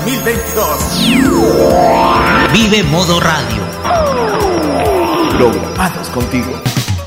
2022. Vive Modo Radio. Programados contigo.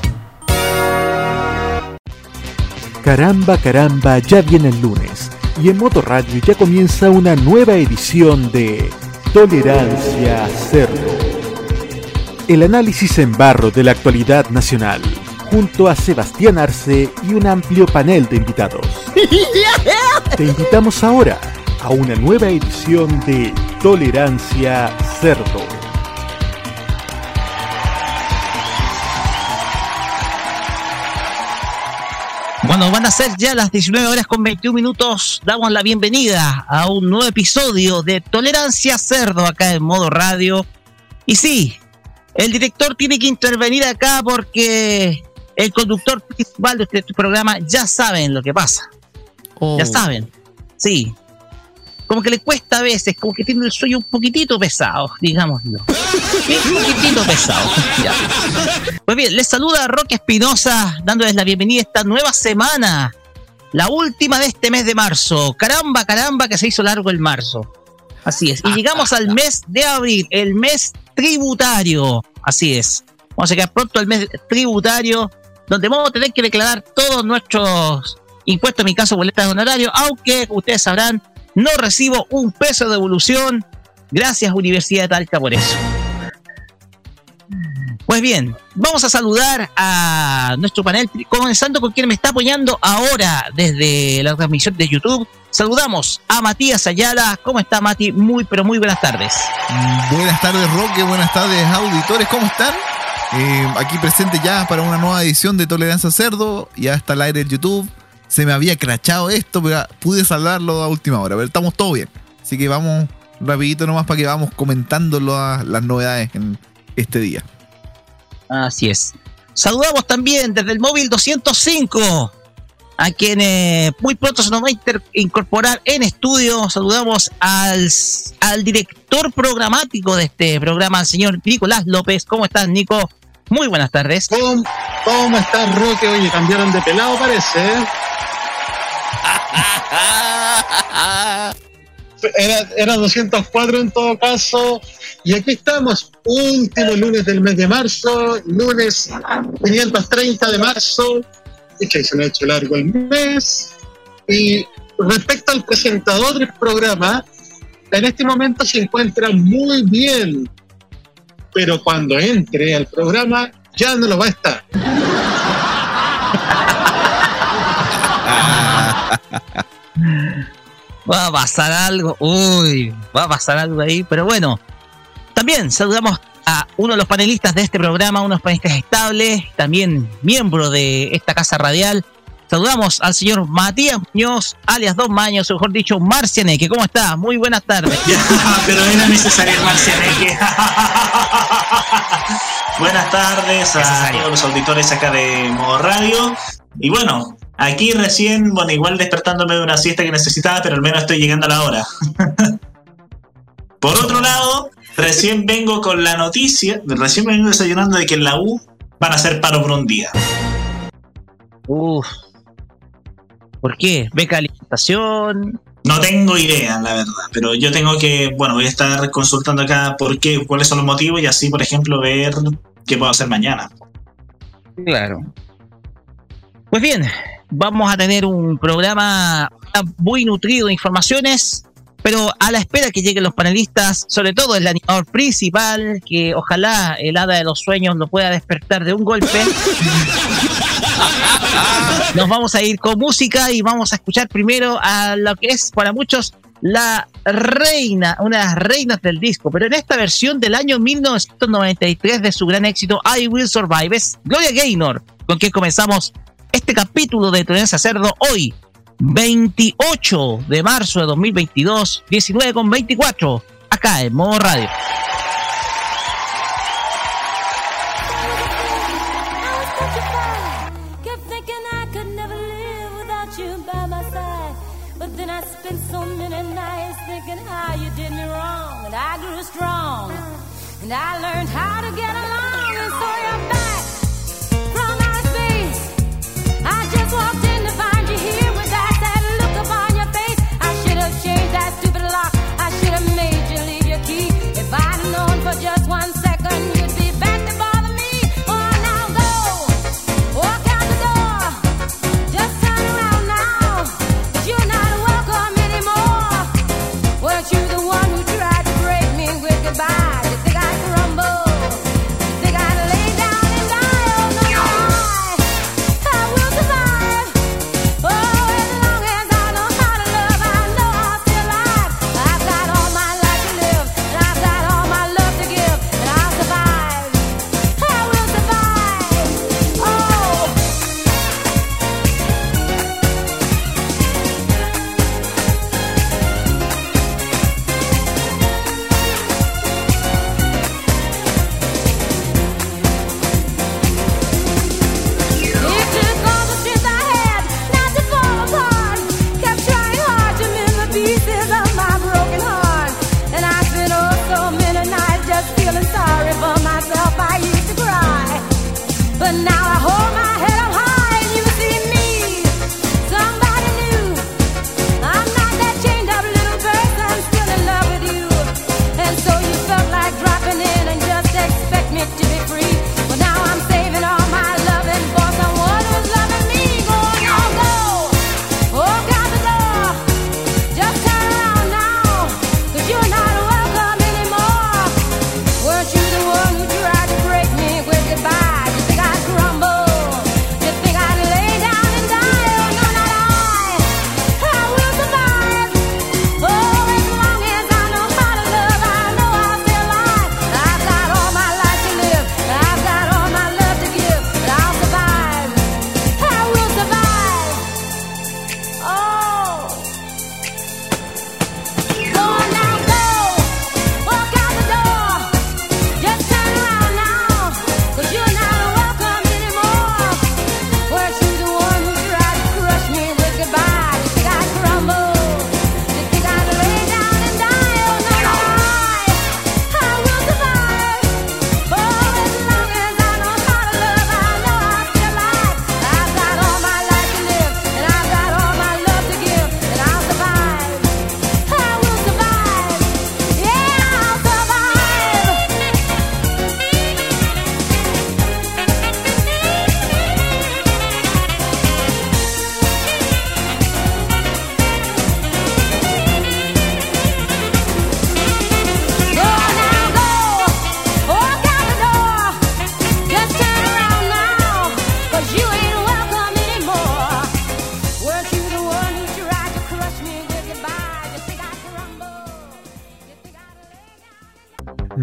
Caramba, caramba, ya viene el lunes y en Modo Radio ya comienza una nueva edición de Tolerancia Cerdo. El análisis en barro de la actualidad nacional, junto a Sebastián Arce y un amplio panel de invitados. Te invitamos ahora a una nueva edición de Tolerancia Cerdo. Bueno, van a ser ya las 19 horas con 21 minutos. Damos la bienvenida a un nuevo episodio de Tolerancia Cerdo acá en Modo Radio. Y sí, el director tiene que intervenir acá porque el conductor principal de este programa ya saben lo que pasa. Ya saben, sí. Como que le cuesta a veces, como que tiene el sueño un poquitito pesado, digámoslo. Un poquitito pesado. Ya. Pues bien, les saluda Roque Espinosa, dándoles la bienvenida a esta nueva semana. La última de este mes de marzo. Caramba, caramba, que se hizo largo el marzo. Así es. Y llegamos al mes de abril, el mes tributario. Así es. Vamos a llegar pronto al mes tributario, donde vamos a tener que declarar todos nuestros impuestos, en mi caso, boletas de honorario, aunque ustedes sabrán, no recibo un peso de devolución. Gracias, Universidad de Talca, por eso. Pues bien, vamos a saludar a nuestro panel, comenzando con quien me está apoyando ahora desde la transmisión de YouTube. Saludamos a Matías Ayala. ¿Cómo está, Mati? Muy, pero muy buenas tardes. Buenas tardes, Roque. Buenas tardes, auditores. ¿Cómo están? Aquí presente ya para una nueva edición de Tolerancia Cerdo. Ya está al aire el YouTube. Se me había crachado esto, pero pude salvarlo a última hora. Pero estamos todo bien. Así que vamos rapidito nomás para que vamos comentando las novedades en este día. Así es. Saludamos también desde el móvil 205 a quien muy pronto se nos va a incorporar en estudio. Saludamos al director programático de este programa, el señor Nicolás López. ¿Cómo estás, Nico? Muy buenas tardes. ¿Cómo estás, Roque? Oye, cambiaron de pelado, parece, ¿eh? Era 204 en todo caso. Y aquí estamos, último lunes del mes de marzo, lunes 530 de marzo. Y se me ha hecho largo el mes. Y respecto al presentador del programa, en este momento se encuentra muy bien, pero cuando entre al programa ya no lo va a estar. Va a pasar algo, va a pasar algo ahí, pero bueno. También saludamos a uno de los panelistas de este programa, unos panelistas estables, también miembro de esta casa radial. Saludamos al señor Matías Muñoz, alias Don Maños, o mejor dicho, Marcianeque. ¿Cómo está? Muy buenas tardes. Pero era necesario el Marcianeque. Buenas tardes a todos los auditores acá de Modo Radio. Y bueno, aquí recién, igual despertándome de una siesta que necesitaba, pero al menos estoy llegando a la hora. Por otro lado, recién vengo con la noticia, recién me vengo desayunando de que en la U van a hacer paro por un día. ¿Por qué? ¿Beca de alimentación? No tengo idea, la verdad, pero yo tengo que, voy a estar consultando acá cuáles son los motivos y así, por ejemplo, ver qué puedo hacer mañana. Claro. Pues bien, vamos a tener un programa muy nutrido de informaciones, pero a la espera que lleguen los panelistas, sobre todo el animador principal, que ojalá el hada de los sueños lo pueda despertar de un golpe. Nos vamos a ir con música y vamos a escuchar primero a lo que es para muchos la reina, una de las reinas del disco, pero en esta versión del año 1993 de su gran éxito I Will Survive, es Gloria Gaynor, con quien comenzamos este capítulo de Tolerancia Cerdo hoy, 28 de marzo de 2022, 19:24, acá en Modo Radio. And I learned how to get along, and so you're back from outer space. I just walked in to find you here with that sad look upon your face. I should have changed that stupid lock. I should have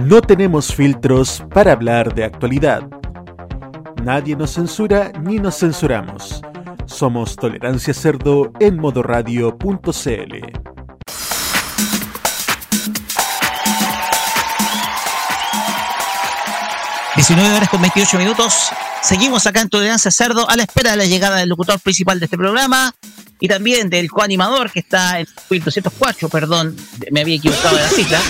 No tenemos filtros para hablar de actualidad. Nadie nos censura ni nos censuramos. Somos Tolerancia Cerdo en modoradio.cl. (19:28). Seguimos acá en Tolerancia Cerdo a la espera de la llegada del locutor principal de este programa y también del coanimador que está en 204, perdón, me había equivocado de la cita.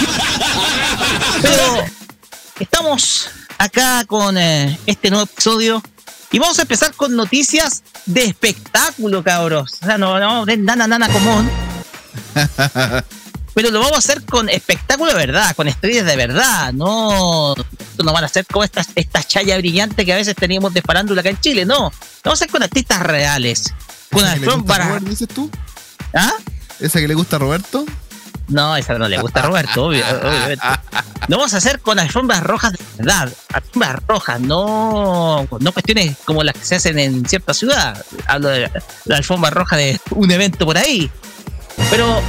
Pero estamos acá con este nuevo episodio y vamos a empezar con noticias de espectáculo, cabros. O sea, no de nana común. Pero lo vamos a hacer con espectáculo de verdad, con estrellas de verdad. No van a ser como estas chayas brillantes que a veces teníamos de farándula acá en Chile. No, lo vamos a hacer con artistas reales. Con alfombra. ¿Dices tú? ¿Ah? ¿Esa que le gusta a Roberto? No, esa no le gusta a Roberto, obviamente. Lo vamos a hacer con alfombras rojas de verdad. Alfombras rojas, no cuestiones como las que se hacen en cierta ciudad. Hablo de la alfombra roja de un evento por ahí. Pero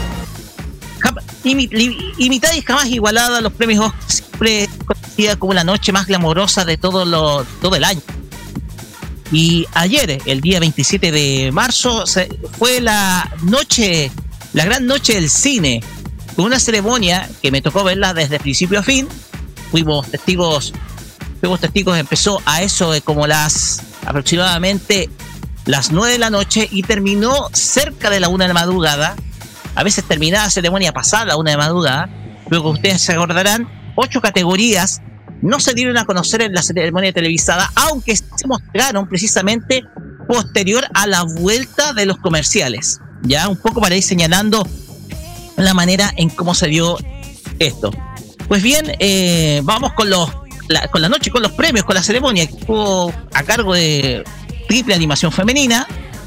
imitada y jamás igualada a los premios Oscar, siempre conocida como la noche más glamorosa de todo el año. Y ayer, el día 27 de marzo, fue la gran noche del cine, con una ceremonia que me tocó verla desde principio a fin. Fuimos testigos, empezó a eso de como aproximadamente las 9 de la noche y terminó cerca de la 1 de la madrugada. A veces terminaba la ceremonia pasada la 1 de la madrugada. Luego ustedes se acordarán, 8 categorías no se dieron a conocer en la ceremonia televisada, aunque se mostraron precisamente posterior a la vuelta de los comerciales. Ya un poco para ir señalando la manera en cómo se dio esto. Pues bien, vamos con la noche, con los premios, con la ceremonia que estuvo a cargo de Triple Animación Femenina.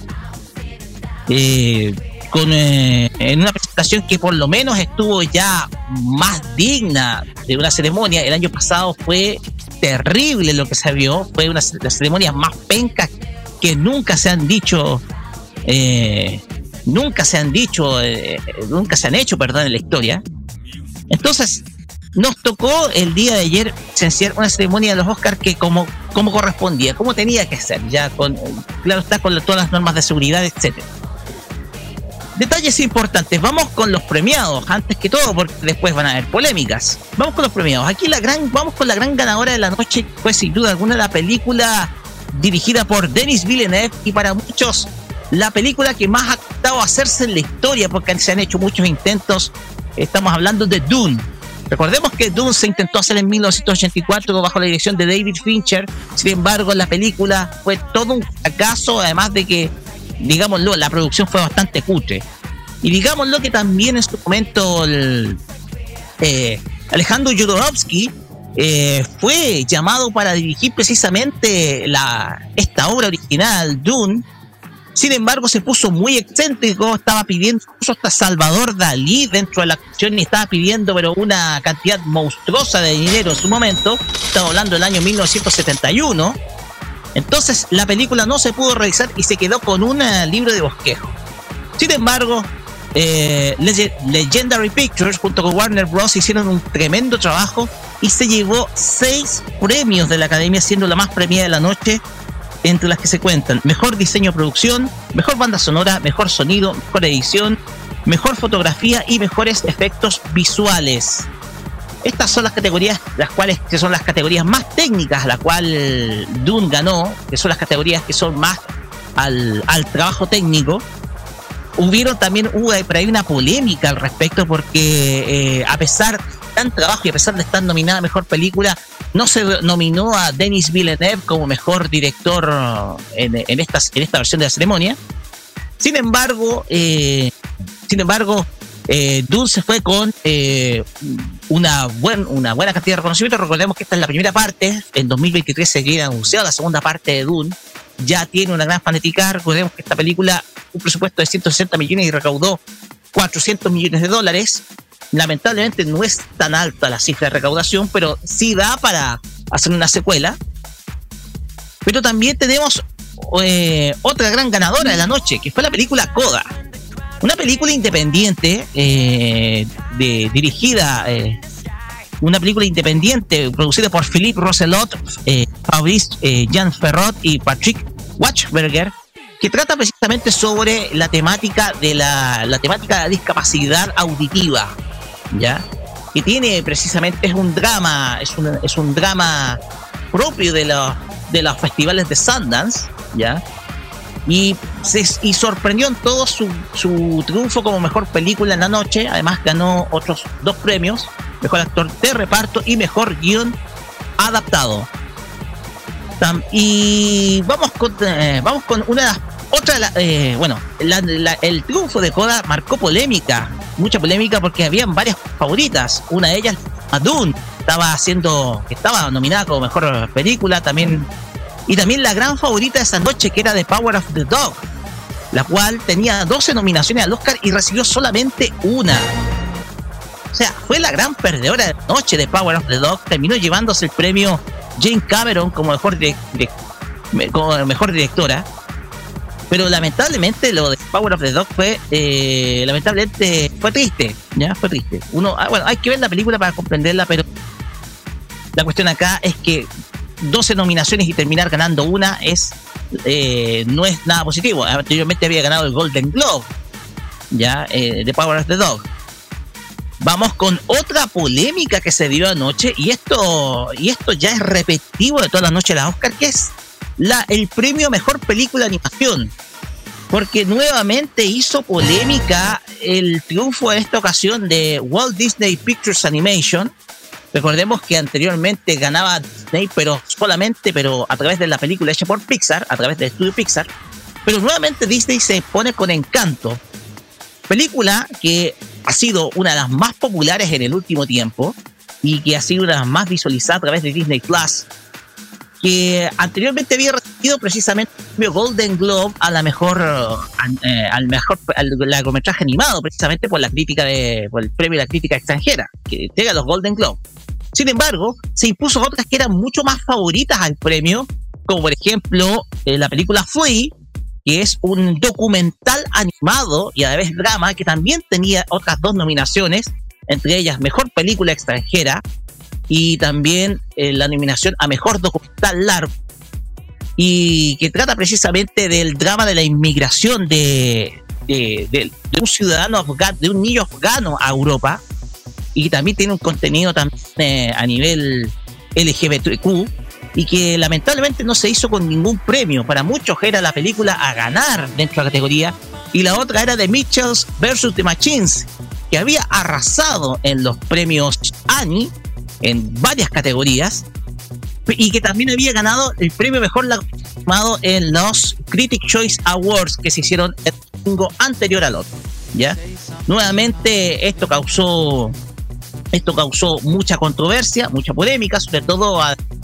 En una presentación que por lo menos estuvo ya más digna de una ceremonia. El año pasado fue terrible lo que se vio, fue una de las ceremonias más pencas que nunca se han hecho, nunca se han hecho en la historia. Entonces nos tocó el día de ayer presenciar una ceremonia de los Oscars que como correspondía, como tenía que ser, ya claro está, con todas las normas de seguridad, etcétera. Detalles importantes, vamos con los premiados, antes que todo, porque después van a haber polémicas. Vamos con los premiados. Aquí vamos con la gran ganadora de la noche, que fue sin duda alguna la película dirigida por Denis Villeneuve, y para muchos la película que más ha costado hacerse en la historia, porque se han hecho muchos intentos. Estamos hablando de Dune. Recordemos que Dune se intentó hacer en 1984 bajo la dirección de David Fincher. Sin embargo, la película fue todo un fracaso, además de que, digámoslo, la producción fue bastante cutre. Y digámoslo que también en su momento Alejandro Jodorowsky fue llamado para dirigir precisamente esta obra original, Dune. Sin embargo, se puso muy excéntrico, estaba pidiendo incluso hasta Salvador Dalí dentro de la acción, y estaba pidiendo pero una cantidad monstruosa de dinero en su momento. Estamos hablando del año 1971. Entonces la película no se pudo realizar y se quedó con un libro de bosquejo. Sin embargo, Legendary Pictures junto con Warner Bros. Hicieron un tremendo trabajo y se llevó 6 premios de la Academia, siendo la más premiada de la noche, entre las que se cuentan mejor diseño de producción, mejor banda sonora, mejor sonido, mejor edición, mejor fotografía y mejores efectos visuales. Estas son las categorías, que son las categorías más técnicas, a la cual Dune ganó, que son las categorías que son más al trabajo técnico. Hubo por ahí una polémica al respecto, porque a pesar de tan trabajo y a pesar de estar nominada a mejor película, no se nominó a Denis Villeneuve como mejor director en esta versión de la ceremonia. Sin embargo, Dune se fue con una buena cantidad de reconocimiento. Recordemos que esta es la primera parte. En 2023 se había anunciado la segunda parte de Dune. Ya tiene una gran fanaticada. Recordemos que esta película, un presupuesto de 160 millones y recaudó 400 millones de dólares. Lamentablemente no es tan alta la cifra de recaudación, pero sí da para hacer una secuela. Pero también tenemos otra gran ganadora de la noche, que fue la película Coda. Una película independiente dirigida una película independiente producida por Philippe Roselot, Fabrice Jean Ferrot y Patrick Wachsberger, que trata precisamente sobre la temática de la temática de la discapacidad auditiva, ¿ya? Que tiene precisamente, es un drama propio de los festivales de Sundance, ¿ya? Y sorprendió en todo su triunfo como mejor película en la noche. Además ganó otros 2 premios: mejor actor de reparto y mejor guión adaptado. Y vamos con una de las otras. El triunfo de Coda marcó polémica, mucha polémica, porque habían varias favoritas. Una de ellas, Dune, estaba nominada como mejor película también. Y también la gran favorita de esa noche, que era The Power of the Dog, la cual tenía 12 nominaciones al Oscar y recibió solamente una. O sea, fue la gran perdedora de la noche de Power of the Dog. Terminó llevándose el premio Jane Cameron como mejor directora. Pero lamentablemente lo de Power of the Dog fue triste. Ya, fue triste. Hay que ver la película para comprenderla, pero la cuestión acá es que 12 nominaciones y terminar ganando una no es nada positivo. Anteriormente había ganado el Golden Globe, ya, de Power of the Dog. Vamos con otra polémica que se dio anoche, y esto ya es repetitivo de todas las noches de la Oscar, que es el premio Mejor Película de Animación, porque nuevamente hizo polémica el triunfo en esta ocasión de Walt Disney Pictures Animation. Recordemos que anteriormente ganaba Disney, pero a través de la película hecha por Pixar, a través del estudio Pixar. Pero nuevamente Disney se pone con Encanto, película que ha sido una de las más populares en el último tiempo y que ha sido una de las más visualizadas a través de Disney Plus, que anteriormente había recibido precisamente el premio Golden Globe a al largometraje animado, precisamente por el premio de la crítica extranjera que entrega los Golden Globe. Sin embargo, se impuso otras que eran mucho más favoritas al premio, como por ejemplo la película Flea, que es un documental animado y a la vez drama, que también tenía otras 2 nominaciones, entre ellas Mejor Película Extranjera y también la nominación a Mejor Documental Largo, y que trata precisamente del drama de la inmigración de un ciudadano afgano, de un niño afgano a Europa, y también tiene un contenido también a nivel LGBTQ, y que lamentablemente no se hizo con ningún premio. Para muchos era la película a ganar dentro de la categoría, y la otra era The Mitchells vs. The Machines, que había arrasado en los premios Annie en varias categorías, y que también había ganado el premio Mejor Largometraje en los Critics' Choice Awards que se hicieron el domingo anterior al otro, ¿ya? Nuevamente esto causó mucha controversia, mucha polémica, sobre todo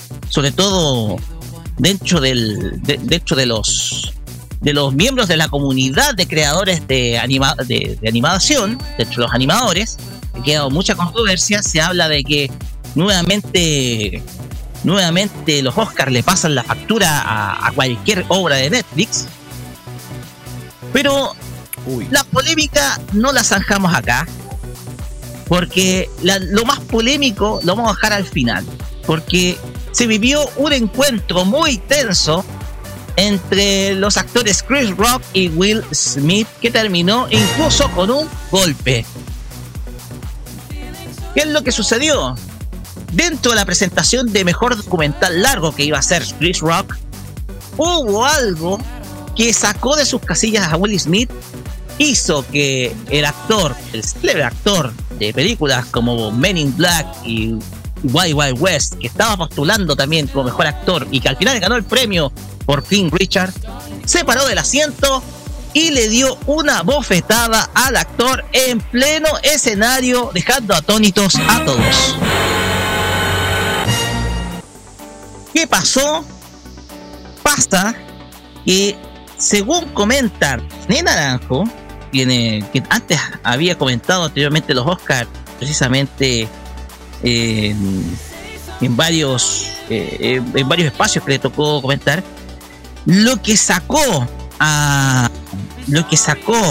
dentro de los miembros de la comunidad de creadores de animación, dentro de los animadores. Ha quedado mucha controversia. Se habla de que nuevamente los Oscars le pasan la factura a cualquier obra de Netflix, pero la polémica no la zanjamos acá, porque lo más polémico lo vamos a dejar al final, porque se vivió un encuentro muy tenso entre los actores Chris Rock y Will Smith, que terminó incluso con un golpe. ¿Qué es lo que sucedió? Dentro de la presentación de Mejor Documental Largo que iba a hacer Chris Rock, hubo algo que sacó de sus casillas a Will Smith, hizo que el célebre actor de películas como Men in Black y Wild Wild West, que estaba postulando también como mejor actor y que al final ganó el premio por King Richard, se paró del asiento y le dio una bofetada al actor en pleno escenario, dejando atónitos a todos. ¿Qué pasó? Pasa que, según comenta René Naranjo, quien antes había comentado anteriormente los Oscars, precisamente en varios espacios que le tocó comentar, lo que sacó al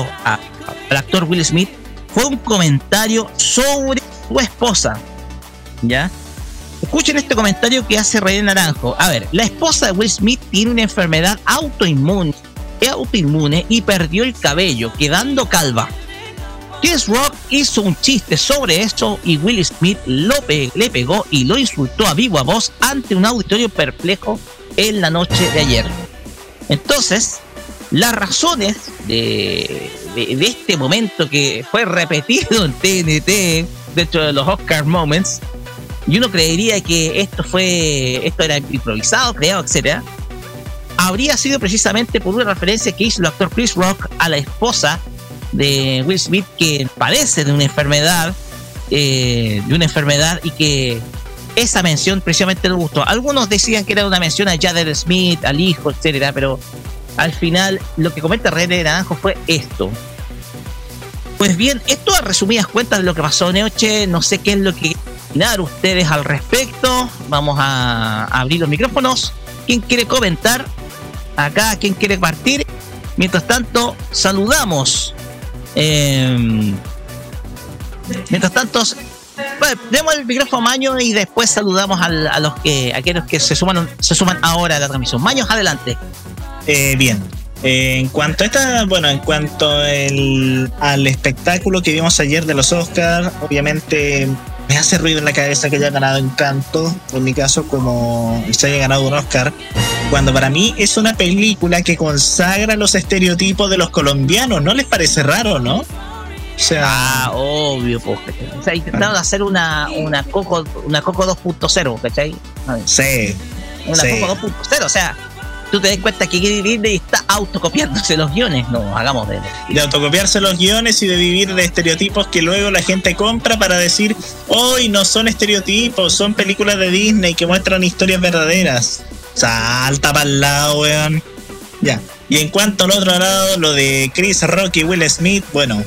actor Will Smith fue un comentario sobre su esposa. ¿Ya? Escuchen este comentario que hace René Naranjo. A ver, la esposa de Will Smith tiene una enfermedad autoinmune y perdió el cabello, quedando calva. Chris Rock hizo un chiste sobre eso y Will Smith le pegó y lo insultó a viva voz ante un auditorio perplejo en la noche de ayer. Entonces, las razones de este momento que fue repetido en TNT dentro de los Oscar Moments, y uno creería que esto era improvisado, creado, etcétera, habría sido precisamente por una referencia que hizo el actor Chris Rock a la esposa de Will Smith, que padece de una enfermedad y que esa mención precisamente le gustó. Algunos decían que era una mención a Jaden Smith, al hijo, etcétera, pero al final lo que comenta René Naranjo fue esto. Pues bien, esto a resumidas cuentas de lo que pasó anoche. No sé qué es lo que opinar ustedes al respecto. Vamos a abrir los micrófonos. ¿Quién quiere comentar? Acá, ¿quién quiere partir? Mientras tanto, saludamos. Bueno, demos el micrófono a Maño y después saludamos a aquellos que se suman ahora a la transmisión. Maño, adelante. Bien. En cuanto al espectáculo que vimos ayer de los Oscars, obviamente me hace ruido en la cabeza que haya ganado Encanto, en mi caso, como se haya ganado un Oscar, cuando para mí es una película que consagra los estereotipos de los colombianos. ¿No les parece raro, no? O sea, obvio, pues. O sea, intentaron hacer una Coco 2.0, ¿cachai? Sí. Una Coco 2.0, o sea, tú te das cuenta que Disney está autocopiándose los guiones. No, hagamos de autocopiarse los guiones y de vivir de estereotipos que luego la gente compra para decir, hoy no son estereotipos, son películas de Disney que muestran historias verdaderas. Salta para el lado, weón. Ya. Y en cuanto al otro lado, lo de Chris Rock y Will Smith,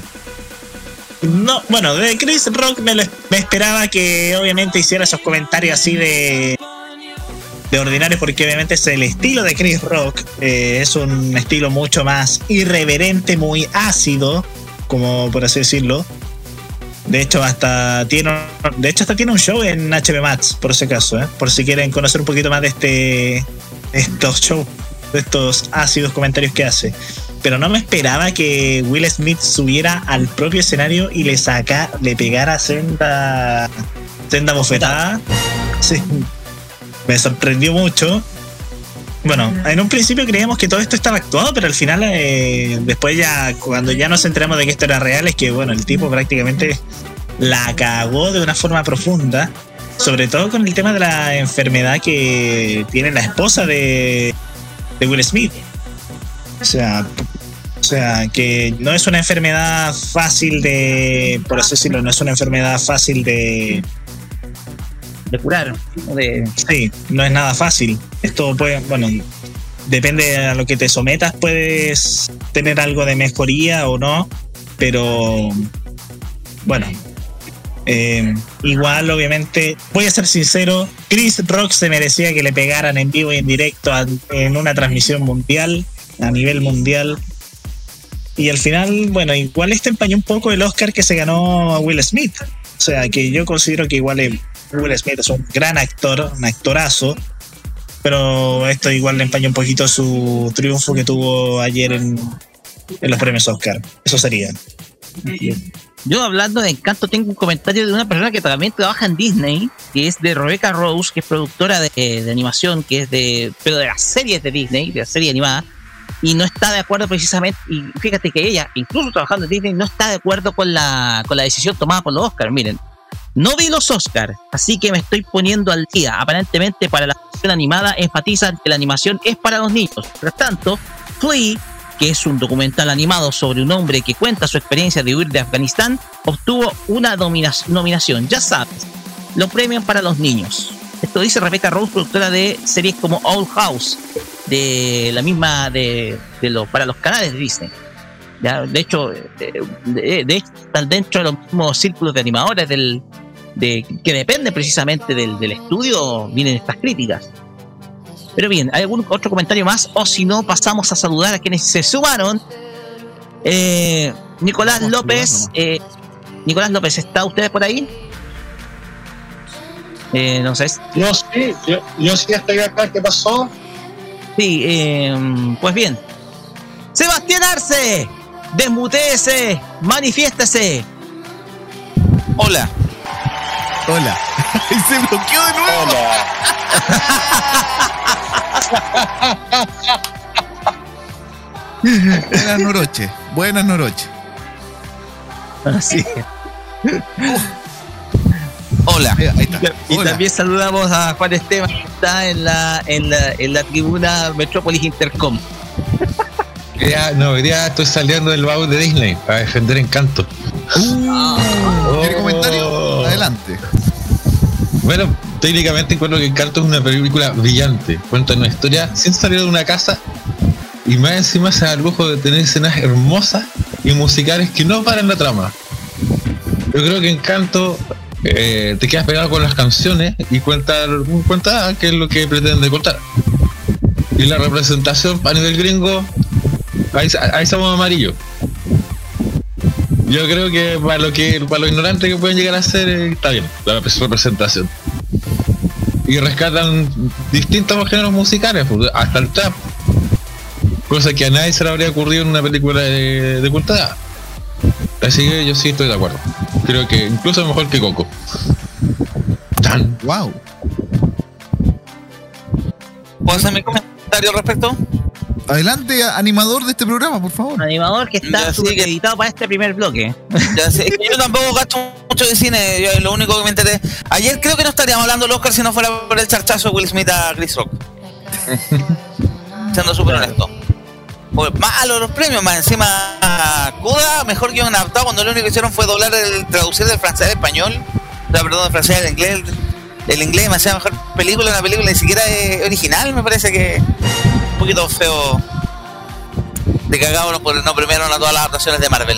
de Chris Rock me esperaba que obviamente hiciera esos comentarios así de ordinario, porque obviamente es el estilo de Chris Rock, es un estilo mucho más irreverente, muy ácido, como por así decirlo. De hecho hasta tiene un show en HBO Max, por si acaso, por si quieren conocer un poquito más de estos shows, de estos ácidos comentarios que hace. Pero no me esperaba que Will Smith subiera al propio escenario y le pegara senda bofetada. Sí. Me sorprendió mucho. Bueno, en un principio creíamos que todo esto estaba actuado, pero al final, después ya, cuando ya nos enteramos de que esto era real, es que, el tipo prácticamente la cagó de una forma profunda, sobre todo con el tema de la enfermedad que tiene la esposa de Will Smith. O sea, que no es una enfermedad fácil por así decirlo, no es una enfermedad fácil de curar. Sí, no es nada fácil. Esto depende a lo que te sometas, puedes tener algo de mejoría o no, pero igual, obviamente, voy a ser sincero, Chris Rock se merecía que le pegaran en vivo y en directo en una transmisión mundial, a nivel mundial. Y al final, igual empañó un poco el Oscar que se ganó Will Smith. O sea, que yo considero que igual Will Smith es un gran actor, un actorazo, pero esto igual le empañó un poquito su triunfo que tuvo ayer en los premios Oscar. Eso sería. Yo, hablando de Encanto, tengo un comentario de una persona que también trabaja en Disney, que es de Rebecca Rose, que es productora de animación, pero de las series de Disney, de la serie animada, y no está de acuerdo precisamente, y fíjate que ella, incluso trabajando en Disney, no está de acuerdo con la decisión tomada por los Oscars. Miren, no vi los Oscars, así que me estoy poniendo al día. Aparentemente, para la versión animada enfatizan que la animación es para los niños. Por tanto, Flea, que es un documental animado sobre un hombre que cuenta su experiencia de huir de Afganistán, obtuvo una nominación. Ya sabes, lo premian para los niños. Esto dice Rebecca Rose, productora de series como Old House, de la misma para los canales de Disney. ¿Ya? De hecho, están dentro de los mismos círculos de animadores que depende precisamente del estudio, vienen estas críticas. Pero bien, ¿hay algún otro comentario más? O si no, pasamos a saludar a quienes se sumaron. Nicolás López, ¿está usted por ahí? No sé. Yo sí estoy acá. ¿Qué pasó? Sí, pues bien. Sebastián Arce, desmutéese, manifiéstese. Hola. Hola. Y se bloqueó de nuevo. Buenas noches. Buenas noches. Así. Hola. Ahí está. Y Hola. también saludamos a Juan Esteban, que está en la tribuna Metrópolis Intercom. Hoy día estoy saliendo del baúl de Disney para defender Encanto. ¿Tiene comentario? Adelante. Bueno, técnicamente encuentro que Encanto es una película brillante. Cuenta una historia sin salir de una casa y más encima se da el lujo de tener escenas hermosas y musicales que no paran la trama. Yo creo que Encanto te quedas pegado con las canciones y cuenta qué es lo que pretende contar. Y la representación a nivel gringo, ahí somos amarillos. Yo creo que para lo ignorante que pueden llegar a ser, está bien la representación. Y rescatan distintos géneros musicales, hasta el trap. Cosa que a nadie se le habría ocurrido en una película de cultura. Así que yo sí estoy de acuerdo. Creo que incluso mejor que Coco. ¡Tan! Wow. ¿Puedo hacer mi comentario al respecto? Adelante, animador de este programa, por favor. Animador que está Ya, sí, subeditado para este primer bloque. Ya sé, es que yo tampoco gasto mucho de cine. Yo, lo único que me enteré. Ayer creo que no estaríamos hablando del Oscar si no fuera por el charchazo de Will Smith a Chris Rock. Siendo súper honesto. Pues malo los premios, más encima Cuda, mejor guión adaptado, cuando lo único que hicieron fue traducir del francés al español. Del francés al inglés. El inglés demasiado mejor película, una película ni siquiera es original, me parece que un poquito feo de cagado no premiaron a todas las adaptaciones de Marvel.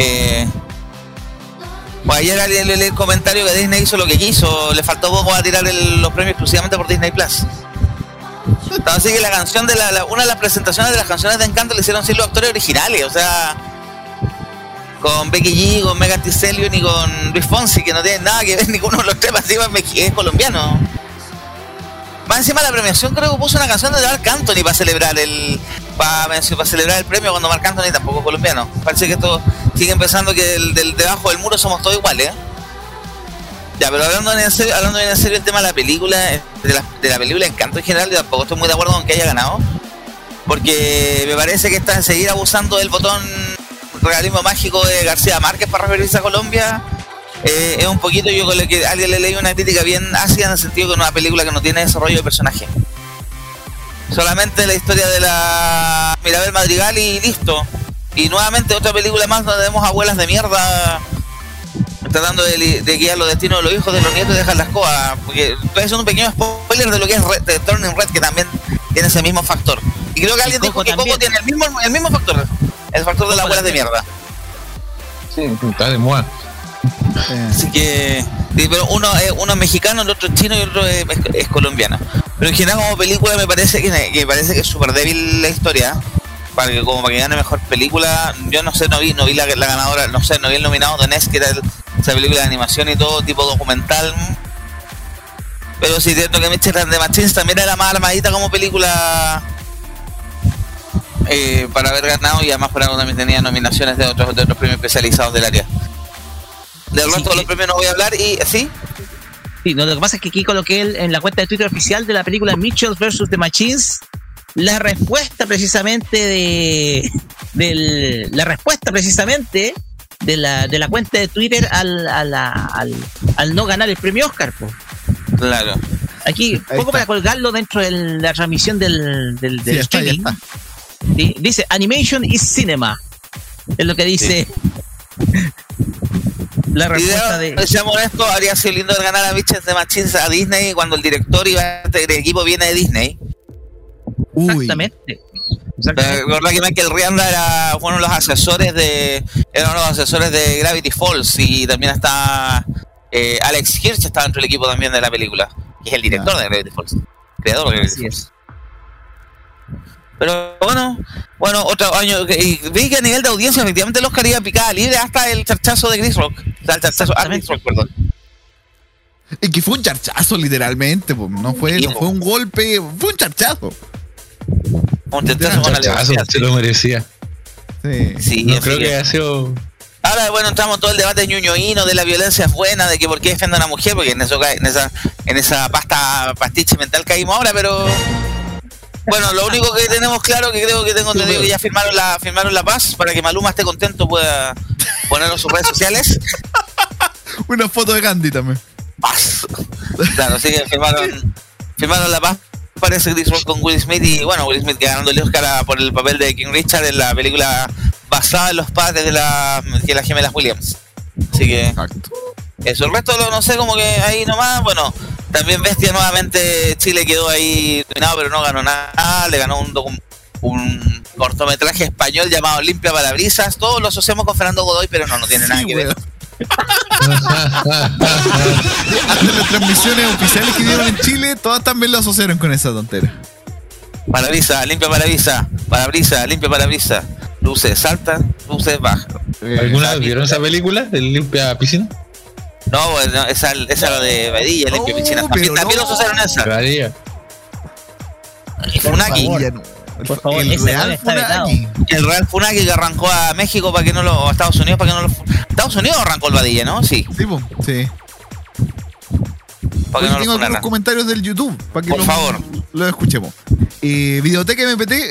Pues ayer alguien le leí el comentario que Disney hizo lo que quiso, le faltó poco a tirar los premios exclusivamente por Disney Plus. Así que la canción de una de las presentaciones de las canciones de Encanto le hicieron sin los actores originales, o sea, con Becky G, con Megan Thee Stallion y con Luis Fonsi, que no tienen nada que ver ninguno de los tres, encima es colombiano. Más encima la premiación creo que puso una canción de Marc Anthony para celebrar para celebrar el premio, cuando Marc Anthony tampoco es colombiano. Parece que esto siguen pensando que del debajo del muro somos todos iguales, ¿eh? Ya, pero hablando bien en serio el tema de la película, de la película Encanto en general, yo tampoco estoy muy de acuerdo con que haya ganado, porque me parece que está en seguir abusando del botón realismo mágico de García Márquez para referirse a Colombia. Es un poquito, yo con lo que alguien le leí una crítica bien ácida, en el sentido que es una película que no tiene desarrollo de personaje, solamente la historia de la Mirabel Madrigal y listo. Y nuevamente otra película más donde vemos abuelas de mierda tratando de guiar los destinos de los hijos de los nietos y dejar las cosas, porque estoy haciendo un pequeño spoiler de lo que es Turning Red, que también tiene ese mismo factor. Y creo que alguien dijo que Coco tiene el mismo factor, el factor de las abuelas de mierda. Sí, está de moda. Así que, pero uno es mexicano, el otro es chino y el otro es colombiano. Pero en general como película me parece que es súper débil la historia. Para que gane mejor película, yo no sé, no vi la ganadora, no sé, no vi el nominado de Ness, que era esa película de animación y todo, tipo documental. Pero sí, cierto que Mitchell and the Machines también era más armadita como película para haber ganado, y además por algo también tenía nominaciones de otros premios especializados del área. Del resto de los premios no voy a hablar, y así. Sí, no, lo que pasa es que aquí coloqué en la cuenta de Twitter oficial de la película Mitchell vs. The Machines la respuesta precisamente de la cuenta de Twitter al no ganar el premio Oscar, po. Claro. Aquí, poco para colgarlo dentro de la transmisión del Sí, streaming. ya está. ¿Sí? Dice Animation is Cinema. Es lo que dice la respuesta de. Seamos honestos, habría sido lindo de ganar a Mitchell and the Machines a Disney cuando el director y el equipo viene de Disney. Exactamente. Recordad que Michael Rianda era uno de los asesores de Gravity Falls, y también está Alex Hirsch, está dentro del equipo también de la película, que es el director de Gravity Falls, creador de Gravity Falls. Pero bueno, otro año, y vi que a nivel de audiencia efectivamente el Oscar iba picada libre hasta el charchazo de Chris Rock, o sea, el charchazo a Chris Rock, perdón. Y que fue un charchazo, literalmente. Po. No fue un golpe, fue un charchazo. Un charchazo con Chachazo, se lo merecía. Sí. Sí, No así creo que haya sido. Ahora, bueno, entramos en todo el debate ñuñoíno de la violencia es buena, de que por qué defiende a una mujer, porque en esa pastiche mental caímos ahora, pero bueno, lo único que tenemos claro, que creo que tengo entendido que ya firmaron la paz para que Maluma esté contento, pueda ponerlo en sus redes sociales. Una foto de Gandhi también. Paz. Claro, sí que firmaron la paz. Parece Chris Rock con Will Smith y bueno, Will Smith que ganando el Oscar por el papel de King Richard en la película basada en los padres de las gemelas Williams. Así que Exacto. eso, el resto no sé, como que ahí nomás. Bueno, también Bestia nuevamente, Chile quedó ahí nominado pero no ganó nada, le ganó un cortometraje español llamado Limpia Parabrisas. Todos lo asociamos con Fernando Godoy, pero no tiene nada que ver. Hasta las transmisiones oficiales que dieron en Chile, todas también lo asociaron con esa tontera. Parabrisas, limpia parabrisas, limpia parabrisas. Luces saltan, luces bajan. ¿Alguna vez vieron esa película, el Limpia Piscina? No, bueno, esa es la de Badilla, limpia piscina. También lo asociaron a esa. Varía. Y Funaki. Por favor, El ese Real weón está vetado. Funaki. El Real Funaki que arrancó a México para que no lo. A Estados Unidos para que no lo. Estados Unidos arrancó el Badilla, ¿no? Sí. Sí, po, sí. Para que no lo Tengo algunos funaran. comentarios del YouTube para que Por favor. lo escuchemos. Videoteca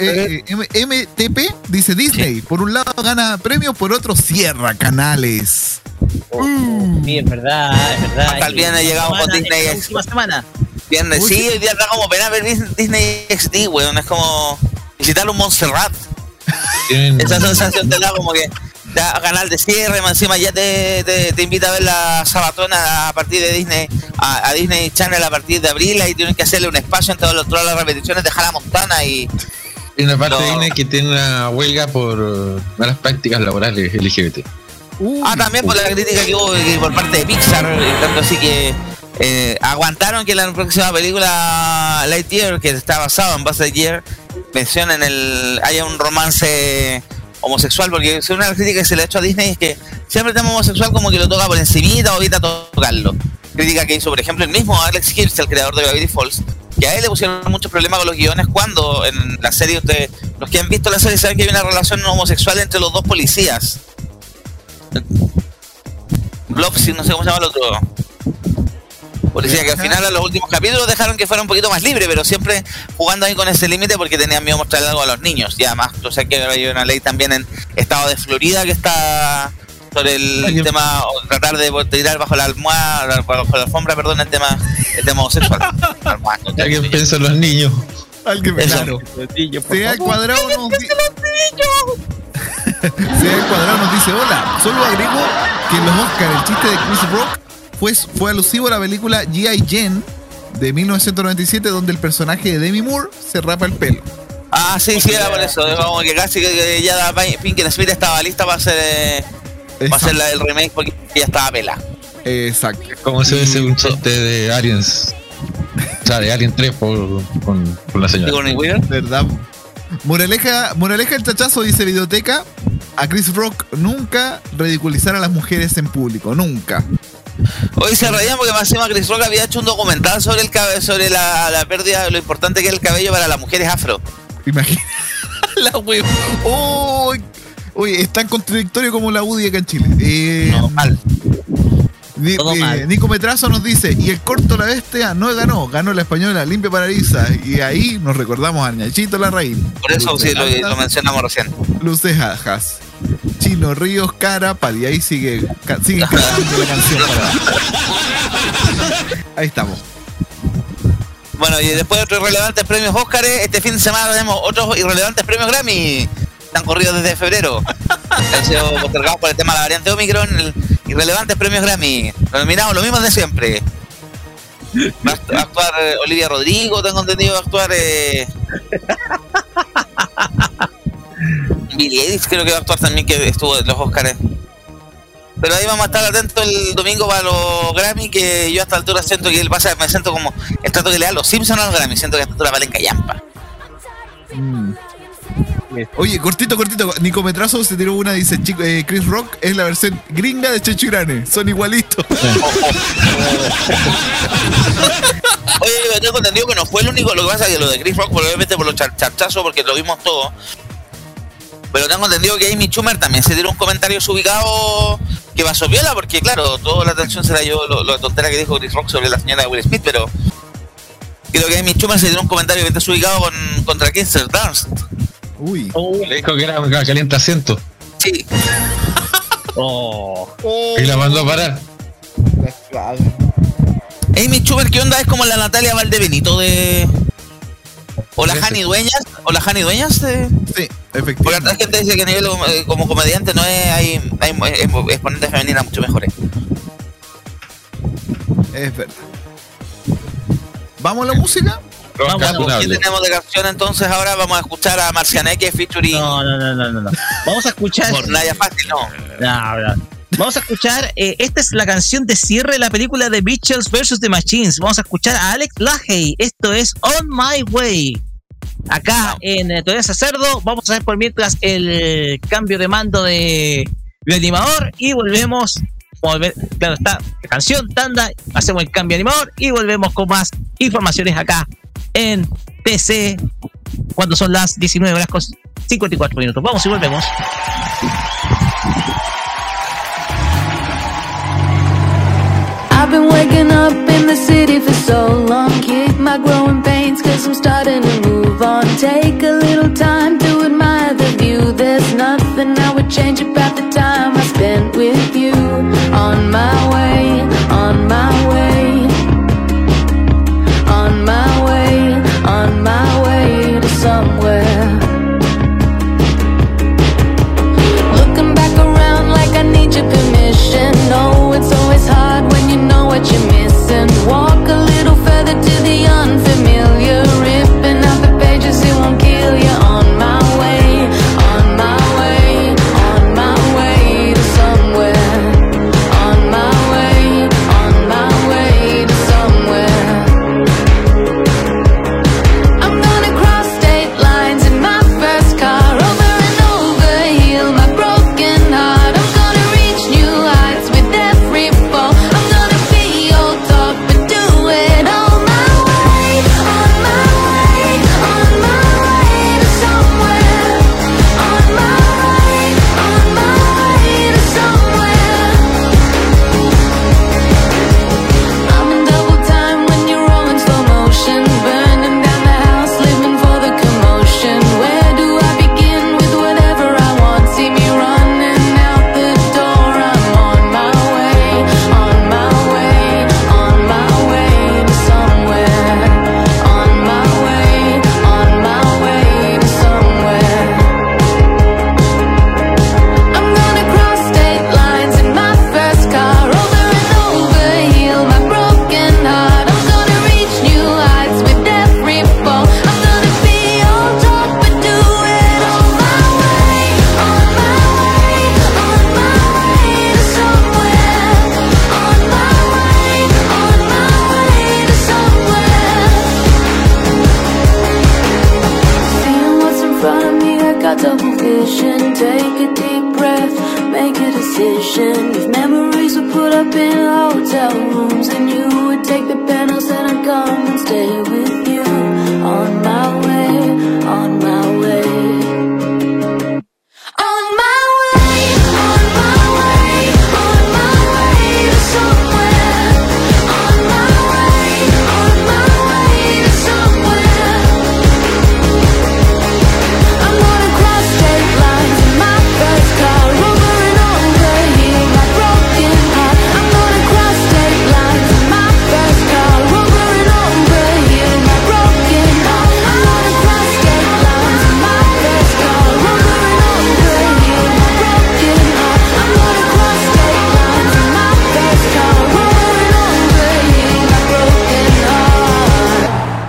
MTP dice Disney. Por un lado gana premios, por otro cierra canales. Sí, es verdad. Hasta el viernes llegamos con Disney. La última semana. Viernes, Uy, sí, sí. hoy día da como pena ver Disney XD, weón. Es como visitar un Montserrat. Tienen- Esa sensación te da como que da canal de cierre, más encima ya te invita a ver la sabatona a partir de Disney, a Disney Channel a partir de abril, y tienen que hacerle un espacio entre todas las repeticiones de Hannah Montana y Hay una parte No. de Disney que tiene una huelga por malas prácticas laborales LGBT. también por la crítica que hubo por parte de Pixar, tanto así que aguantaron que la próxima película Lightyear, que está basado en Buzz Lightyear, mencionen haya un romance homosexual, porque es una crítica que se le ha hecho a Disney, es que siempre el tema homosexual como que lo toca por encimita o evita tocarlo. Crítica que hizo, por ejemplo, el mismo Alex Hirsch, el creador de Gravity Falls, que a él le pusieron muchos problemas con los guiones cuando en la serie, los que han visto la serie saben que hay una relación homosexual entre los dos policías. Blobsy, no sé cómo se llama el otro policía, que al final en los últimos capítulos dejaron que fuera un poquito más libre, pero siempre jugando ahí con ese límite porque tenían miedo de mostrarle algo a los niños. Y además, tú sabes que hay una ley también en estado de Florida que está sobre el tema, o tratar de tirar bajo la almohada, bajo la alfombra, perdón, el tema homosexual. ¿Alguien piensa en los niños? Alguien Eso. claro. Sea el cuadrado nos dice hola. Solo agrego que en los Oscars el chiste de Chris Rock fue alusivo a la película G.I. Jane de 1997, donde el personaje de Demi Moore se rapa el pelo. Ah, sí, era por eso. Como que casi que ya Pinky Smith estaba lista para hacer el remake porque ya estaba pela. Exacto. Como se dice un chiste de Aliens. O sea, de Alien 3 con la señora. Sigourney Weaver. ¿Verdad? Moraleja el chachazo, dice Videoteca. A Chris Rock nunca ridiculizar a las mujeres en público, nunca. Hoy se reían porque más encima Chris Rock había hecho un documental sobre sobre la pérdida de lo importante que es el cabello para las mujeres afro. Imagina la web. Oye, es tan contradictorio como la UDI acá en Chile. Normal. Todo mal. Nico Metrazo nos dice, y el corto La Bestia no ganó la española Limpia Parabrisas, y ahí nos recordamos a Ñachito Larraín. Por eso sí lo mencionamos recién. Luces Ajas, Chino Ríos, Carapal, y ahí sigue cantando la canción ahí estamos. Bueno, y después de otros irrelevantes premios Óscar, este fin de semana tenemos otros irrelevantes premios Grammy. Están corridos desde febrero. Han sido postergados por el tema de la variante Omicron. Irrelevantes premios Grammy. Nominados los mismos de siempre. Va a actuar Olivia Rodrigo, tengo entendido, va a actuar Billie Eilish, creo que va a actuar también, que estuvo en los Óscares. Pero ahí vamos a estar atentos el domingo para los Grammy, que yo a esta altura siento que me siento como el trato que le dan los Simpsons a los Grammy, siento que a esta altura valen callampa. Oye, cortito. Nico Metrazo se tiró una, dice, chico, Chris Rock es la versión gringa de Checho Irane. Son igualitos. Oye, yo tengo entendido que no fue el único. Lo que pasa es que lo de Chris Rock, probablemente por los charchazos, porque lo vimos todo. Pero tengo entendido que Amy Schumer también se tiró un comentario desubicado que pasó viola, porque claro, toda la atención se la llevó la tontera que dijo Chris Rock sobre la señora Will Smith, pero creo que Amy Schumer se tiró un comentario que está desubicado contra Kirsten Dunst. Uy. Le dijo que era caliente asiento. Sí. Y la mandó a parar. Amy Schumer, ¿qué onda? Es como la Natalia Valdebenito de... O la Jani Dueñas. Sí, efectivamente. Porque la gente dice que a nivel como comediante no es, hay exponentes femeninas mucho mejores. Es verdad. ¿Vamos a la música? ¿Qué tenemos de canción entonces? Ahora vamos a escuchar a Marcianeque featuring... No. Vamos a escuchar... Por Naya Fácil, no. Vamos a escuchar, esta es la canción de cierre de la película de Mitchells vs. The Machines. Vamos a escuchar a Alex Lahey. Esto es On My Way. Acá en Tolerancia Cerdo. Vamos a hacer por mientras el cambio de mando de animador y volvemos. Claro, está la canción, tanda. Hacemos el cambio de animador y volvemos con más informaciones acá en TC cuando son las 19 horas con 54 minutos. Vamos y volvemos. I've been waking up in the city for so long. Kick my growing pains cause I'm starting to move on. Take a little time to admire the view. There's nothing I would change about the time I spent with you. On my way, on my way, on my way, on my way to somewhere. Looking back around like I need your permission. No, it's always hard when you know what you're missing. Walk a little further to the unfamiliar. Ripping out the pages, it won't kill you. On my way, on my way, on my way to somewhere. On my way to somewhere. I'm gonna cross state lines in my first car. Over and over, heal my broken heart. I'm gonna reach new heights with every fall. I'm gonna be on top and do it on my way, on my way, on my way to somewhere. On my way to somewhere. I'm in double time when you're rolling slow motion, burning down the house, living for the commotion. Where do I begin with whatever I want? See me running out the door. I'm on my way, on my way, on my way to somewhere. On my way to somewhere. I'm gonna cross state lines in my first car. Over and over, heal my broken heart. I'm gonna reach new heights with every fall. I'm gonna be on top and do it on my way, on my way, on my way to somewhere. On my way to somewhere. Seeing what's in front of me, I got double vision. Take a deep breath, make a decision. If memories were put up in hotel rooms, and you would take the panels and I'd come and stay with you. On my way, on my way. On my way, on my way, on my way to somewhere. On my way to somewhere. I'm gonna cross state lines in my first car. Over and over, heal my broken heart. I'm gonna cross state lines in my first car. Over and over, heal my broken heart. I'm gonna cross state lines in my first car. Over and over, heal my broken heart. I'm gonna cross state lines in my first car. Over and over, heal my broken heart.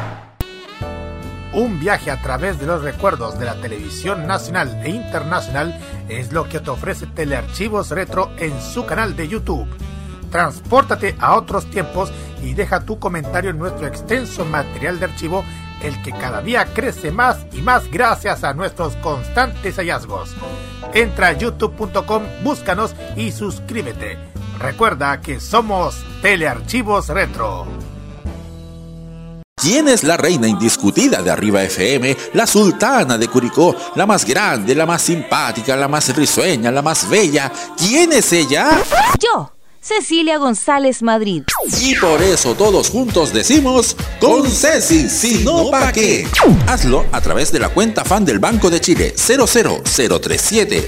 Un viaje a través de los recuerdos de la televisión nacional e internacional es lo que te ofrece Telearchivos Retro en su canal de YouTube. Transpórtate a otros tiempos y deja tu comentario en nuestro extenso material de archivo el que cada día crece más y más gracias a nuestros constantes hallazgos. Entra a youtube.com, búscanos y suscríbete. Recuerda que somos Telearchivos Retro. ¿Quién es la reina indiscutida de Arriba FM? La sultana de Curicó, la más grande, la más simpática, la más risueña, la más bella. ¿Quién es ella? Yo, Cecilia González Madrid. Y por eso todos juntos decimos con Ceci, si no pa' qué. Hazlo a través de la cuenta fan del Banco de Chile 00037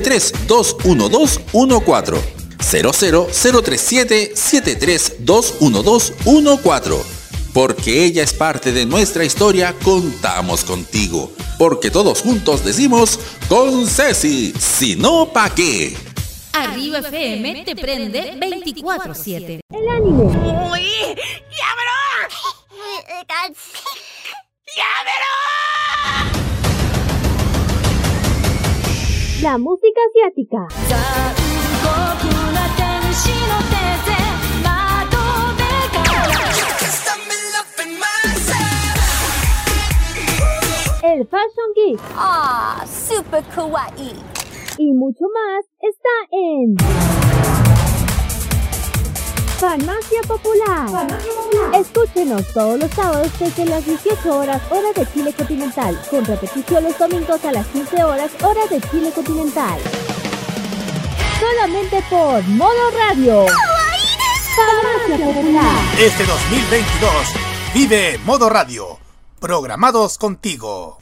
7321214 00037 7321214. Porque ella es parte de nuestra historia, contamos contigo. Porque todos juntos decimos con Ceci, si no pa' qué. Arriba FM te prende 24/7. El anime. ¡Uy! ¡Llámelo! La música asiática. El Fashion Geek. Ah, super kawaii. Y mucho más está en Farmacia Popular. Escúchenos todos los sábados desde las 18 horas hora de Chile continental, con repetición los domingos a las 15 horas hora de Chile continental. Solamente por Modo Radio. Farmacia Popular. Este 2022 vive Modo Radio. Programados contigo.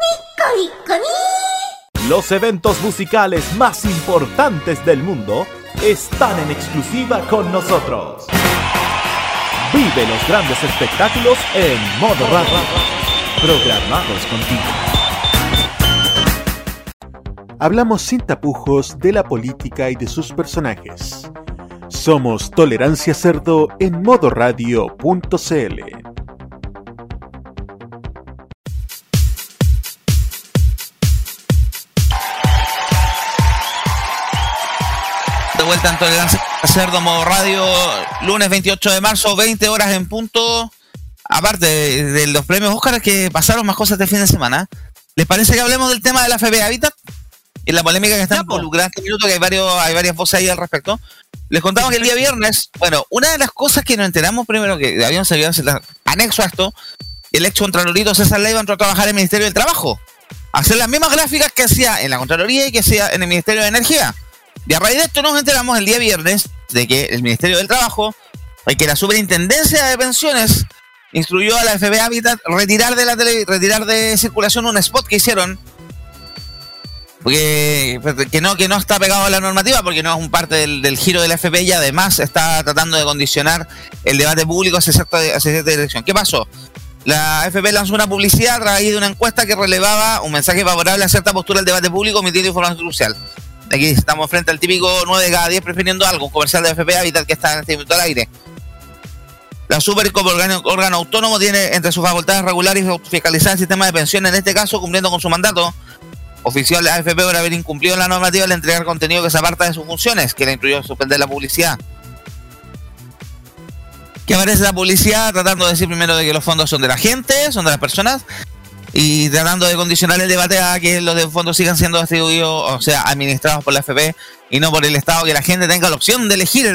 Los eventos musicales más importantes del mundo están en exclusiva con nosotros. Vive los grandes espectáculos en Modo Radio. Programados contigo. Hablamos sin tapujos de la política y de sus personajes. Somos Tolerancia Cerdo en modoradio.cl. De vuelta en Tolerancia Cerdo Modo Radio, lunes 28 de marzo, 20 horas en punto. Aparte de los premios Óscar, que pasaron más cosas este fin de semana. ¿Les parece que hablemos del tema de la FP Habitat? Y la polémica que está involucrada en este minuto, que hay varias voces ahí al respecto. Les contamos que el día viernes, bueno, una de las cosas que nos enteramos primero, que habíamos sabido, anexo a esto, el ex contralorito César Leiva entró a trabajar en el Ministerio del Trabajo. A hacer las mismas gráficas que hacía en la Contraloría y que hacía en el Ministerio de Energía. Y a raíz de esto nos enteramos el día viernes de que el Ministerio del Trabajo, y que la Superintendencia de Pensiones instruyó a la FP Habitat retirar de circulación un spot que hicieron, porque que no está pegado a la normativa, porque no es un parte del giro de la FP y además está tratando de condicionar el debate público hacia cierta dirección. ¿Qué pasó? La FP lanzó una publicidad a través de una encuesta que relevaba un mensaje favorable a cierta postura del debate público, omitiendo información crucial. Aquí estamos frente al típico 9 de cada 10 prefiriendo algo, un comercial de FP Habitat que está en este momento al aire. La Super, como órgano autónomo, tiene entre sus facultades regulares y fiscalizar el sistema de pensiones, en este caso cumpliendo con su mandato oficial de AFP por haber incumplido la normativa al entregar contenido que se aparta de sus funciones, que le incluyó suspender la publicidad. Que aparece la publicidad tratando de decir primero de que los fondos son de la gente, son de las personas, y tratando de condicionar el debate a que los de fondos sigan siendo distribuidos, o sea, administrados por la AFP y no por el Estado, que la gente tenga la opción de elegir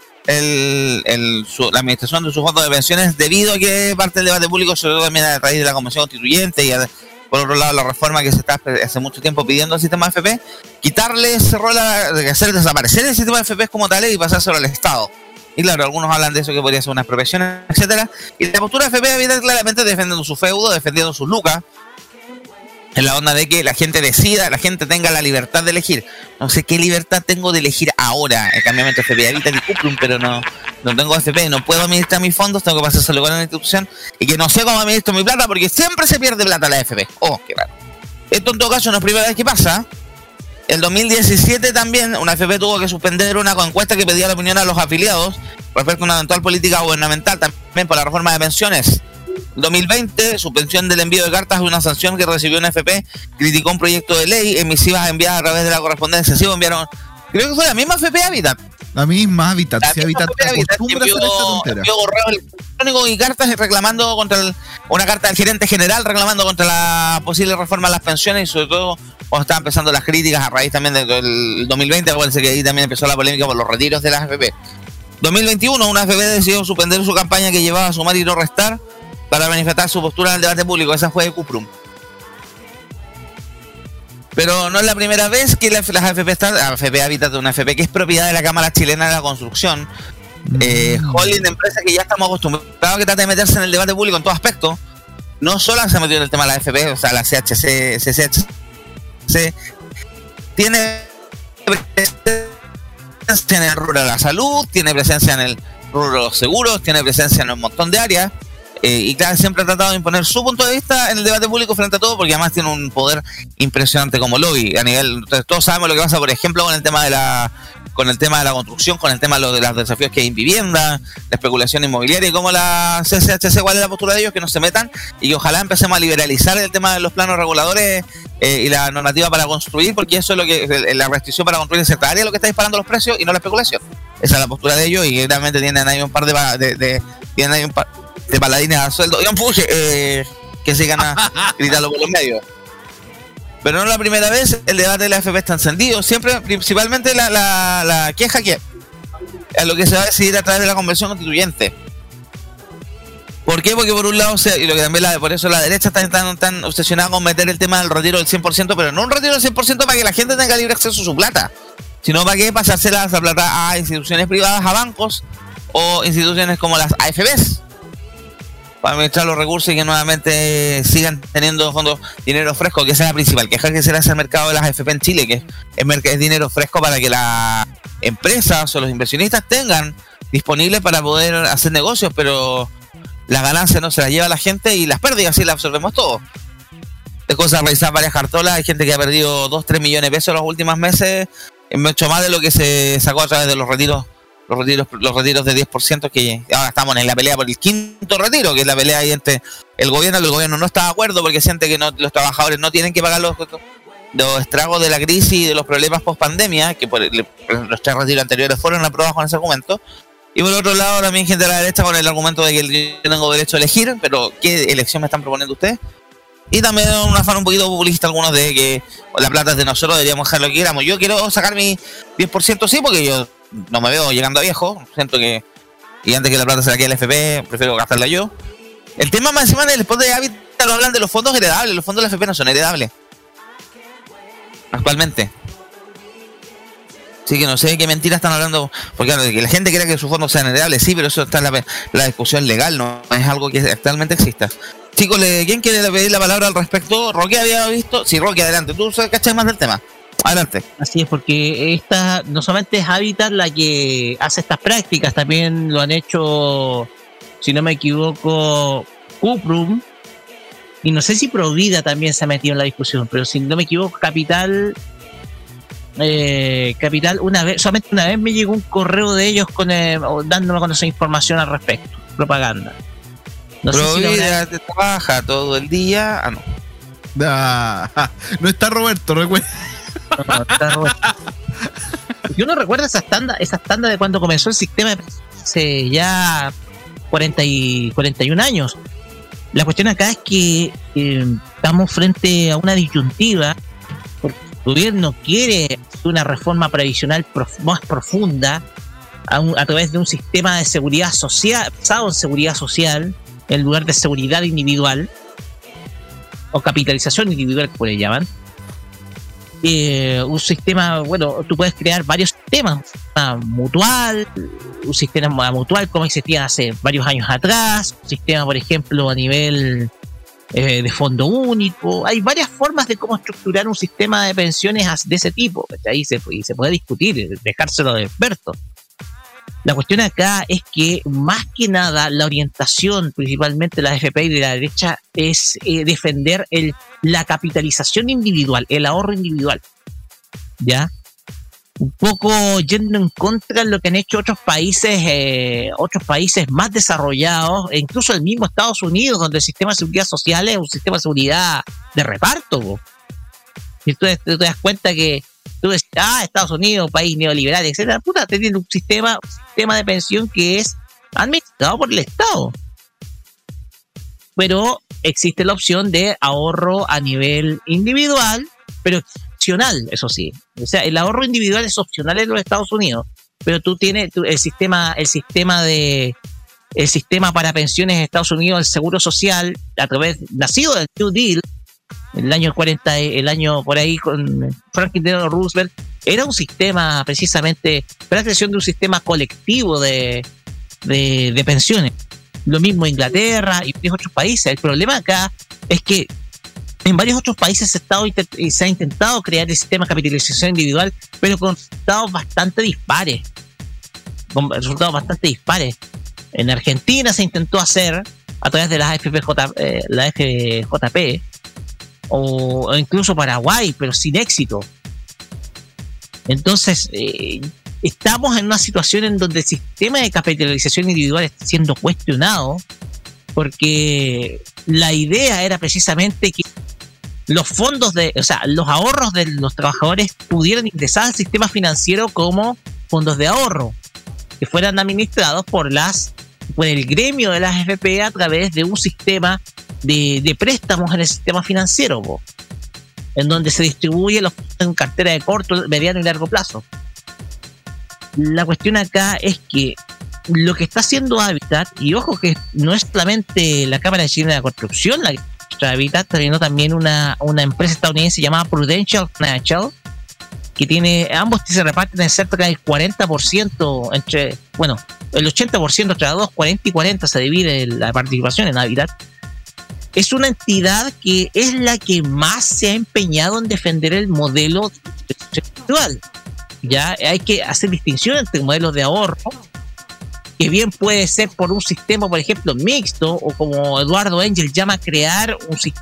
la administración de sus fondos de pensiones, debido a que parte del debate público, sobre todo también a raíz de la Convención Constituyente y por otro lado la reforma que se está hace mucho tiempo pidiendo al sistema de AFP, quitarle ese rol, hacer desaparecer el sistema de AFP como tal y pasárselo al Estado. Y claro, algunos hablan de eso, que podría ser una expropiación, etcétera. Y la postura de FP viene claramente defendiendo su feudo, defendiendo sus lucas, en la onda de que la gente decida, la gente tenga la libertad de elegir. No sé qué libertad tengo de elegir ahora el cambiamiento de FP Habitat y Cuprum, pero no tengo FP, no puedo administrar mis fondos, tengo que pasárselo con una institución y que no sé cómo administro mi plata porque siempre se pierde plata la FP. Oh, qué raro. Esto en todo caso no es primera vez que pasa. El 2017 también una AFP tuvo que suspender una encuesta que pedía la opinión a los afiliados respecto a una eventual política gubernamental, también por la reforma de pensiones. 2020, suspensión del envío de cartas de una sanción que recibió una AFP, criticó un proyecto de ley, emisivas enviadas a través de la correspondencia. Sí, enviaron, creo que fue la misma AFP Habitat, La misma Habitat. La Si Habitat misma Habitat acostumbra a hacer esta tontera. envió correos electrónicos y cartas reclamando una carta del gerente general reclamando contra la posible reforma a las pensiones y sobre todo cuando estaban empezando las críticas a raíz también del 2020, acuérdense que ahí también empezó la polémica por los retiros de las AFP. 2021, una AFP decidió suspender su campaña que llevaba a sumar y no restar para manifestar su postura en el debate público. Esa fue de Cuprum. Pero no es la primera vez que las AFP están, AFP Habitat, una AFP que es propiedad de la Cámara Chilena de la Construcción, holding de empresas que ya estamos acostumbrados a que trata de meterse en el debate público en todo aspecto. No solo se ha metido en el tema de la AFP, o sea, la CHC, CCHC, tiene presencia en el rubro de la salud, tiene presencia en el rubro de los seguros, tiene presencia en un montón de áreas. Y claro, siempre ha tratado de imponer su punto de vista en el debate público frente a todo, porque además tiene un poder impresionante como lobby a nivel. Entonces, todos sabemos lo que pasa, por ejemplo, con el tema de la construcción, con el tema de los desafíos que hay en vivienda, la especulación inmobiliaria y cómo la CCHC, cuál es la postura de ellos, que no se metan y que ojalá empecemos a liberalizar el tema de los planos reguladores y la normativa para construir, porque eso es lo que la restricción para construir en cierta área es lo que está disparando los precios y no la especulación. Esa es la postura de ellos y realmente tienen ahí un par de paladines a sueldo. Y un empuje que sigan a gritarlo por los medios. Pero no es la primera vez, el debate de la AFP está encendido. Siempre, principalmente la queja que es lo que se va a decidir a través de la convención constituyente. ¿Por qué? Porque por un lado, y lo que también por eso la derecha está tan obsesionada con meter el tema del retiro del 100%, pero no un retiro del 100% para que la gente tenga libre acceso a su plata, sino para que pasársela esa plata a instituciones privadas, a bancos o instituciones como las AFPs, para administrar los recursos y que nuevamente sigan teniendo fondos, dinero fresco, que esa es la principal queja que se le hace al mercado de las AFP en Chile, que es dinero fresco para que las empresas o los inversionistas tengan disponible para poder hacer negocios, pero las ganancias no se las lleva la gente y las pérdidas sí las absorbemos todos. De cosas realizadas varias cartolas, hay gente que ha perdido 2-3 millones de pesos en los últimos meses, mucho más de lo que se sacó a través de los retiros de 10%, que ahora estamos en la pelea por el quinto retiro, que es la pelea ahí entre el gobierno, que el gobierno no está de acuerdo porque siente que los trabajadores no tienen que pagar los estragos de la crisis y de los problemas post pandemia, que los 3 retiros anteriores fueron aprobados con ese argumento. Y por otro lado también gente de la derecha con el argumento de que yo tengo derecho a elegir, pero ¿qué elección me están proponiendo ustedes? Y también un afán un poquito populista algunos de que la plata es de nosotros, deberíamos dejar lo que queramos. Yo quiero sacar mi 10%, sí, porque yo no me veo llegando a viejo, siento que, y antes que la plata se la quede el FP, prefiero gastarla yo. El tema más encima del spot de Habitat lo hablan de los fondos heredables, los fondos de la FP no son heredables actualmente. Así que no sé qué mentiras están hablando, porque claro, que la gente crea que sus fondos sean heredables, sí, pero eso está en la discusión legal, no es algo que actualmente exista. Chicos, ¿quién quiere pedir la palabra al respecto? Roque había visto. Sí, Roque, adelante. Tú cachas más del tema. Adelante. Así es, porque esta no solamente es Habitat la que hace estas prácticas, también lo han hecho, si no me equivoco, Cuprum, y no sé si Provida también se ha metido en la discusión, pero si no me equivoco, Capital, solamente una vez me llegó un correo de ellos dándome a conocer información al respecto, propaganda. No Provida te trabaja todo el día. Ah, no. No está Roberto, recuerda. No está Roberto. Yo no recuerdo esas tandas de cuando comenzó el sistema hace ya 41 años. La cuestión acá es que estamos frente a una disyuntiva, porque el gobierno quiere una reforma previsional más profunda a través de un sistema de seguridad social, basado en seguridad social, en lugar de seguridad individual o capitalización individual, como le llaman. Un sistema, bueno, tú puedes crear varios sistemas, un sistema mutual como existía hace varios años atrás, un sistema, por ejemplo, a nivel de fondo único. Hay varias formas de cómo estructurar un sistema de pensiones de ese tipo. Ahí se puede discutir, dejárselo de expertos. La cuestión acá es que, más que nada, la orientación, principalmente de la AFP y de la derecha, es defender la capitalización individual, el ahorro individual. ¿Ya? Un poco yendo en contra de lo que han hecho otros países más desarrollados, e incluso el mismo Estados Unidos, donde el sistema de seguridad social es un sistema de seguridad de reparto. Y tú te das cuenta que tú decís, Estados Unidos, país neoliberal, etcétera, puta, tiene un sistema de pensión que es administrado por el Estado. Pero existe la opción de ahorro a nivel individual, pero opcional, eso sí. O sea, el ahorro individual es opcional en los Estados Unidos, pero tú tienes el sistema para pensiones en Estados Unidos, el seguro social, nacido del New Deal, el año 40, el año por ahí con Franklin Delano Roosevelt, era un sistema precisamente, la creación de un sistema colectivo de pensiones. Lo mismo Inglaterra y varios otros países. El problema acá es que en varios otros países se ha intentado crear el sistema de capitalización individual, pero con resultados bastante dispares. En Argentina se intentó hacer a través de las la FJP, o incluso Paraguay, pero sin éxito. Entonces, estamos en una situación en donde el sistema de capitalización individual está siendo cuestionado, porque la idea era precisamente que los los ahorros de los trabajadores pudieran ingresar al sistema financiero como fondos de ahorro, que fueran administrados por el gremio de las FP a través de un sistema de préstamos en el sistema financiero, en donde se distribuye los en cartera de corto, mediano y largo plazo. La cuestión acá es que lo que está haciendo Habitat, y ojo que no es solamente la Cámara Chilena de Construcción la que está Habitat, sino también una empresa estadounidense llamada Prudential Financial, que ambos se reparten en cerca del 40% el 80% entre las dos, 40 y 40 se divide la participación en Habitat. Es una entidad que es la que más se ha empeñado en defender el modelo individual. Ya hay que hacer distinción entre modelos de ahorro, que bien puede ser por un sistema, por ejemplo, mixto, o como Eduardo Engel llama, crear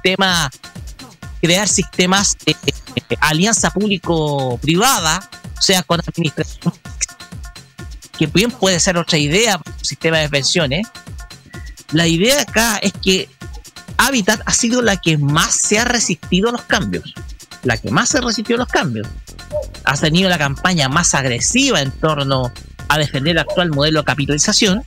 sistemas de alianza público-privada, o sea, con administración, que bien puede ser otra idea para un sistema de pensiones. La idea acá es que Habitat ha sido la que más se ha resistido a los cambios. Ha tenido la campaña más agresiva en torno a defender el actual modelo de capitalización,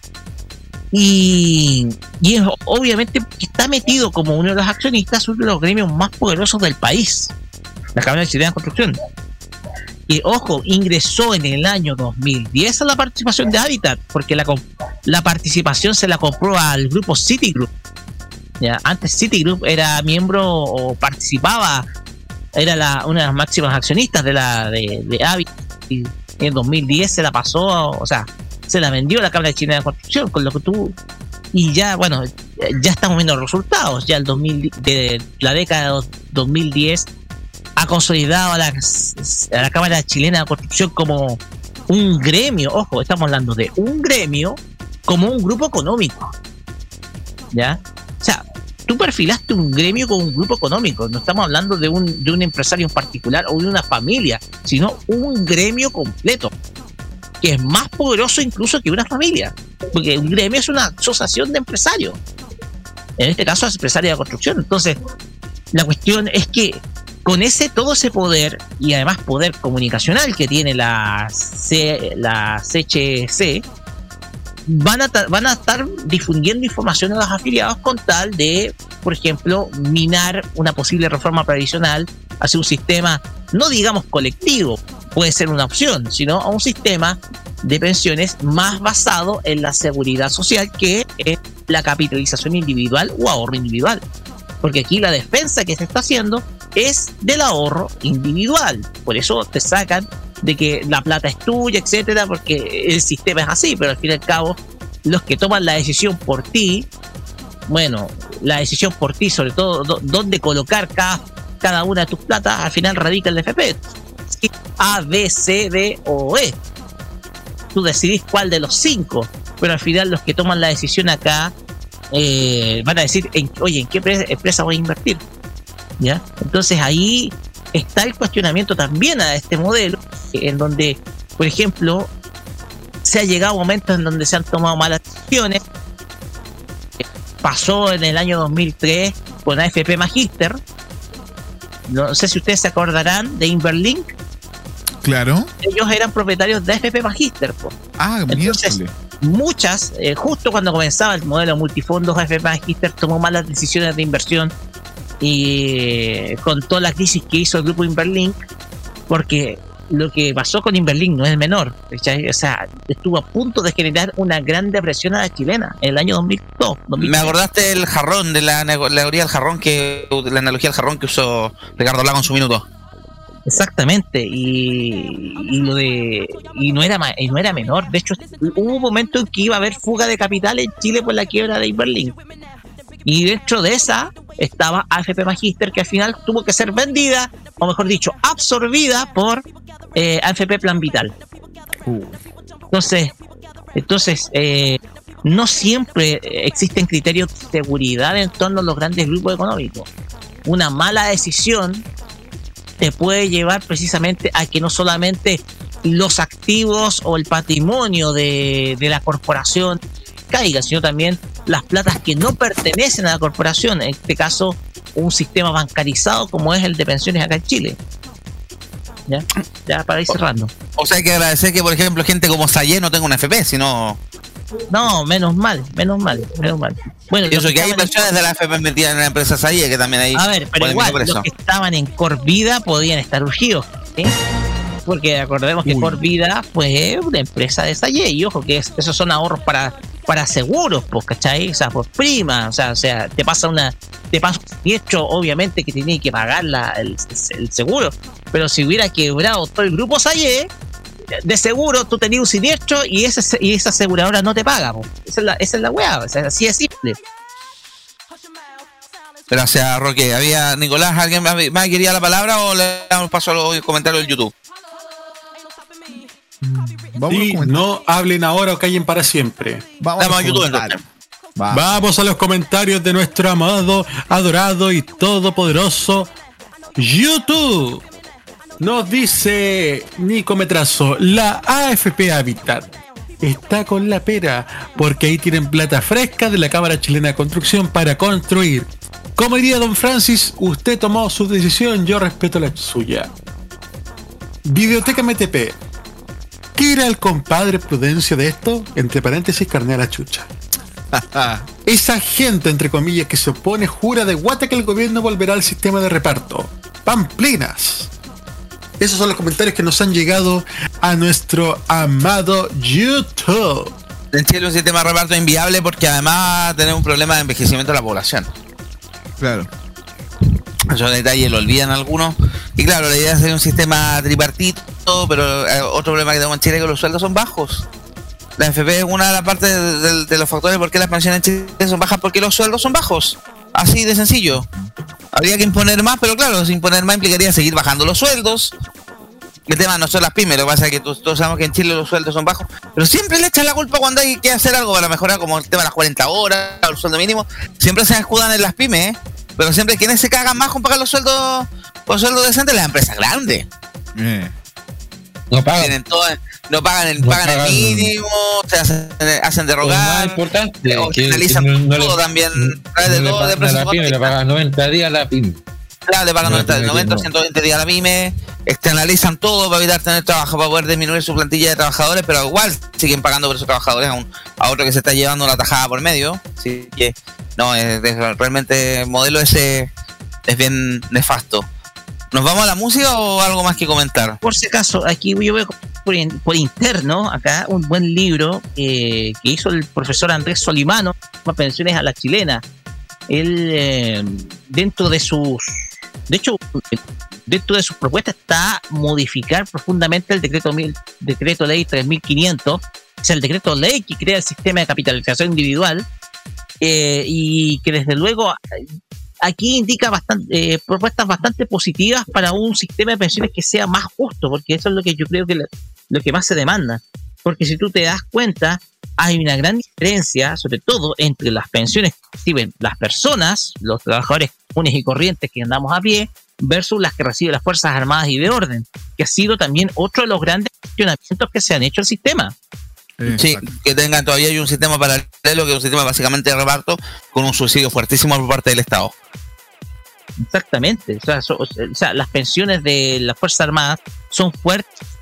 y es obviamente que está metido como uno de los accionistas, uno de los gremios más poderosos del país, la Cámara Chilena de Construcción, que, ojo, ingresó en el año 2010 a la participación de Habitat, porque la participación se la compró al grupo Citigroup. Ya, antes Citigroup era miembro o participaba, era una de las máximas accionistas de Habitat, y en 2010 se la pasó, se la vendió a la Cámara Chilena de Construcción, con lo que y ya estamos viendo los resultados. Ya de la década de 2010 ha consolidado a la Cámara Chilena de Construcción como un gremio. Ojo, estamos hablando de un gremio como un grupo económico, ¿ya? O sea, tú perfilaste un gremio como un grupo económico. No estamos hablando de un empresario en particular o de una familia, sino un gremio completo, que es más poderoso incluso que una familia, porque un gremio es una asociación de empresarios, en este caso es empresaria de construcción. Entonces, la cuestión es que con todo ese poder, y además poder comunicacional que tiene la CHC, van a estar difundiendo información a los afiliados con tal de, por ejemplo, minar una posible reforma previsional hacia un sistema, no digamos colectivo, puede ser una opción, sino a un sistema de pensiones más basado en la seguridad social que es la capitalización individual o ahorro individual. Porque aquí la defensa que se está haciendo es del ahorro individual. Por eso te sacan de que la plata es tuya, etcétera, porque el sistema es así, pero al fin y al cabo, los que toman la decisión por ti, sobre todo dónde colocar cada una de tus platas, al final radica el FP. A, B, C, D o E. Tú decidís cuál de los 5, pero al final los que toman la decisión acá van a decir, ¿en qué empresa voy a invertir? ¿Ya? Entonces ahí está el cuestionamiento también a este modelo, en donde, por ejemplo, se ha llegado a momentos en donde se han tomado malas decisiones. Pasó en el año 2003 con AFP Magister. No sé si ustedes se acordarán de Inverlink. Claro. Ellos eran propietarios de AFP Magister, po. Entonces, muchas, justo cuando comenzaba el modelo multifondos, AFP Magister tomó malas decisiones de inversión y con toda la crisis que hizo el grupo Inverlink, porque lo que pasó con Inverlink no es menor, ¿cachai? O sea, estuvo a punto de generar una gran depresión a la chilena en el año 2002. Me acordaste del jarrón, de la teoría del jarrón, la analogía del jarrón que usó Ricardo Lago en su minuto. Exactamente, y no era menor. De hecho, hubo un momento en que iba a haber fuga de capital en Chile por la quiebra de Inverlink. Y dentro de esa estaba AFP Magister, que al final tuvo que ser vendida, o mejor dicho, absorbida por AFP Plan Vital. Entonces, no siempre existen criterios de seguridad en torno a los grandes grupos económicos. Una mala decisión te puede llevar precisamente a que no solamente los activos o el patrimonio de la corporación caiga, sino también las platas que no pertenecen a la corporación, en este caso un sistema bancarizado como es el de pensiones acá en Chile. Ya para ir cerrando. O sea, hay que agradecer que, por ejemplo, gente como Sayé no tenga una FP, sino... No, menos mal. Bueno, y eso que hay inversiones de la FP metidas en la empresa Sayé, que también hay... A ver, pero igual, los que estaban en Corvida podían estar urgidos, ¿sí? Porque acordemos que Corvida pues es una empresa de Sayé, y ojo que esos son ahorros para seguros, pues, ¿cachai? O sea, por prima, o sea, te pasa un hecho, obviamente que tenía que pagar el seguro, pero si hubiera quebrado todo el grupo Sayé, de seguro tú tenías un siniestro y esa aseguradora no te paga, pues. Esa es la weá, o sea, así es simple. Gracias, Roque. ¿Había, Nicolás, alguien más quería la palabra o le damos paso a los comentarios del YouTube? No hablen ahora o callen para siempre. Vamos a YouTube entonces. Vamos a los comentarios de nuestro amado, adorado y todopoderoso YouTube. Nos dice Nico Metrazo: la AFP Habitat está con la pera, porque ahí tienen plata fresca de la Cámara Chilena de Construcción para construir. Como diría Don Francis, usted tomó su decisión, yo respeto la suya. Videoteca MTP: ¿qué era el compadre Prudencio de esto? Entre paréntesis, carné a la chucha. Esa gente, entre comillas, que se opone, jura de guata que el gobierno volverá al sistema de reparto. Pamplinas. Esos son los comentarios que nos han llegado a nuestro amado YouTube. En Chile un sistema de reparto inviable porque además tenemos un problema de envejecimiento de la población. Claro. Esos detalles lo olvidan algunos. Y claro, la idea es hacer un sistema tripartito, pero otro problema que tenemos en Chile es que los sueldos son bajos. La FP es una de las partes de los factores por qué las pensiones en Chile son bajas, porque los sueldos son bajos. Así de sencillo. Habría que imponer más, pero claro, imponer más implicaría seguir bajando los sueldos. El tema no son las pymes, lo que pasa es que todos sabemos que en Chile los sueldos son bajos, pero siempre le echan la culpa cuando hay que hacer algo para mejorar, como el tema de las 40 horas o el sueldo mínimo. Siempre se escudan en las pymes, pero siempre quienes se cagan más con pagar los sueldos decentes, las empresas grandes. No pagan. No pagan el mínimo, se hacen derrogar, importante, o finalizan todo también. La pyme le pagan 90 días a la pyme. Claro, le pagan 90 o 120 días a la pyme, externalizan todo para evitar tener trabajo, para poder disminuir su plantilla de trabajadores, pero igual siguen pagando por esos trabajadores a otro que se está llevando la tajada por medio. Así que no, realmente el modelo ese es bien nefasto. ¿Nos vamos a la música o algo más que comentar? Por si acaso, aquí yo veo por interno, acá, un buen libro que hizo el profesor Andrés Solimano, Pensiones a la Chilena. Él, dentro de sus propuestas está modificar profundamente el decreto ley 3500, o sea, el decreto ley que crea el sistema de capitalización individual, y que desde luego aquí indica propuestas bastante positivas para un sistema de pensiones que sea más justo, porque eso es lo que yo creo que lo que más se demanda. Porque si tú te das cuenta, hay una gran diferencia, sobre todo entre las pensiones que reciben las personas, los trabajadores comunes y corrientes que andamos a pie, versus las que reciben las Fuerzas Armadas y de Orden, que ha sido también otro de los grandes cuestionamientos que se han hecho al sistema. Sí, que tengan todavía hay un sistema paralelo, que es un sistema básicamente de reparto, con un subsidio fuertísimo por parte del Estado. Exactamente, o sea, las pensiones de las Fuerzas Armadas son fuertes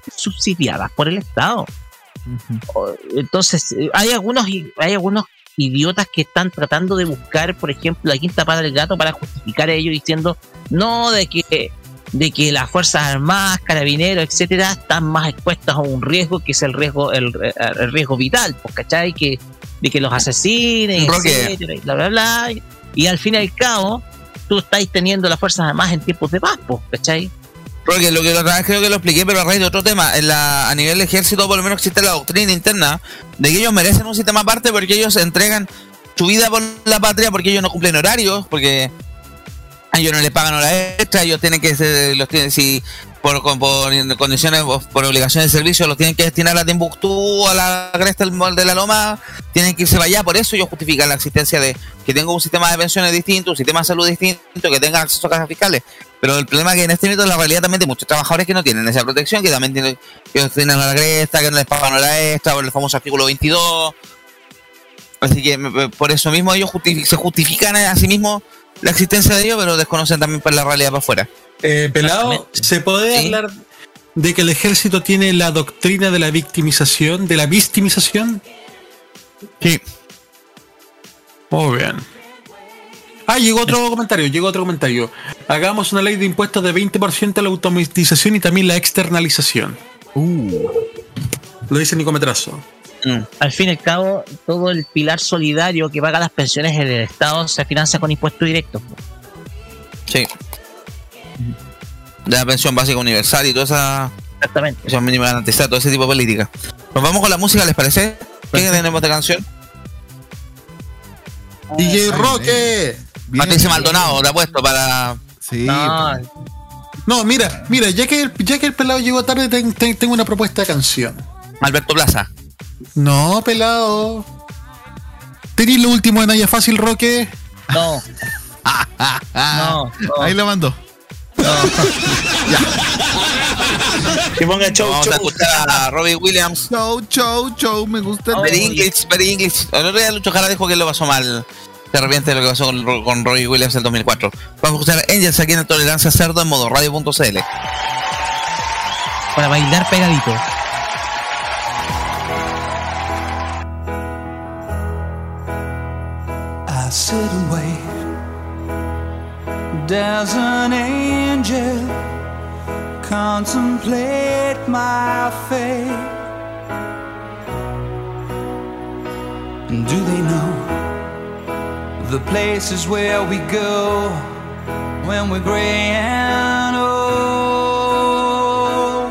subsidiadas por el Estado. Entonces, hay algunos idiotas que están tratando de buscar, por ejemplo, la quinta pata del gato para justificar ello, diciendo no, de que las Fuerzas Armadas, Carabineros, etcétera, están más expuestas a un riesgo que es el riesgo vital, pues, ¿cachai? De que los asesinen, etcétera, y bla, bla, bla. Y al fin y al cabo, tú estás teniendo las Fuerzas Armadas en tiempos de paz, pues, ¿cachai? Porque lo que la otra vez creo que lo expliqué, pero a raíz de otro tema, a nivel de ejército por lo menos existe la doctrina interna de que ellos merecen un sistema aparte porque ellos entregan su vida por la patria, porque ellos no cumplen horarios, porque a ellos no les pagan horas extra, ellos tienen que si por condiciones, por obligaciones de servicio, los tienen que destinar a Timbuktu, a la cresta de la loma, tienen que irse para allá. Por eso ellos justifican la existencia de que tenga un sistema de pensiones distinto, un sistema de salud distinto, que tengan acceso a casas fiscales. Pero el problema es que en este momento la realidad también de muchos trabajadores que no tienen esa protección, que también tienen que destinar a la cresta, que no les pagan hora extra, por el famoso artículo 22. Así que por eso mismo ellos se justifican a sí mismos la existencia de ellos, pero desconocen también por la realidad para afuera. Pelado, ¿se puede hablar de que el ejército tiene la doctrina de la victimización, de la victimización? Sí. Muy bien. Llegó otro comentario. Hagamos una ley de impuestos de 20% a la automatización y también la externalización. Lo dice Nico Metrazo. Al fin y al cabo, todo el pilar solidario que paga las pensiones en el Estado se financia con impuestos directos. Sí. De la pensión básica universal y toda esa... Exactamente. Pensión mínima garantizada, todo ese tipo de política. Nos vamos con la música, ¿les parece? ¿Qué tenemos de canción? DJ Roque. Patricia Maldonado, te apuesto para... Sí. No, mira, ya que el pelado llegó tarde, tengo una propuesta de canción. Alberto Plaza. No, pelado. ¿Tenís lo último de Naya Fácil, Roque? No. No. Ahí lo mandó. Que ponga show. Vamos a escuchar a Robbie Williams. Show, me gusta. Very English. El otro día Lucho Jara dijo que lo pasó mal. Se arrepiente de lo que pasó con Robbie Williams en el 2004. Vamos a escuchar Angels aquí en Tolerancia Cerdo en modoradio.cl. Para bailar pegadito. I sit and wait. There's an angel contemplate my fate. And do they know the places where we go when we're gray and old?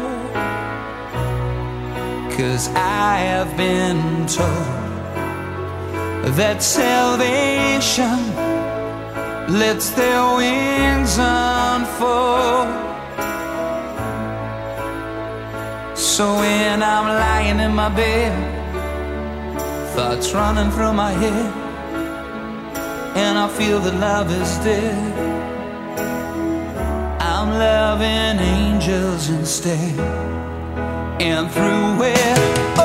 'Cause I have been told that salvation lets their wings unfold. So when I'm lying in my bed, thoughts running through my head, and I feel that love is dead, I'm loving angels instead. And through it,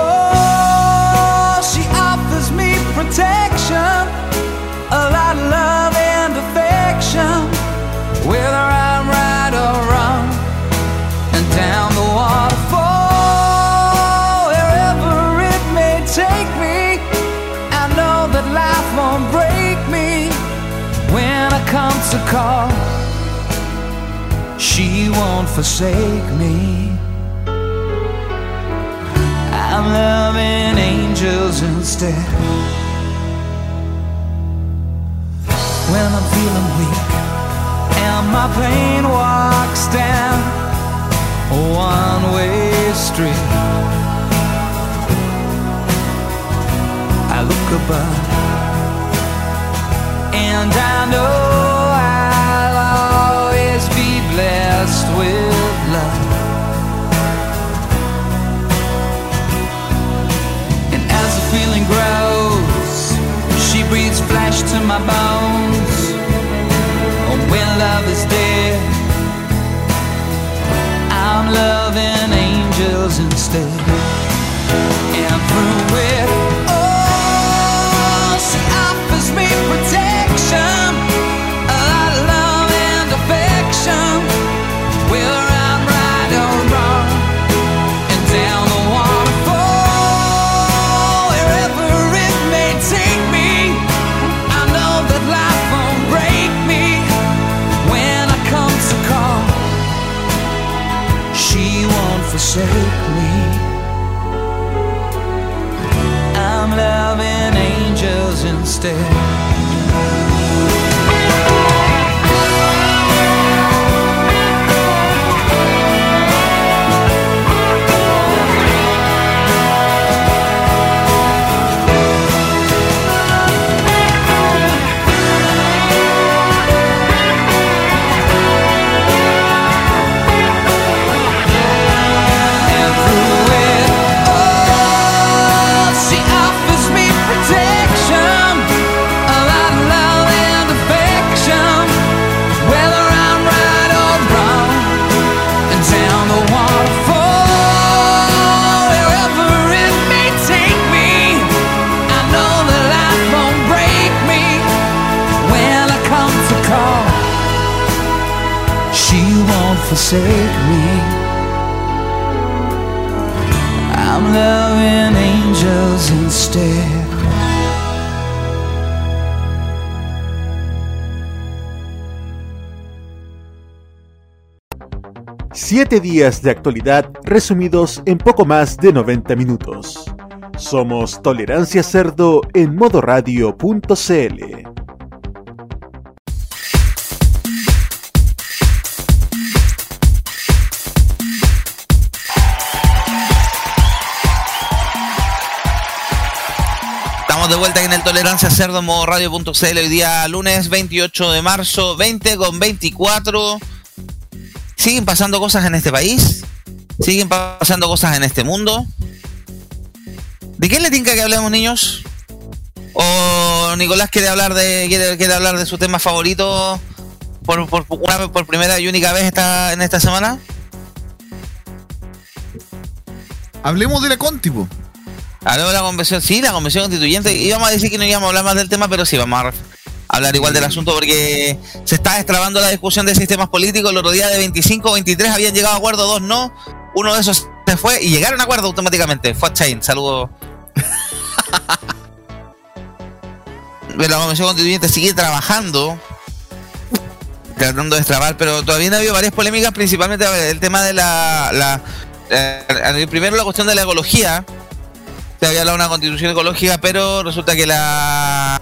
oh, she offers me protection, a lot of love and affection, whether I'm right or wrong, and down the waterfall, wherever it may take me, I know that life won't break me when I come to call. She won't forsake me. I'm loving angels instead. When I'm feeling weak and my pain walks down a one-way street, I look above and I know I'll always be blessed with love. And as the feeling grows, she breathes flesh to my bones. Oh, when love is dead, I'm loving angels instead. And through it, oh, she offers me protection, a lot of love and affection, whether I'm right or wrong, forsake me. I'm loving angels instead. Forsake me. I'm loving angels instead. Siete días de actualidad resumidos en poco más de 90 minutos. Somos Tolerancia Cerdo en modoradio.cl. De vuelta en el Tolerancia Cerdo modo radio.cl. Hoy día lunes 28 de marzo, 20:24. Siguen pasando cosas en este país, siguen pasando cosas en este mundo. ¿De qué le tinca que hablemos, niños? ¿O Nicolás quiere hablar de su tema favorito por primera y única vez en esta semana? Hablemos de la Contipo. Hablamos de la convención, sí, la convención constituyente. Íbamos a decir que no íbamos a hablar más del tema, pero sí, vamos a hablar igual del asunto porque se está destrabando la discusión de sistemas políticos. El otro día de 25 o 23 habían llegado a acuerdo, 2 no. Uno de esos se fue y llegaron a acuerdo automáticamente. Fue a Chain, saludos. La convención constituyente sigue trabajando, tratando de destrabar, pero todavía ha habido varias polémicas, principalmente el tema de primero la cuestión de la ecología. Se había hablado de una constitución ecológica, pero resulta que a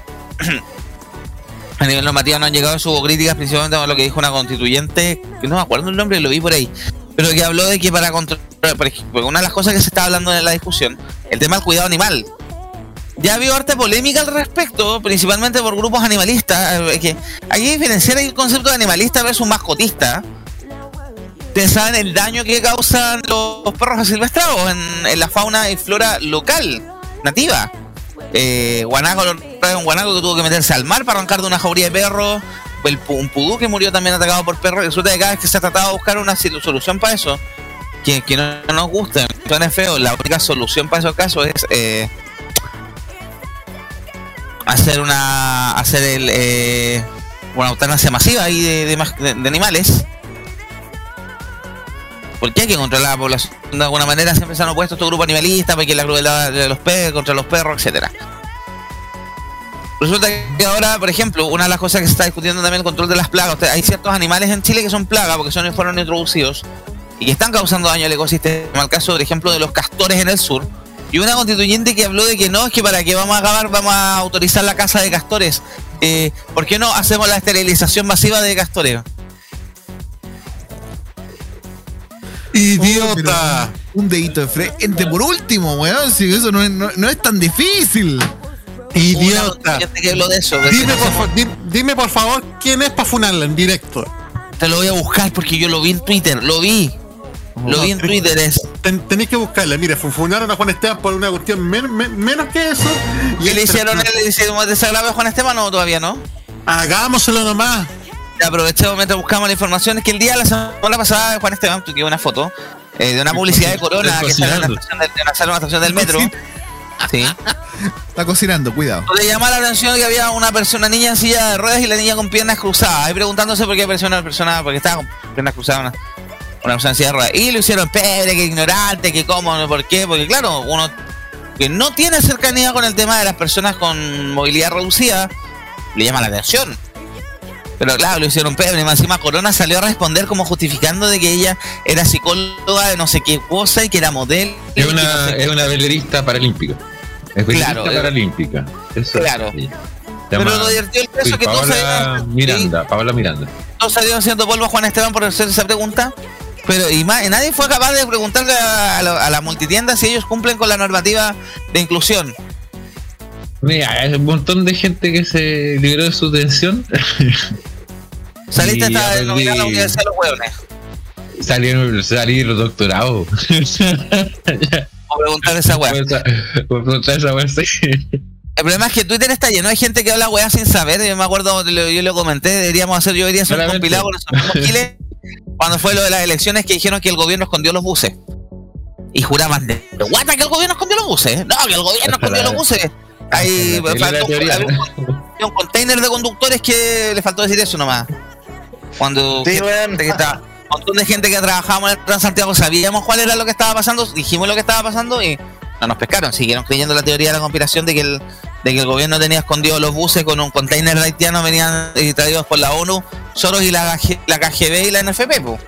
nivel normativo no han llegado, hubo críticas principalmente a lo que dijo una constituyente, que no me acuerdo el nombre, lo vi por ahí, pero que habló de que para controlar, por ejemplo, una de las cosas que se está hablando en la discusión, el tema del cuidado animal. Ya ha habido harta polémica al respecto, principalmente por grupos animalistas, que hay que diferenciar el concepto de animalista versus mascotista. Ustedes saben el daño que causan los perros asilvestrados en la fauna y flora local, nativa. Un guanaco que tuvo que meterse al mar para arrancar de una jauría de perros. Un pudú que murió también atacado por perros. Resulta que cada vez que se ha tratado de buscar una solución para eso, que no nos guste, suena feo, la única solución para esos casos es hacer una eutanasia masiva ahí de animales. Porque hay que controlar la población de alguna manera. Siempre se han opuesto estos grupos animalistas, porque la crueldad de los perros, contra los perros, etcétera. Resulta que ahora, por ejemplo, una de las cosas que se está discutiendo también es el control de las plagas. Hay ciertos animales en Chile que son plagas porque fueron introducidos y que están causando daño al ecosistema. El caso, por ejemplo, de los castores en el sur. Y una constituyente que habló de que no, es que para que vamos a autorizar la caza de castores. ¿Por qué no hacemos la esterilización masiva de castores? ¡Idiota! Un dedito de frente por último, weón. Si eso no es tan difícil. ¡Idiota! Que habló de eso, Dime por favor quién es para funarla en directo. Te lo voy a buscar porque yo lo vi en Twitter. Lo vi en Twitter. Tenéis que buscarla. Mira, funaron a Juan Esteban por una cuestión menos que eso. ¿Y le hicieron desagravio a Juan Esteban o todavía no? Hagámoselo nomás. Aprovechemos mientras buscamos la información. Es que el día de la semana pasada Juan Esteban tuvo una foto de una publicidad de Corona que sale en una estación del metro. Sí. Está cocinando, cuidado. Le llama la atención que había una niña en silla de ruedas y la niña con piernas cruzadas. Ahí preguntándose por qué apareció una persona, porque estaba con piernas cruzadas, una persona en silla de ruedas. Y lo hicieron pebre, que ignorante, que cómo, por qué. Porque claro, uno que no tiene cercanía con el tema de las personas con movilidad reducida, le llama la atención. Pero claro, lo hicieron peor. Y más encima Corona salió a responder como justificando de que ella era psicóloga de no sé qué cosa y que era modelo. Es una velerista paralímpica. Es velerista Claro, paralímpica. Eso claro. es ella. Pero Llama- lo divertido del caso Sí, es que todos Paola Miranda. salieron haciendo polvo a Juan Esteban por hacer esa pregunta. Pero y nadie fue capaz de preguntarle a la multitienda si ellos cumplen con la normativa de inclusión. Mira, hay un montón de gente que se libró de su tensión. Saliste Y hasta aprendí- de la Universidad de los Hueones. Salieron los doctorados. O preguntar esa weá. Por preguntar esa weá, sí. El problema es que Twitter está lleno de gente que habla weá sin saber. Yo me acuerdo, yo lo comenté, yo debería hacer un Claramente. compilado con los mismos Chile cuando fue lo de las elecciones que dijeron que el gobierno escondió los buses. Y juraban de guata que el gobierno escondió los buses. No, que el gobierno escondió los buses. Hay la teoría. había un container de conductores que le faltó decir eso nomás. Cuando Sí, un montón de gente que trabajábamos en el Transantiago sabíamos cuál era lo que estaba pasando, dijimos lo que estaba pasando y no nos pescaron. Siguieron creyendo la teoría de la conspiración de que el gobierno tenía escondido los buses con un container haitiano, venían traídos por la ONU, Soros y la KGB y la NFP, po.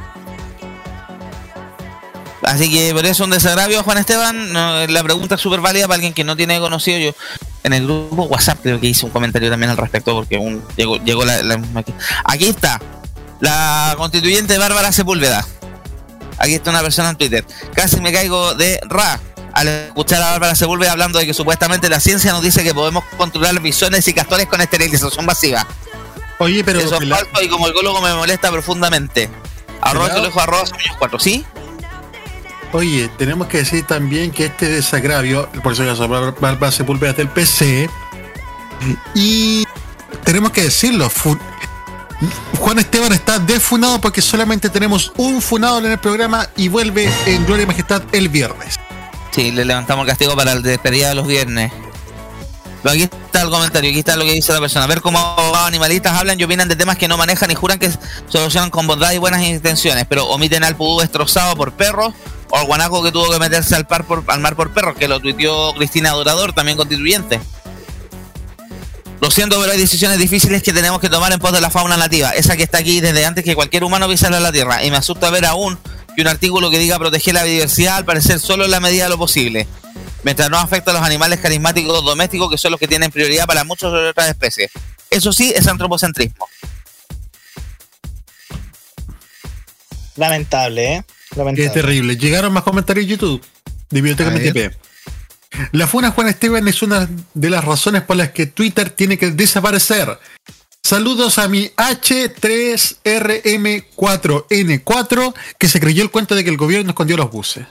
Así que por eso un desagravio, Juan Esteban. No, la pregunta es súper válida para alguien que no tiene conocido. Yo en el grupo WhatsApp creo que hice un comentario también al respecto porque llegó aquí está la constituyente Bárbara Sepúlveda. Aquí está una persona en Twitter. Casi me caigo de ra al escuchar a Bárbara Sepúlveda hablando de que supuestamente la ciencia nos dice que podemos controlar bisones y castores con esterilización masiva. Oye, pero eso es falso y como ecólogo me molesta profundamente. Arroba tu lejos, arroba Sueños 4, ¿sí? Oye, tenemos que decir también que este desagravio, por eso ya se Bárbara Sepúlveda del PC, y tenemos que decirlo, Juan Esteban está defunado porque solamente tenemos un funado en el programa y vuelve en Gloria y Majestad el viernes. Sí, le levantamos el castigo para el despedida de los viernes. Pero aquí está el comentario, aquí está lo que dice la persona. A ver cómo abogados animalistas hablan y opinan de temas que no manejan y juran que solucionan con bondad y buenas intenciones, pero omiten al pudú destrozado por perros o al guanaco que tuvo que meterse al mar por perros, que lo tuiteó Cristina Dorador, también constituyente. Lo siento, pero hay decisiones difíciles que tenemos que tomar en pos de la fauna nativa, esa que está aquí desde antes que cualquier humano pisara la tierra, y me asusta ver aún que un artículo que diga proteger la biodiversidad al parecer solo en la medida de lo posible, mientras no afecta a los animales carismáticos domésticos que son los que tienen prioridad para muchas otras especies. Eso sí es antropocentrismo. Lamentable, ¿eh? Lamentable. Es terrible. Llegaron más comentarios en YouTube de Biblioteca MTP. La funa Juan Esteban es una de las razones por las que Twitter tiene que desaparecer. Saludos a mi H3RM4N4 que se creyó el cuento de que el gobierno escondió los buses.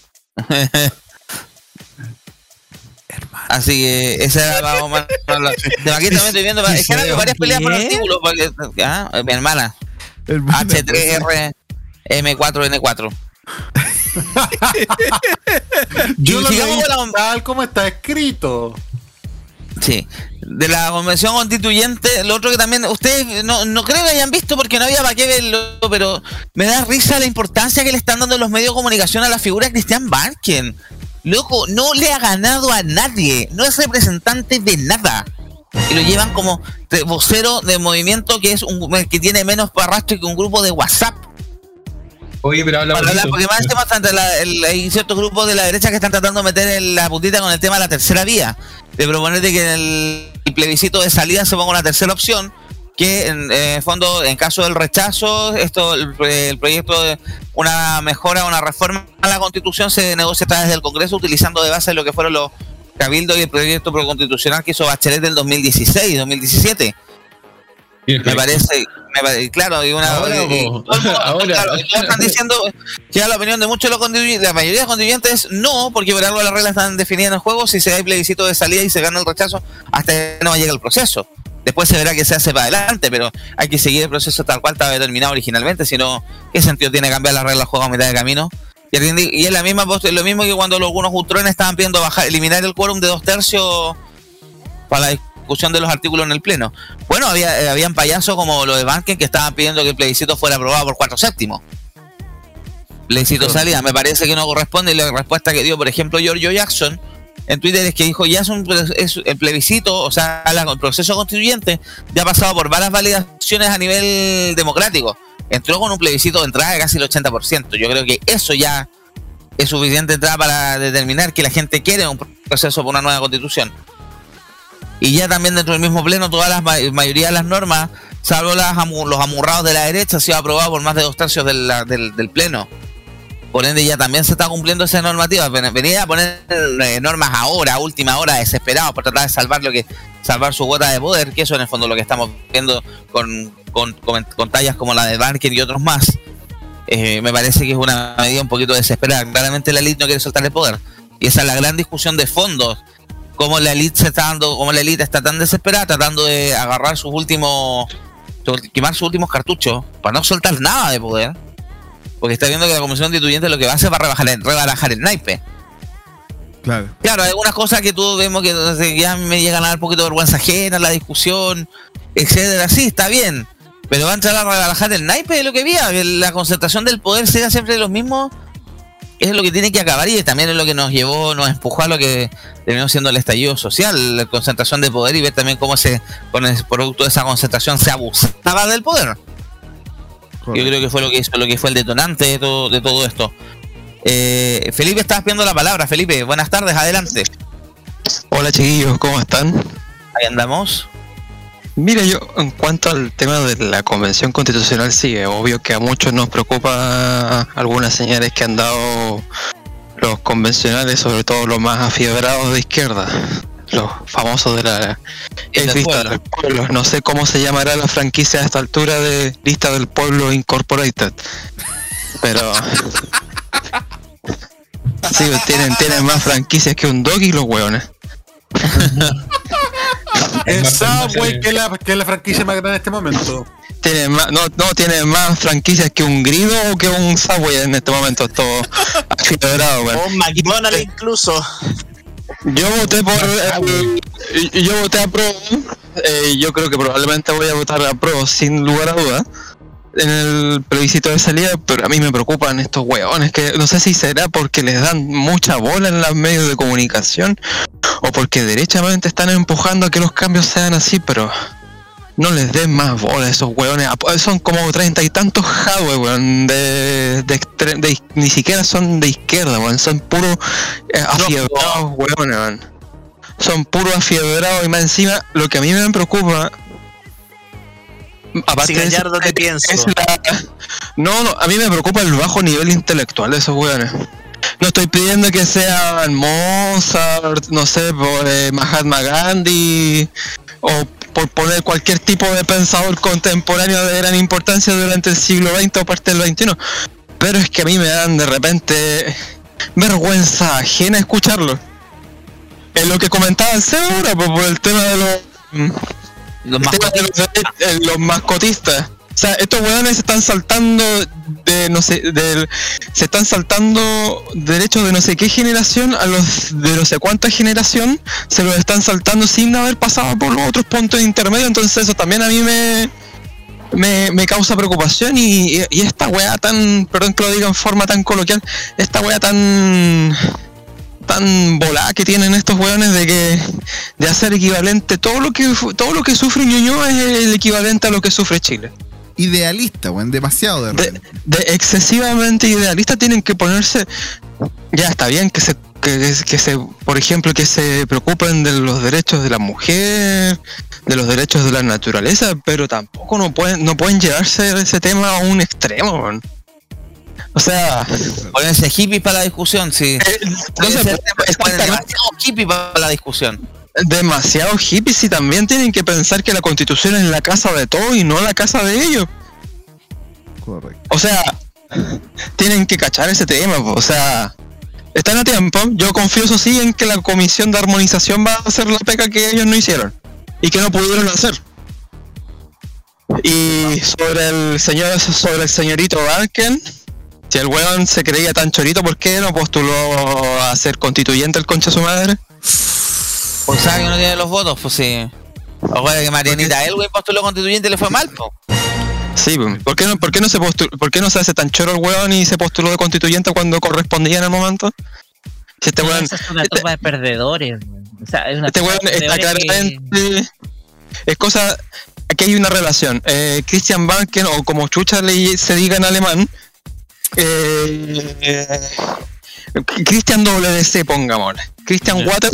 Así que esa era más o menos de aquí también estoy viendo. Es que han varias peleas por artículos. Mi hermana. H3RM4N4. Yo lo sigamos leí con tal como está escrito. Sí, de la convención constituyente, lo otro que también ustedes no creo que hayan visto porque no había para qué verlo, pero me da risa la importancia que le están dando los medios de comunicación a la figura de Christian Barken. Loco, no le ha ganado a nadie, no es representante de nada. Y lo llevan como vocero de movimiento que es que tiene menos arrastre que un grupo de WhatsApp. Oye, pero habla bonito. Porque más hay ciertos grupos de la derecha que están tratando de meter en la puntita con el tema de la tercera vía, de proponerte que en el plebiscito de salida se ponga una tercera opción, que en fondo, en caso del rechazo, el proyecto de una mejora, una reforma a la Constitución se negocia a través del Congreso utilizando de base lo que fueron los cabildos y el proyecto proconstitucional que hizo Bachelet del 2016, 2017. Me parece, claro, y una ahora claro, están diciendo que la opinión de muchos de los constituyentes, la mayoría de los constituyentes no, porque por algo las reglas están definidas en el juego. Si se da el plebiscito de salida y se gana el rechazo, hasta que no llega el proceso. Después se verá que se hace para adelante, pero hay que seguir el proceso tal cual estaba determinado originalmente, si no, ¿qué sentido tiene cambiar las reglas del juego a mitad de camino? Y es la misma, lo mismo que cuando algunos ultrones estaban pidiendo eliminar el quórum de 2/3 para la discusión de los artículos en el pleno. Bueno, habían payasos como los de Banken que estaban pidiendo que el plebiscito fuera aprobado por 4/7. Plebiscito salida, me parece que no corresponde, y la respuesta que dio, por ejemplo, Giorgio Jackson, en Twitter es que dijo, ya es el plebiscito, o sea, el proceso constituyente ya ha pasado por varias validaciones a nivel democrático. Entró con un plebiscito de entrada de casi el 80%. Yo creo que eso ya es suficiente entrada para determinar que la gente quiere un proceso por una nueva constitución. Y ya también dentro del mismo pleno, todas las mayoría de las normas, salvo los amurrados de la derecha, ha sido aprobado por más de 2/3 del pleno. Por ende, ya también se está cumpliendo esa normativa. Venía a poner normas ahora, a última hora, desesperados por tratar de salvar su cuota de poder, que eso en el fondo es lo que estamos viendo con tallas como la de Barker y otros más. Me parece que es una medida un poquito desesperada. Claramente la élite no quiere soltar el poder. Y esa es la gran discusión de fondo. Cómo la élite está tan desesperada tratando de agarrar quemar sus últimos cartuchos para no soltar nada de poder. Porque está viendo que la Comisión Constituyente lo que va a hacer va a rebajar el naipe. Claro, hay algunas cosas que tú vemos que ya me llegan a dar un poquito de vergüenza ajena, la discusión, etcétera. Sí, está bien, pero va a entrar a rebajar el naipe de lo que había. Que la concentración del poder sea siempre los mismos, es lo que tiene que acabar, y también es lo que nos empujó a lo que terminó siendo el estallido social, la concentración de poder, y ver también cómo con el producto de esa concentración se abusaba del poder. Correcto. Yo creo que fue lo que fue el detonante de todo esto. Felipe, estabas pidiendo la palabra. Felipe, buenas tardes, adelante. Hola chiquillos, ¿cómo están? Ahí andamos. Mira, yo en cuanto al tema de la Convención Constitucional, sí, es obvio que a muchos nos preocupa algunas señales que han dado los convencionales, sobre todo los más afiebrados de izquierda, los famosos de la lista del pueblo. No sé cómo se llamará la franquicia a esta altura de Lista del Pueblo Incorporated, pero sí, tienen más franquicias que un doggy los hueones. El Subway que es la franquicia más grande en este momento. Tiene más franquicias que un Grido o que un Subway en este momento. Todo afiebrado, güey. Un McDonald's incluso. Yo voté a Pro. Yo creo que probablemente voy a votar a Pro sin lugar a dudas en el plebiscito de salida, pero a mí me preocupan estos hueones, que no sé si será porque les dan mucha bola en los medios de comunicación o porque derechamente están empujando a que los cambios sean así, pero no les den más bola a esos hueones. Son como 30 y tantos hardware, weón, ni siquiera son de izquierda, weón, son puros afiebrados, hueones, weón. Son puros afiebrados, y más encima, lo que a mí me preocupa, aparte de eso, te pienso. No, a mí me preocupa el bajo nivel intelectual de esos hueones. No estoy pidiendo que sean Mozart, no sé, Mahatma Gandhi, o por poner cualquier tipo de pensador contemporáneo de gran importancia durante el siglo XX o parte del XXI. Pero es que a mí me dan de repente vergüenza ajena escucharlo. Es lo que comentaba el CEO ahora, por el tema de los mascotistas. O sea, estos weones se están saltando se están saltando derechos de no sé qué generación a los de no sé cuánta generación, se los están saltando sin haber pasado por los otros puntos intermedios. Entonces eso también a mí me causa preocupación, y esta weá tan, perdón que lo diga en forma tan coloquial, esta weá tan volada que tienen estos weones de hacer equivalente todo lo que sufre Ñuñoa es el equivalente a lo que sufre Chile. Idealista, weón, demasiado de excesivamente idealista. Tienen que ponerse, ya está bien que se por ejemplo, que se preocupen de los derechos de la mujer, de los derechos de la naturaleza, pero tampoco no pueden llevarse ese tema a un extremo, weón. O sea, ponerse hippies para la discusión, sí. Demasiado hippie para la discusión. Demasiado hippies, y también tienen que pensar que la Constitución es la casa de todos y no la casa de ellos. Correcto. O sea, tienen que cachar ese tema, o sea, están a tiempo. Yo confío, eso sí, en que la Comisión de Armonización va a hacer la pega que ellos no hicieron y que no pudieron hacer. Y sobre el señorito Barken, si el weón se creía tan chorito, ¿por qué no postuló a ser constituyente el concha de su madre? Pues sabe que no tiene los votos, pues sí. O sea, que Marianita Elwin postuló constituyente y le fue mal, pues. Sí, ¿por qué no se hace tan choro el weón y se postuló de constituyente cuando correspondía en el momento? Si este weón, Esa es una tropa de perdedores. O sea, es una este tropa weón de está perdedores claramente. Es cosa. Aquí hay una relación. Christian Barken, o como chucha se diga en alemán. Christian WC, pongámosle. Christian Water.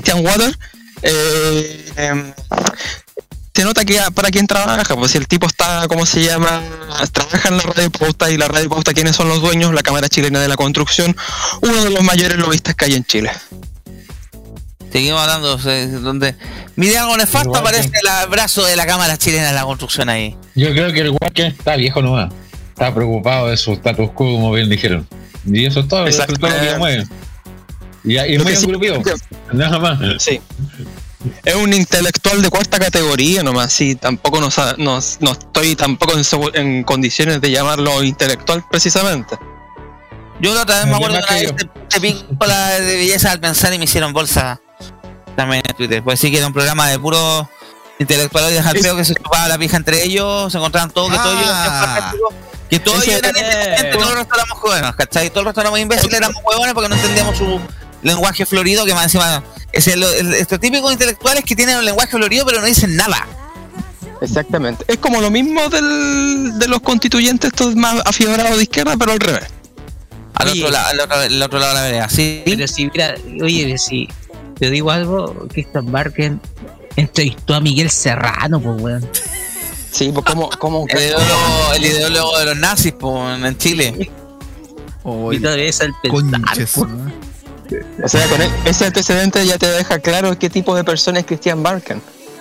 Se nota que para quién trabaja, pues si el tipo está, ¿cómo se llama? Trabaja en la Radio Pauta, y la Radio Pauta, ¿quiénes son los dueños? La Cámara Chilena de la Construcción, uno de los mayores lobistas que hay en Chile. Seguimos hablando, donde mire algo nefasto, Igual aparece el brazo de la Cámara Chilena de la Construcción ahí. Yo creo que el Walker está viejo nomás. Está preocupado de su status quo, como bien dijeron. Y eso es todo, eso es todo lo que lo mueve. Y muy engrupido. Nada más. Sí. Es un intelectual de cuarta categoría nomás, sí, tampoco no estoy tampoco en condiciones de llamarlo intelectual precisamente. Yo la otra vez me acuerdo que te pico la de belleza al pensar y me hicieron bolsa también en Twitter. Pues sí que era un programa de puro intelectuales al feo que se chupaba la pija entre ellos, se encontraban todos, que todos ellos eran inteligentes, todos el resto éramos jóvenes, ¿cachai? Todo el resto éramos imbéciles, éramos huevones porque no entendíamos su lenguaje florido, que más encima es estos típicos intelectuales que tienen un lenguaje florido pero no dicen nada. Exactamente. Es como lo mismo de los constituyentes estos más afiebrados de izquierda, pero al revés. Al otro lado de la vereda, sí. Pero si, mira, oye, si te digo algo, Christian Barken entrevistó a Miguel Serrano, pues, weón. Sí, pues como el ideólogo de los nazis, pues, en Chile. Y todavía es el pensar, pues. O sea, con ese antecedente ya te deja claro qué tipo de persona es Christian Barken.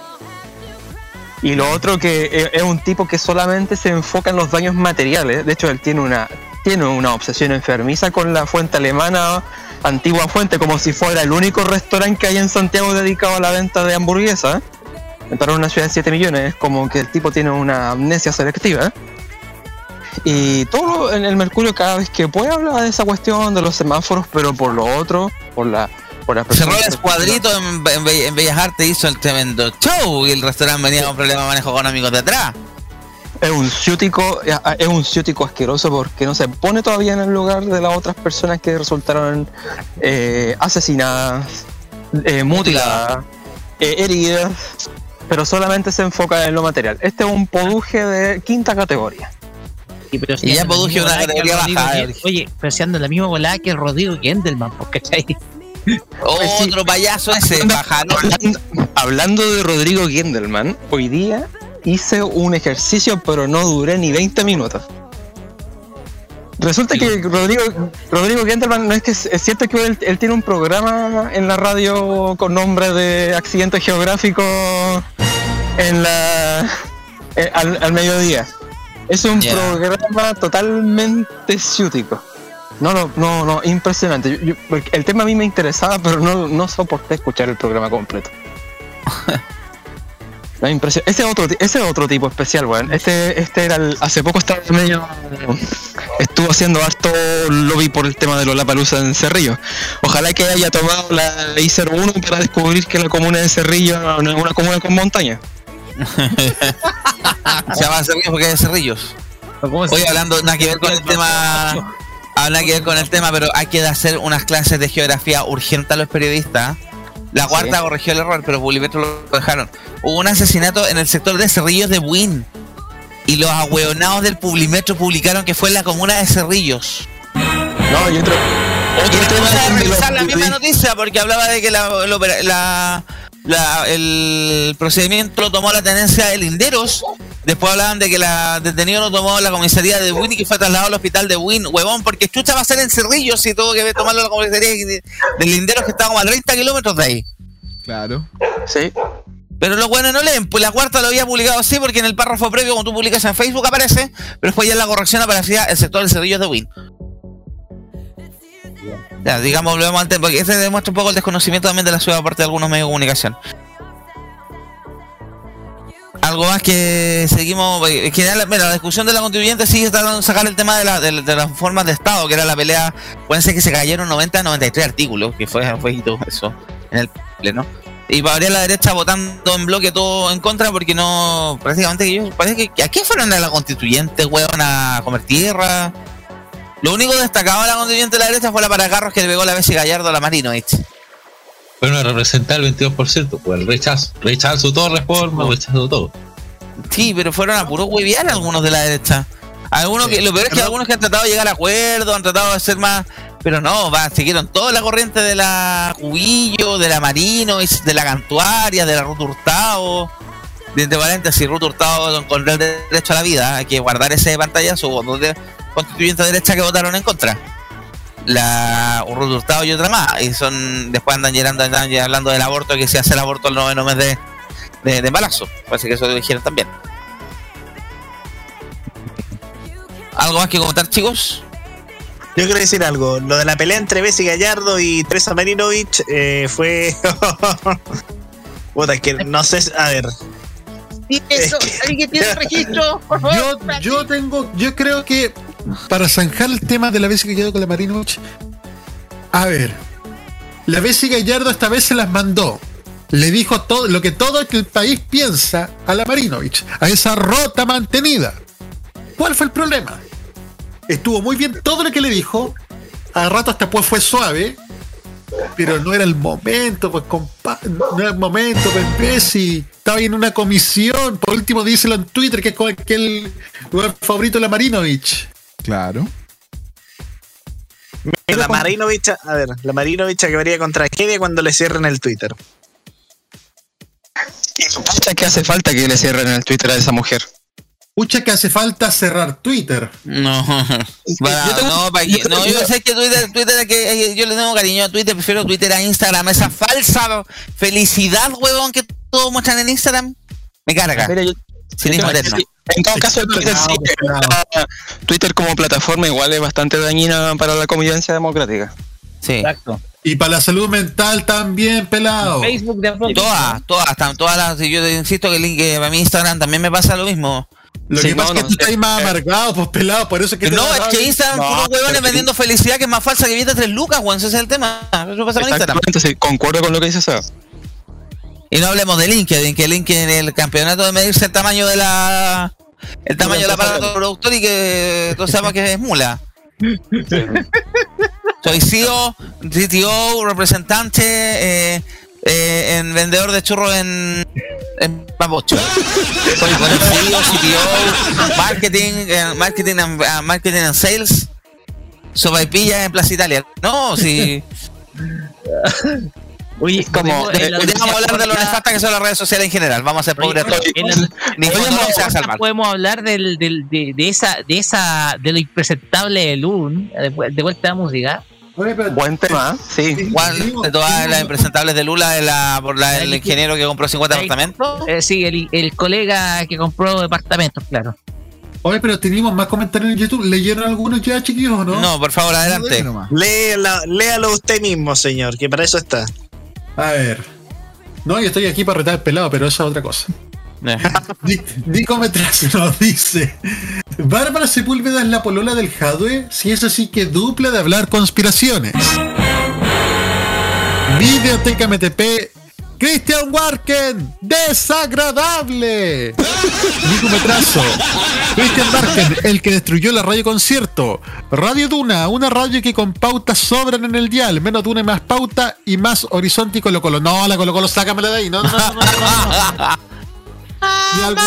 Y lo otro, que es un tipo que solamente se enfoca en los daños materiales. De hecho, él tiene una obsesión enfermiza con la fuente alemana, antigua fuente, como si fuera el único restaurante que hay en Santiago dedicado a la venta de hamburguesas. Para una ciudad de 7 millones, es como que el tipo tiene una amnesia selectiva. Y todo en el Mercurio, cada vez que puede, hablar de esa cuestión de los semáforos, pero por lo otro, por las personas. Cerró el escuadrito en Bellas Artes, hizo el tremendo show y el restaurante venía con problemas de manejo económico de atrás. Es un ciútico asqueroso porque no se pone todavía en el lugar de las otras personas que resultaron asesinadas, mutiladas, heridas, pero solamente se enfoca en lo material. Este es un poduje de quinta categoría. Y ya poduje una categoría baja. Oye, pero si anda en la misma volada que el Rodrigo Gendelman, ¿cachai? Otro payaso ese, bajano. Hablando de Rodrigo Gendelman, hoy día hice un ejercicio, pero no duré ni 20 minutos. Resulta que Rodrigo Gendelman, no es que es cierto que él tiene un programa en la radio con nombre de accidente geográfico al mediodía. Es un programa totalmente ciútico. No, impresionante. El tema a mí me interesaba, pero no soporté escuchar el programa completo. Ese es otro tipo especial, weón. Este era hace poco estuvo haciendo harto lobby por el tema de Lollapalooza en Cerrillo. Ojalá que haya tomado la ley 01 para descubrir que la comuna de Cerrillo no es una comuna con montaña. Se llama Cerrillos porque hay cerrillos. Oye, hablando, nada que ver con el tema. Nada que ver con el tema, pero hay que hacer unas clases de geografía urgente a los periodistas. La cuarta corrigió el error, pero Publimetro lo dejaron. Hubo un asesinato en el sector de Cerrillos de Buin. Y los ahueonados del Publimetro publicaron que fue en la comuna de Cerrillos. No, y otro tema de revisar la misma noticia, porque hablaba de que el procedimiento lo tomó la tenencia de Linderos. Después hablaban de que la detenido lo tomó la comisaría de Buin y que fue trasladado al hospital de Buin, huevón, porque chucha va a ser en Cerrillos y tuvo que tomarlo a la comisaría de Linderos, que estaba como a 30 kilómetros de ahí. Claro. Sí. Pero los buenos no leen, pues la cuarta lo había publicado así, porque en el párrafo previo, cuando tú publicas en Facebook, aparece, pero después ya en la corrección aparecía el sector de Cerrillos de Buin. Ya, digamos, volvemos al tema, porque este demuestra un poco el desconocimiento también de la ciudad, aparte de algunos medios de comunicación. Algo más que seguimos, mira, la discusión de la constituyente sigue tratando de sacar el tema de las formas de Estado, que era la pelea. Pueden que se cayeron 90-93 artículos, que fue todo eso en el pleno. Y para la derecha votando en bloque todo en contra, porque no, prácticamente parece que ¿a qué fueron a la constituyente, weón? ¿A comer tierra? Lo único destacado de la constituyente de la derecha fue la paracarros que le pegó la Bessie Gallardo a la Marinovich. Bueno, representa el 22%, pues el rechazo todo reforma, rechazo todo. Sí, pero fueron a puro hueviar algunos de la derecha. Algunos que, lo peor es que algunos que han tratado de llegar a acuerdos, han tratado de hacer más, pero no, siguieron toda la corriente de la Cubillo, de la Marinovich, de la Cantuaria, de la Ruth Hurtado. De entre paréntesis, Ruth Hurtado con el derecho a la vida, hay que guardar ese pantallazo, hubo dos constituyentes de derecha que votaron en contra. La Ruth Hurtado y otra más, y después andan hablando del aborto, que se hace el aborto al 9º mes de embarazo. Parece que eso lo dijeron también. ¿Algo más que comentar, chicos? Yo quiero decir algo. Lo de la pelea entre Bessie Gallardo y Teresa Marinovich fue... Puta, que no sé... A ver... Eso, ¿alguien tiene el registro? Por favor. Yo creo que para zanjar el tema de la Bessie Gallardo con la Marinovich, a ver, la Bessie Gallardo esta vez se las mandó. Le dijo todo lo que todo el país piensa a la Marinovich, a esa rota mantenida. ¿Cuál fue el problema? Estuvo muy bien todo lo que le dijo. A rato hasta pues fue suave, pero no era el momento, pues no era el momento, pues Bessie estaba ahí en una comisión. Por último, díselo en Twitter, que es el lugar favorito de la Marinovich. Claro. La Marinovich, a ver, la Marinovich acabaría con tragedia cuando le cierren el Twitter. Y pucha que hace falta que le cierren el Twitter a esa mujer. Pucha que hace falta cerrar Twitter. No, yo sé que Twitter que yo le tengo cariño a Twitter, prefiero Twitter a Instagram. Esa falsa felicidad, huevón, que todos muestran en Instagram, me carga. En todo caso, Twitter, sí, Twitter como plataforma igual es bastante dañina para la convivencia democrática. Sí. Exacto. Y para la salud mental también, pelado. Facebook de a poco. Todas las, yo insisto que a mi Instagram también me pasa lo mismo. Lo que pasa es que tú estás más amargado, pues pelado, por eso que no, es que Instagram, puros huevones vendiendo felicidad que es más falsa que billete 3 lucas, weón, ese es el tema. Eso pasa con Instagram. Sí, concuerdo con lo que dice Seba. Y no hablemos de LinkedIn, que LinkedIn el campeonato de medirse el tamaño del aparato productor y que todos sabemos que es mula. Soy CEO, CTO, representante, en vendedor de churros en Papocho. Soy CEO, CTO, marketing and sales, sopaipilla en Plaza Italia. No, sí. Oye, como vamos a hablar de lo nefasta que son las redes sociales en general. Vamos a ser pobres todos. Podemos hablar de lo impresentable de Lun, de vuelta a música. Buen tema, sí. De todas las impresentables de Lula, por el ingeniero que compró 50 apartamentos. Sí, el colega que compró departamentos, claro. Oye, pero tenemos más comentarios en YouTube. ¿Leyeron algunos ya, chiquillos, o no? No, por favor, adelante. Léalo usted mismo, señor, que para eso está. A ver. No, yo estoy aquí para retar el pelado, pero eso es otra cosa. Nico Metrazo nos dice: Bárbara Sepúlveda es la polola del Jadwe. Si es así, que dupla de hablar conspiraciones. Videoteca MTP: Christian Warken, desagradable. Nico Metrazo: Christian Warken, el que destruyó la radio concierto. Radio Duna, una radio que con pautas sobran en el dial. Menos Duna y más pauta y más horizonte y Colo Colo. No, la Colo Colo, sácamela de ahí. No. Y algo...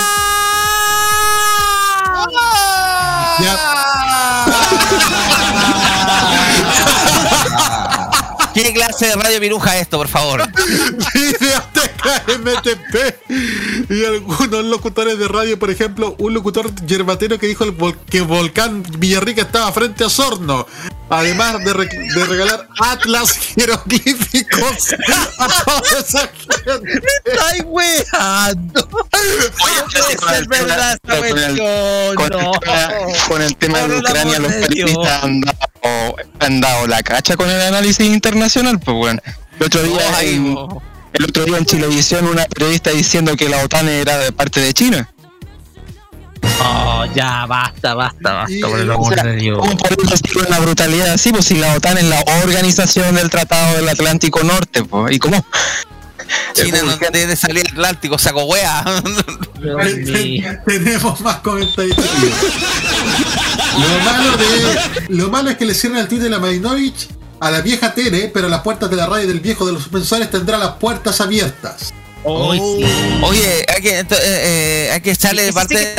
¿Qué clase de radio piruja esto, por favor? Videoteca MTP. Y algunos locutores de radio, por ejemplo, un locutor yerbatero que dijo que Volcán Villarrica estaba frente a Osorno. Además de regalar atlas jeroglíficos a toda esa gente. ¡Me estáis weando! Puede ser verdad esta cuestión. Con el tema de Ucrania, los periodistas han dado la cacha con el análisis internacional, pues bueno. El otro día en Chilevisión una periodista diciendo que la OTAN era de parte de China. Oh, ya, basta, por el amor de Dios. ¿Cómo podemos decir una brutalidad así? Pues si la OTAN es la organización del Tratado del Atlántico Norte, pues, ¿y cómo? China no debe salir Atlántico, saco wea. Tenemos más comentarios. Lo malo es que le cierran el tweet de la Marinovich a la vieja Tere, pero las puertas de la radio del viejo de los suspensores tendrá las puertas abiertas. Oye, hay que echarle parte de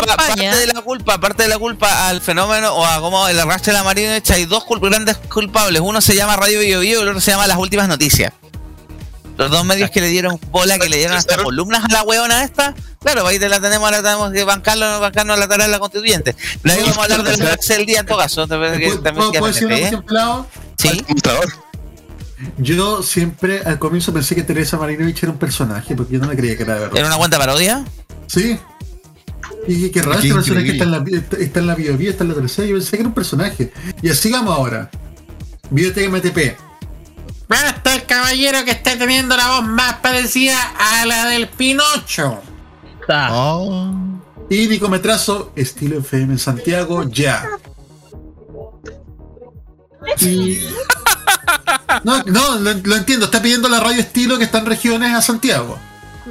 la culpa al fenómeno o a como el arrastre de la Marinovich. Hay dos grandes culpables. Uno se llama Radio Bio Bio y el otro se llama Las Últimas Noticias. Los dos medios que le dieron bola, que le dieron hasta columnas a la huevona esta. Claro, ahí te la tenemos, ahora tenemos que bancarnos a la tarea de la constituyente. Pero ahí vamos a hablar del del día en todo caso. ¿Puedo decir una cuestión, pelado? Sí. Yo siempre al comienzo pensé que Teresa Marinovich era un personaje, porque yo no me creía que era de verdad. ¿Era una cuenta parodia? Sí. Y qué raro, este personaje está en la Bio Bio, está en la tercera. Yo pensé que era un personaje. Y así vamos ahora. Biblioteca MTP. Basta el caballero que está teniendo la voz más parecida a la del Pinocho. Y Nicometrazo, estilo FM en Santiago, ya. Y... No, lo entiendo, está pidiendo la radio estilo que está en regiones a Santiago.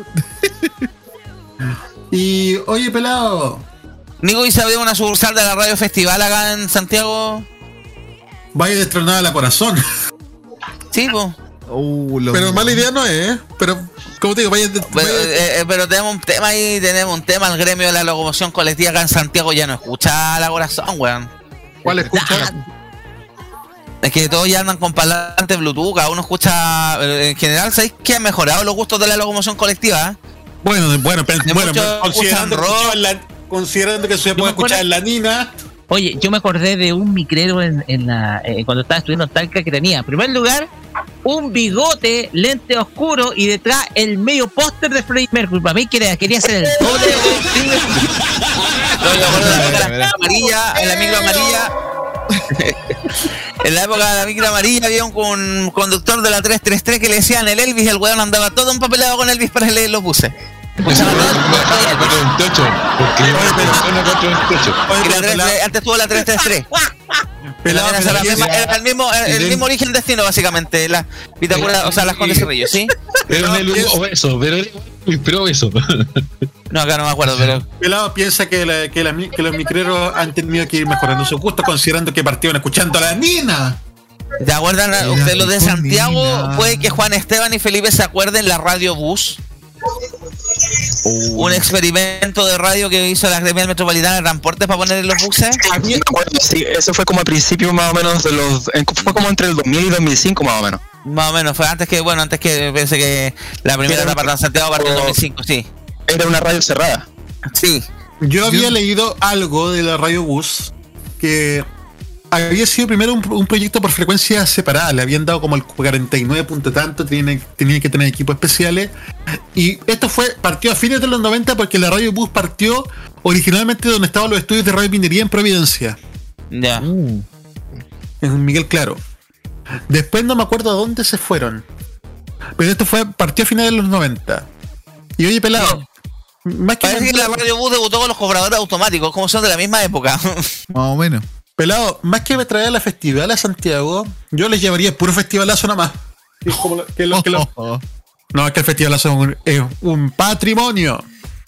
Y, oye, pelado. Nico, ¿y sabe una sucursal de la Radio Festival acá en Santiago? Vaya destronada a la corazón. Sí, pues. Pero mala idea no es, pero como te digo, pero tenemos un tema ahí, el gremio de la locomoción colectiva acá en Santiago ya no escucha a la corazón, weón. ¿Cuál escucha? Es que todos ya andan con parlantes Bluetooth, cada uno escucha. En general, ¿sabéis que han mejorado los gustos de la locomoción colectiva? Considerando que se puede escuchar en la Nina. Oye, yo me acordé de un micrero cuando estaba estudiando en Talca que tenía, en primer lugar, un bigote, lente oscuro y detrás el medio póster de Freddie Mercury. Para mí quería ser el doble de en la micro amarilla. En la época de la micro amarilla había un conductor de la 333 que le decían el Elvis, el weón andaba todo empapelado con Elvis para leer los buses. Antes tuvo la 333. Era el mismo origen destino, básicamente. La Vitacura, o sea, las Condes Cerrillo, ¿sí? Pero en el obeso, pero obeso. No, acá no me acuerdo, pero. Pelado piensa que los micreros han tenido que ir mejorando su gusto, considerando que partieron escuchando a la Nina. ¿Te acuerdan? Ustedes los de Santiago, puede que Juan Esteban y Felipe se acuerden la Radio Bus. Un experimento de radio que hizo la Gremial Metropolitana de Transportes para poner en los buses. Sí, eso fue como a principios más o menos fue como entre el 2000 y 2005 más o menos. Más o menos, fue antes que pensé que la primera etapa de Santiago partió en 2005, sí. Era una radio cerrada. Sí. Yo había leído algo de la Radio Bus que había sido primero un proyecto por frecuencia separada, le habían dado como el 49 punto tanto, tenía que tener equipos especiales, y esto partió a fines de los 90 porque la Radio Bus partió originalmente donde estaban los estudios de Radio Minería en Providencia. Ya. En Miguel Claro. Después no me acuerdo a dónde se fueron, pero esto partió a finales de los 90. Y oye, pelado, parece que la Radio Bus debutó con los cobradores automáticos, como son de la misma época. Más o menos. Pelado, más que me traer la festival a Santiago, yo les llevaría puro festivalazo nomás. No, es que el festivalazo es un patrimonio.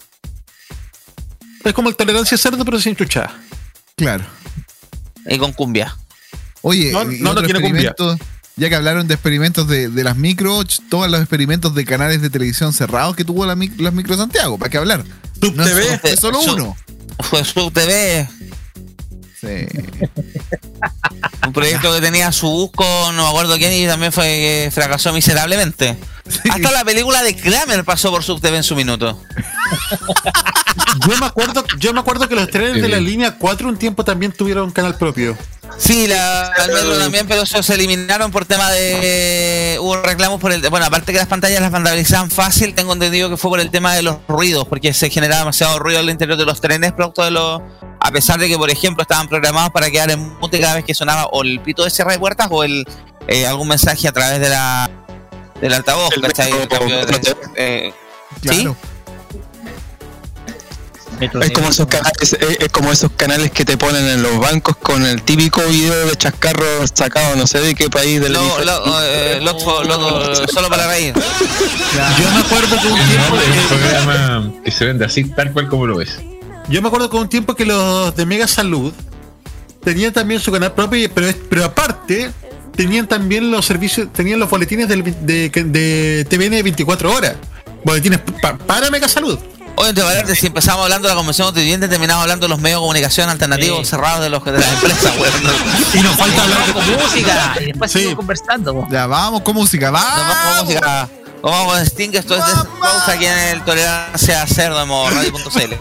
Es como el Tolerancia Cerdo, pero sin chucha. Claro. Y con cumbia. Oye, no tiene cumbia. Ya que hablaron de experimentos de las micro, todos los experimentos de canales de televisión cerrados que tuvo las micro Santiago, ¿para qué hablar? Sub TV. Fue solo uno. Fue Sub TV. Sí. Un proyecto que tenía su bus con no me acuerdo quién y también fracasó miserablemente. Sí. Hasta la película de Kramer pasó por Sub TV en su minuto. Yo me acuerdo que los trenes de la línea 4 un tiempo también tuvieron un canal propio. Sí, el metro también, pero eso se eliminaron por tema de... Hubo reclamos por el... Bueno, aparte que las pantallas las vandalizaban fácil, tengo entendido que fue por el tema de los ruidos, porque se generaba demasiado ruido al interior de los trenes producto de los... A pesar de que, por ejemplo, estaban programados para quedar en mute cada vez que sonaba o el pito de cierre de puertas o algún mensaje a través del altavoz, ¿cachai? Claro. ¿Sí? Es como esos canales que te ponen en los bancos con el típico video de chascarro sacado no sé de qué país del solo para reír. Yo me acuerdo que un tiempo programa que se vende así tal cual como lo ves. Yo me acuerdo que un tiempo que los de Mega Salud tenían también su canal propio, pero aparte tenían también los servicios, tenían los boletines de TVN 24 horas. Boletines para Mega Salud. Oye, te parece, si empezamos hablando de la convención constituyente, terminamos hablando de los medios de comunicación alternativos cerrados de las empresas, weón. Y nos falta hablar con música y después seguimos conversando. Po. Ya, vamos con música, Vamos con música. Vamos con Sting, esto es de pausa aquí en el Tolerancia Cerdo en radio.cl.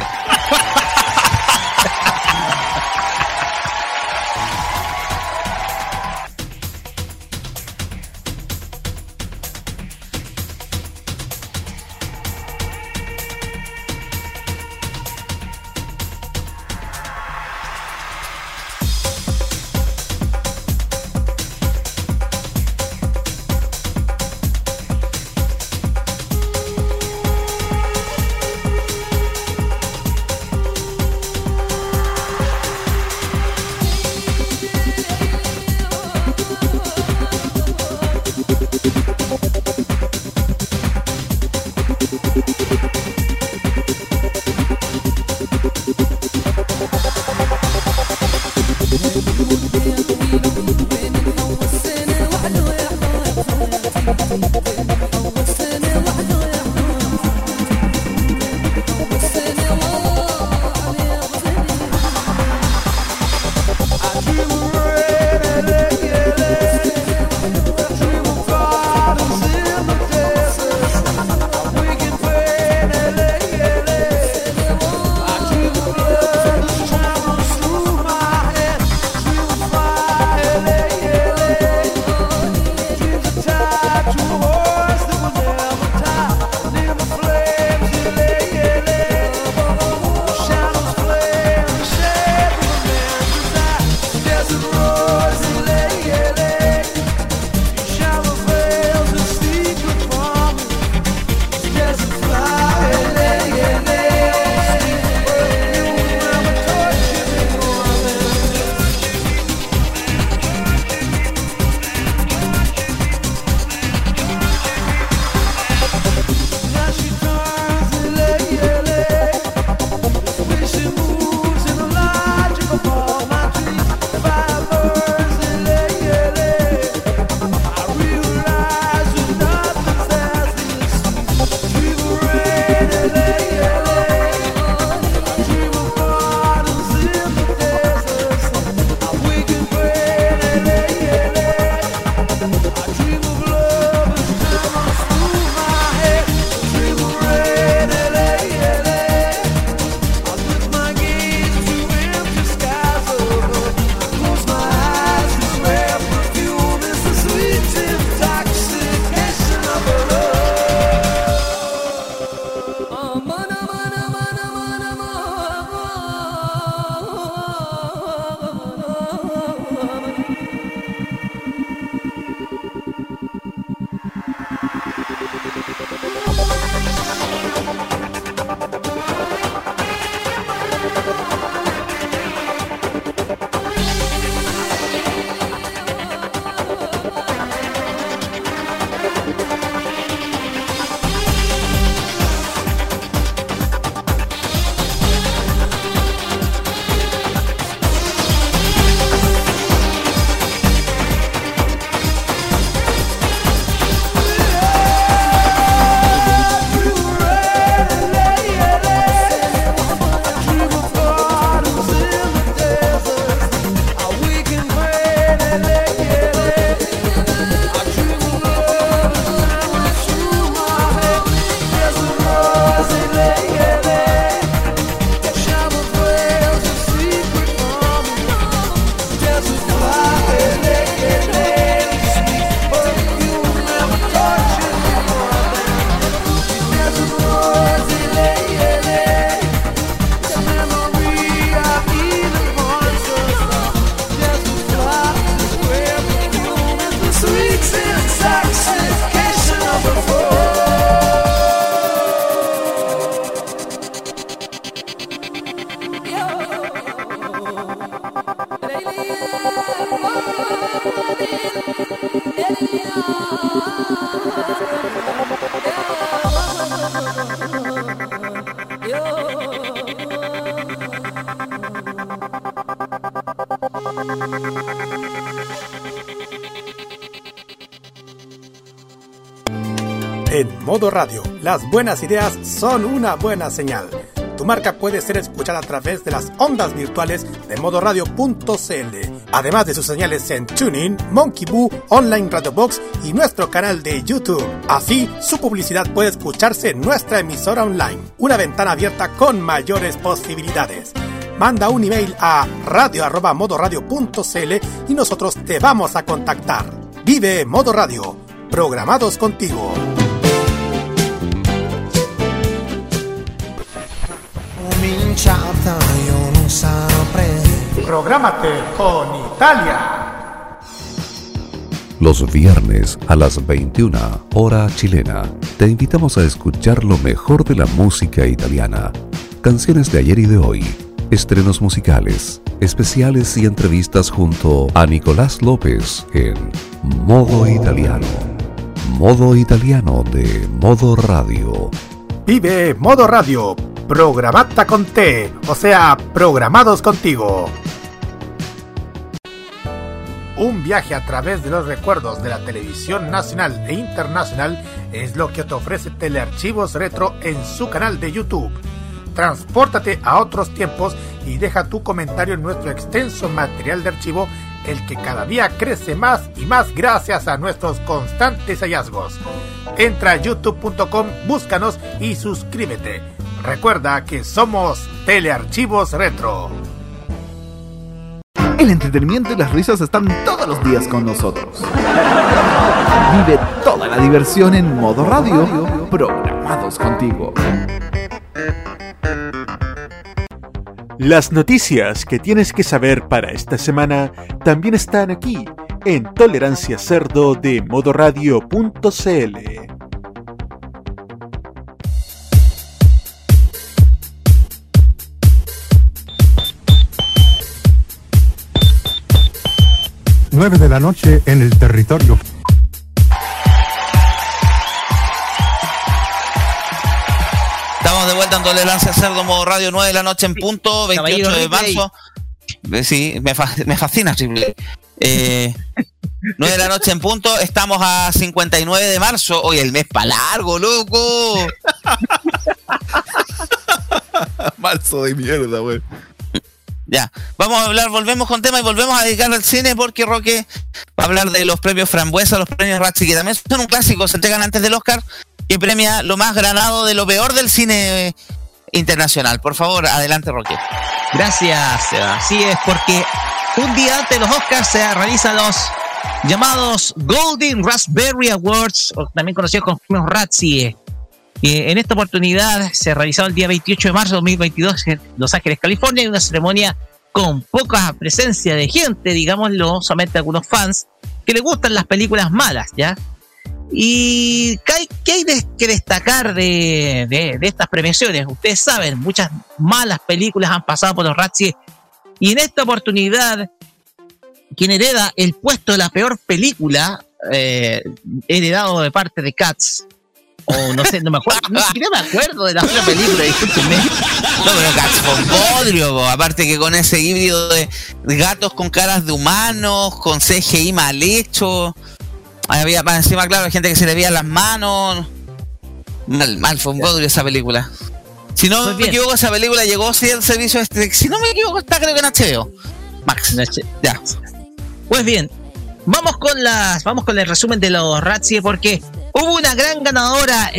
En Modo Radio, las buenas ideas son una buena señal. Tu marca puede ser escuchada a través de las ondas virtuales de modoradio.cl, además de sus señales en TuneIn, Monkey Boo, Online Radio Box y nuestro canal de YouTube. Así, su publicidad puede escucharse en nuestra emisora online, una ventana abierta con mayores posibilidades. Manda un email a radio@modoradio.cl y nosotros te vamos a contactar. Vive Modo Radio, programados contigo. Prográmate con Italia. Los viernes a las 21 hora chilena te invitamos a escuchar lo mejor de la música italiana, canciones de ayer y de hoy, estrenos musicales, especiales y entrevistas junto a Nicolás López en Modo Italiano. Modo Italiano de Modo Radio. Vive Modo Radio, programata con T, o sea, programados contigo. Un viaje a través de los recuerdos de la televisión nacional e internacional es lo que te ofrece Telearchivos Retro en su canal de YouTube. Transpórtate a otros tiempos y deja tu comentario en nuestro extenso material de archivo, el que cada día crece más y más gracias a nuestros constantes hallazgos. Entra a youtube.com, búscanos y suscríbete. Recuerda que somos Telearchivos Retro. El entretenimiento y las risas están todos los días con nosotros. Vive toda la diversión en Modo Radio, programados contigo. Las noticias que tienes que saber para esta semana también están aquí en Tolerancia Cerdo de modoradio.cl. Nueve de la noche en el territorio. Estamos de vuelta en Tolerancia Cerdo, Modo Radio, 9 de la noche en punto, 28 de marzo. Sí, me fascina Triple. 9 de la noche en punto, estamos a 59 de marzo. Hoy el mes pa' largo, loco. Marzo de mierda, güey. Ya, vamos a hablar, volvemos con tema y volvemos a dedicar al cine porque Roque va a hablar de los premios Frambuesa, los premios Razzie, que también son un clásico, se entregan antes del Oscar, que premia lo más granado de lo peor del cine internacional. Por favor, adelante, Roque. Gracias, Seba. Así es, porque un día antes de los Oscars se realizan los llamados Golden Raspberry Awards, o también conocidos como premios Razzie. En esta oportunidad se realizó el día 28 de marzo de 2022 en Los Ángeles, California, en una ceremonia con poca presencia de gente, digámoslo, solamente algunos fans que les gustan las películas malas, ¿ya? Y ¿qué hay que destacar de estas premiaciones? Ustedes saben, muchas malas películas han pasado por los Razzie, y en esta oportunidad quien hereda el puesto de la peor película, heredado de parte de Cats, o no sé, no me acuerdo, ni siquiera me acuerdo de la otra película, discúlpenme. No, pero Cats con bodrio, aparte que con ese híbrido de gatos con caras de humanos, con CGI mal hecho. Había más encima, claro, gente que se le veía las manos. Mal, fue un bodrio esa película. Si no me equivoco, esa película llegó sí al servicio si no me equivoco, está creo que en HBO Max. Ya. Pues bien, vamos con el resumen de los Razzie, porque hubo una gran ganadora,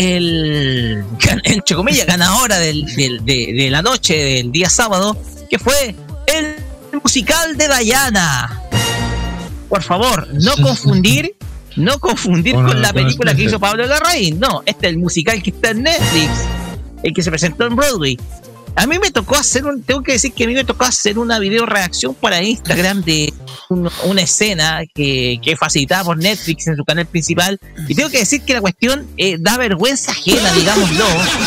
entre comillas, ganadora de la noche del día sábado, que fue el musical de Diana. Por favor, no confundir con la película que hizo Pablo Larraín. No, este es el musical que está en Netflix, el que se presentó en Broadway. A mí me tocó tengo que decir que a mí me tocó hacer una video reacción para Instagram de una escena que es facilitada por Netflix en su canal principal, y tengo que decir que la cuestión da vergüenza ajena, digámoslo.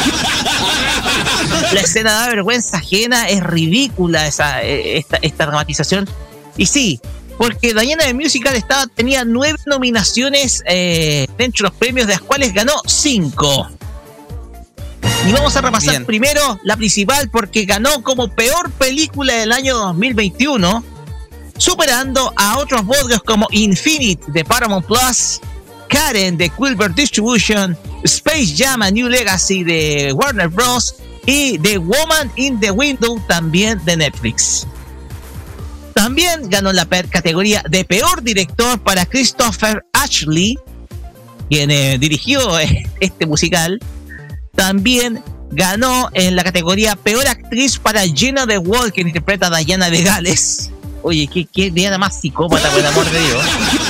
La escena da vergüenza ajena, es ridícula esta dramatización. Y sí, porque Diana the Musical tenía 9 nominaciones dentro de los premios, de las cuales ganó 5. Y vamos a repasar primero la principal, porque ganó como peor película del año 2021. superando a otros bodrios como Infinite de Paramount Plus, Karen de Quilbert Distribution, Space Jam: A New Legacy de Warner Bros. Y The Woman in the Window también de Netflix. También ganó la categoría de peor director para Christopher Ashley, quien dirigió este musical. También ganó en la categoría peor actriz para Gina de Wall, quien interpreta a Diana de Gales. Oye, qué Diana más psicópata, por el amor de Dios.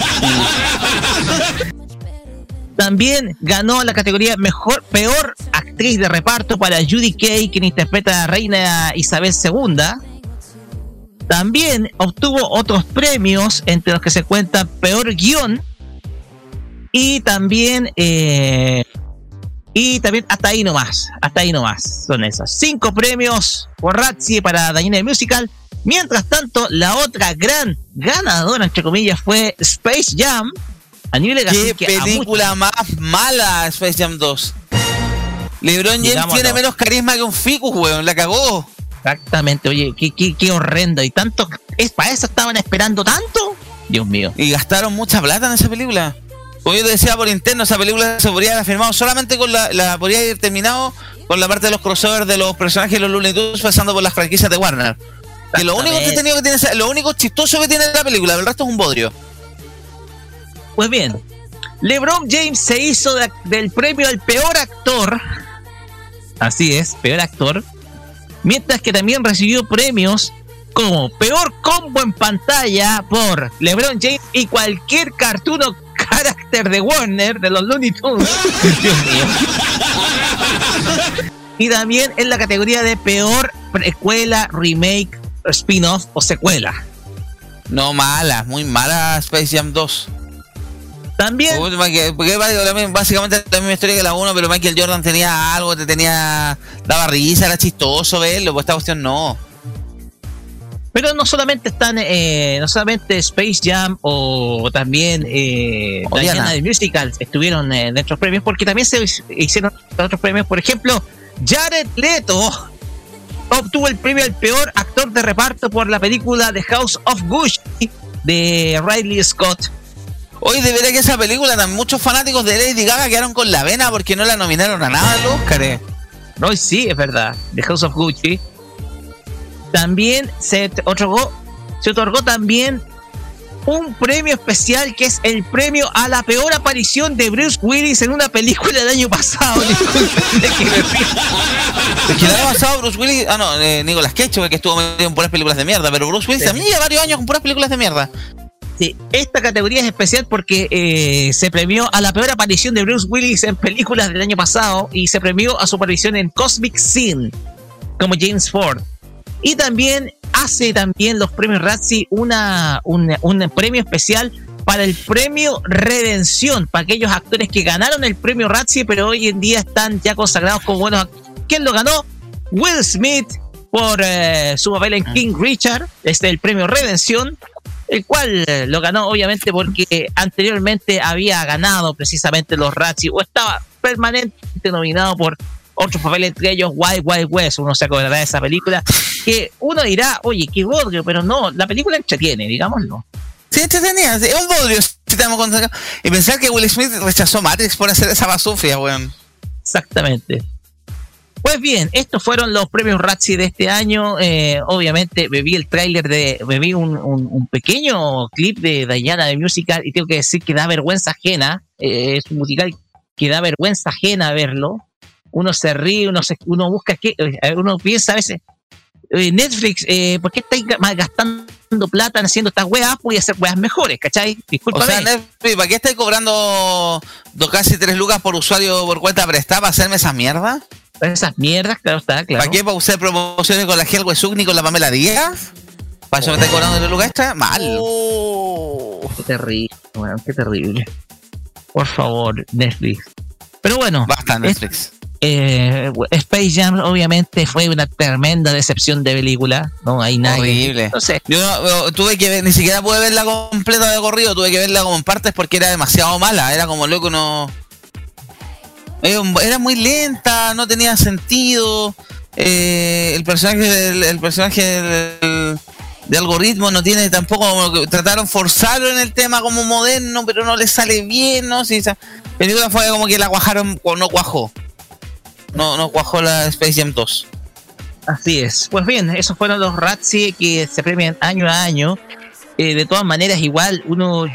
También ganó la categoría peor actriz de reparto para Judy Kay, quien interpreta a Reina Isabel II. También obtuvo otros premios, entre los que se cuenta peor guión. Y también hasta ahí nomás son esos 5 premios por Razzie para Diana the Musical. Mientras tanto, la otra gran ganadora, entre comillas, fue Space Jam: A New Legacy. Qué película más mala, Space Jam 2. LeBron James tiene menos carisma que un ficus, weón, la cagó. Exactamente, oye, qué horrendo. Y tanto, ¿para eso estaban esperando tanto? Dios mío. Y gastaron mucha plata en esa película. Como yo te decía por interno, esa película se podría haber firmado solamente con la podría haber terminado con la parte de los crossovers de los personajes de los Looney Tunes, pasando por las franquicias de Warner. Que lo único lo único chistoso que tiene la película, el resto es un bodrio. Pues bien, LeBron James se hizo del premio al peor actor. Así es, peor actor. Mientras que también recibió premios como peor combo en pantalla por LeBron James y cualquier cartoon o carácter de Warner, de los Looney Tunes. Dios mío. Y también en la categoría de peor precuela, remake, spin-off o secuela. No, mala, muy mala Space Jam 2. También. Porque básicamente la misma historia que la 1, pero Michael Jordan tenía algo, daba risa, era chistoso verlo, pues esta cuestión no. Pero no solamente están, no solamente Space Jam o también Diana the Musical estuvieron en estos premios, porque también se hicieron otros premios. Por ejemplo, Jared Leto obtuvo el premio al peor actor de reparto por la película The House of Gucci de Ridley Scott. Hoy de verdad que esa película, muchos fanáticos de Lady Gaga quedaron con la vena porque no la nominaron a nada en los Oscar. No, sí, es verdad. The House of Gucci. También se otorgó también un premio especial, que es el premio a la peor aparición de Bruce Willis en una película del año pasado. Es que el año pasado Bruce Willis, Nicolas Cage, que estuvo metido en puras películas de mierda, pero Bruce Willis también lleva varios años con puras películas de mierda. Sí, esta categoría es especial porque se premió a la peor aparición de Bruce Willis en películas del año pasado y se premió a su aparición en Cosmic Sin como James Ford. Y también hace los premios Razzie un premio especial para el premio Redención, para aquellos actores que ganaron el premio Razzie pero hoy en día están ya consagrados como buenos actores. ¿Quién lo ganó? Will Smith por su papel en King Richard, el premio Redención, el cual lo ganó obviamente porque anteriormente había ganado precisamente los Razzie o estaba permanentemente nominado por otros papeles, entre ellos Wild Wild West. Uno se acordará de esa película que uno dirá, oye, qué bodrio, pero no, la película entretiene, digámoslo. Sí, entretenía, es un bodrio. Y pensar que Will Smith rechazó Matrix por hacer esa basofia, weón. Exactamente. Pues bien, estos fueron los premios Razzie de este año. Obviamente vi el tráiler vi un pequeño clip de Diana the Musical y tengo que decir que da vergüenza ajena. Es un musical que da vergüenza ajena verlo. Uno se ríe, uno busca uno piensa a veces, Netflix, ¿por qué estáis gastando plata haciendo estas weas? Voy a hacer weas mejores, ¿cachai? Discúlpame. O sea, Netflix, ¿para qué estáis cobrando casi 3 lucas por usuario por cuenta prestada para hacerme esas mierdas? Esas mierdas, claro está, claro. ¿Para qué? ¿Para usar promociones con la Gel Wesuk ni con la Pamela Díaz? ¿Para eso me estáis cobrando 3 lucas extra? Mal. Qué terrible, bueno, qué terrible. Por favor, Netflix. Pero bueno. Basta, Netflix. Space Jam obviamente fue una tremenda decepción de película, no hay nada. Horrible. No sé. Yo tuve que ver, ni siquiera pude verla completa de corrido, tuve que verla como en partes porque era demasiado mala, era como loco, no. Era muy lenta, no tenía sentido. El personaje algoritmo, no tiene tampoco, trataron forzarlo en el tema como moderno, pero no le sale bien, ¿no? Si esa película fue como que la cuajaron, o no cuajó. No cuajó la Space Jam 2. Así es. Pues bien, esos fueron los Razzie que se premian año a año. De todas maneras, igual uno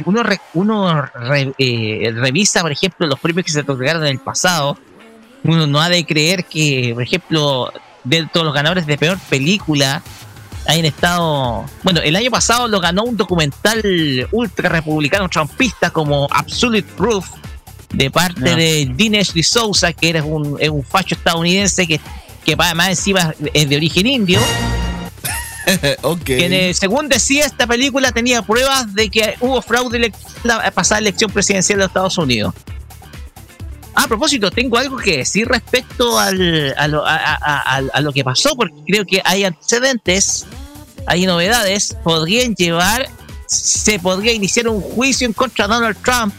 revisa, por ejemplo, los premios que se otorgaron en el pasado. Uno no ha de creer que, por ejemplo, de todos los ganadores de peor película hayan estado... Bueno, el año pasado lo ganó un documental ultra republicano trumpista como Absolute Proof, de parte de Dinesh D'Souza, que es un facho estadounidense que además encima es de origen indio. Que según decía, esta película tenía pruebas de que hubo fraude en la pasada elección presidencial de Estados Unidos. A propósito, tengo algo que decir respecto a lo que pasó, porque creo que hay antecedentes, hay novedades, se podría iniciar un juicio en contra de Donald Trump.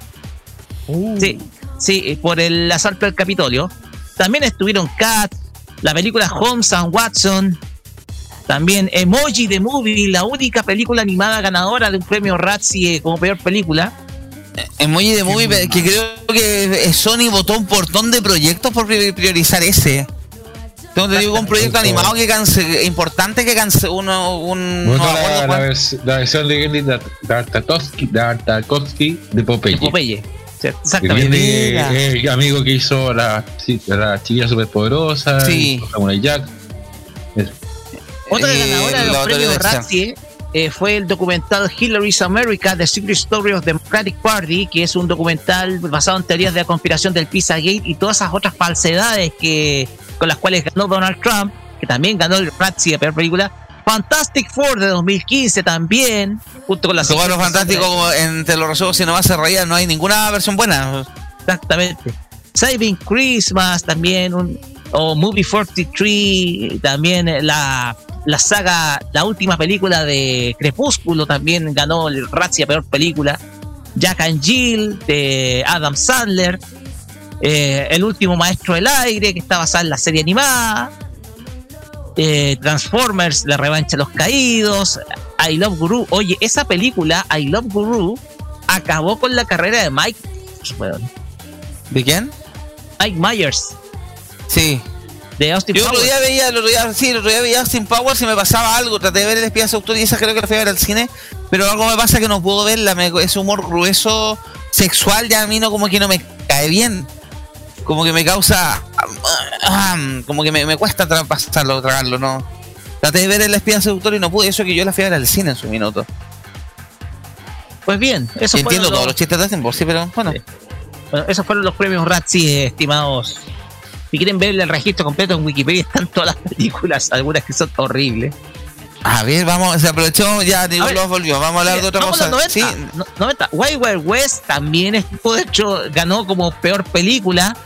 Sí, por el asalto al Capitolio. También estuvieron Cats, la película Holmes and Watson, también Emoji the Movie, la única película animada ganadora de un premio Razzie como peor película. Emoji the Movie, que creo que Sony votó un portón de proyectos por priorizar ese. Tengo que digo un proyecto animado importante que canceló la versión de Genndy Tartakovsky de Popeye. Exactamente. Amigo que hizo la chiquilla superpoderosa, Samurai Jack. Otra ganadora de los premios Razzie fue el documental Hillary's America, The Secret Story of the Democratic Party, que es un documental basado en teorías de la conspiración del Pizzagate y todas esas otras falsedades con las cuales ganó Donald Trump, que también ganó el Razzie de peor película. Fantastic Four de 2015 también, junto con las Cuadro Fantástico entre los resuelvos si no se reía, no hay ninguna versión buena. Exactamente. Saving Christmas también, o Movie 43, también la saga, la última película de Crepúsculo también ganó el Razzie a peor película. Jack and Jill de Adam Sandler, El último maestro del aire, que está basada en la serie animada. Transformers, La revancha de los caídos, I Love Guru. Oye, esa película, I Love Guru, acabó con la carrera de Mike. ¿De quién? Mike Myers. Sí. De Austin Powers. Yo el otro día veía Austin Powers y me pasaba algo. Traté de ver El espía seductor y esa creo que la fui a ver al cine, pero algo me pasa que no puedo verla. Ese humor grueso, sexual, ya a mí como que no me cae bien. Como que me causa... como que me cuesta tragarlo, ¿no? Traté de ver El espía seductor y no pude. Eso que yo la fui a ver al cine en su minuto. Pues bien, eso entiendo todos los chistes de Austin Powers, sí, pero bueno. Sí. Bueno, esos fueron los premios Razzie, estimados. Si quieren ver el registro completo en Wikipedia, están todas las películas, algunas que son horribles. A ver, vamos, se aprovechó, ya Nicolás volvió, vamos a hablar de otra cosa. 90, sí. 90. Wild Wild West también estuvo, de hecho, ganó como peor película.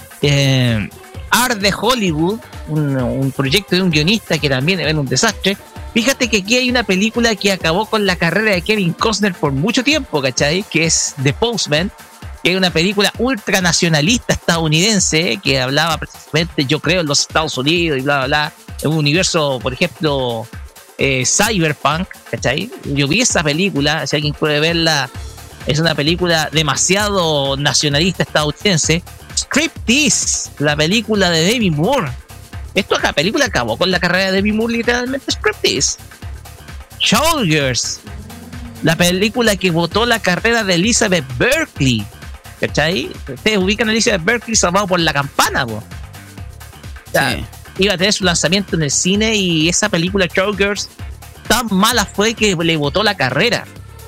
Art de Hollywood, un proyecto de un guionista que también era un desastre. Fíjate que aquí hay una película que acabó con la carrera de Kevin Costner por mucho tiempo, ¿cachai? Que es The Postman, que es una película ultranacionalista estadounidense que hablaba precisamente, yo creo, en los Estados Unidos y bla, bla, bla. En un universo, por ejemplo, cyberpunk, ¿cachai? Yo vi esa película, si alguien puede verla, es una película demasiado nacionalista estadounidense. Striptease, la película de Demi Moore. La película acabó con la carrera de Demi Moore, literalmente. Striptease. Showgirls, la película que votó la carrera de Elizabeth Berkley, ¿cachai? Ustedes ubican a Elizabeth Berkley salvado por la campana, po. O sea, sí. Iba a tener su lanzamiento en el cine y esa película Showgirls tan mala fue que le votó la carrera.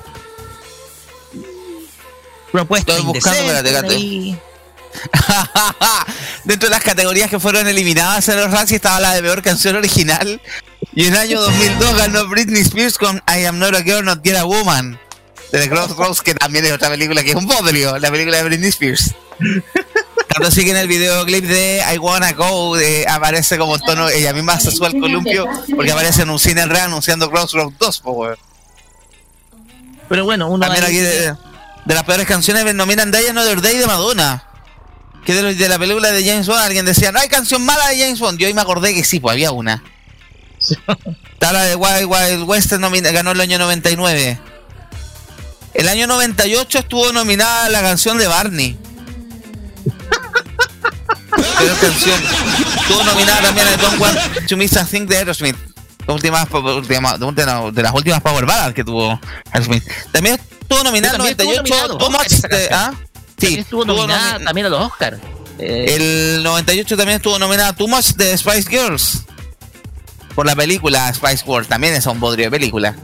Propuesta estoy buscando, espérate. Dentro de las categorías que fueron eliminadas en los Razzie estaba la de peor canción original, y en el año 2002 ganó Britney Spears con I Am Not a Girl, Not Yet a Woman de The Crossroads, que también es otra película que es un bodrio, la película de Britney Spears. Tanto así que en el videoclip de I Wanna Go aparece como tono, ella misma se sube al columpio porque aparece en un cine real anunciando Crossroads 2, pues. Pero bueno, uno también aquí de las peores canciones nominan Die Another Day de Madonna, que de la película de James Bond. Alguien decía, no hay canción mala de James Bond. Yo ahí me acordé que sí, pues había una. Está la de Wild Wild West, ganó el año 99. El año 98 estuvo nominada la canción de Barney. Pero canción. Estuvo nominada también a Don't Want to Miss a Thing de Aerosmith. De las últimas Power Ballads que tuvo Aerosmith. También estuvo nominada en el 98 Too Much de... Sí, estuvo nominada también a los Oscars. El 98 también estuvo nominada Too Much de Spice Girls. Por la película Spice World. También es un bodrio de película.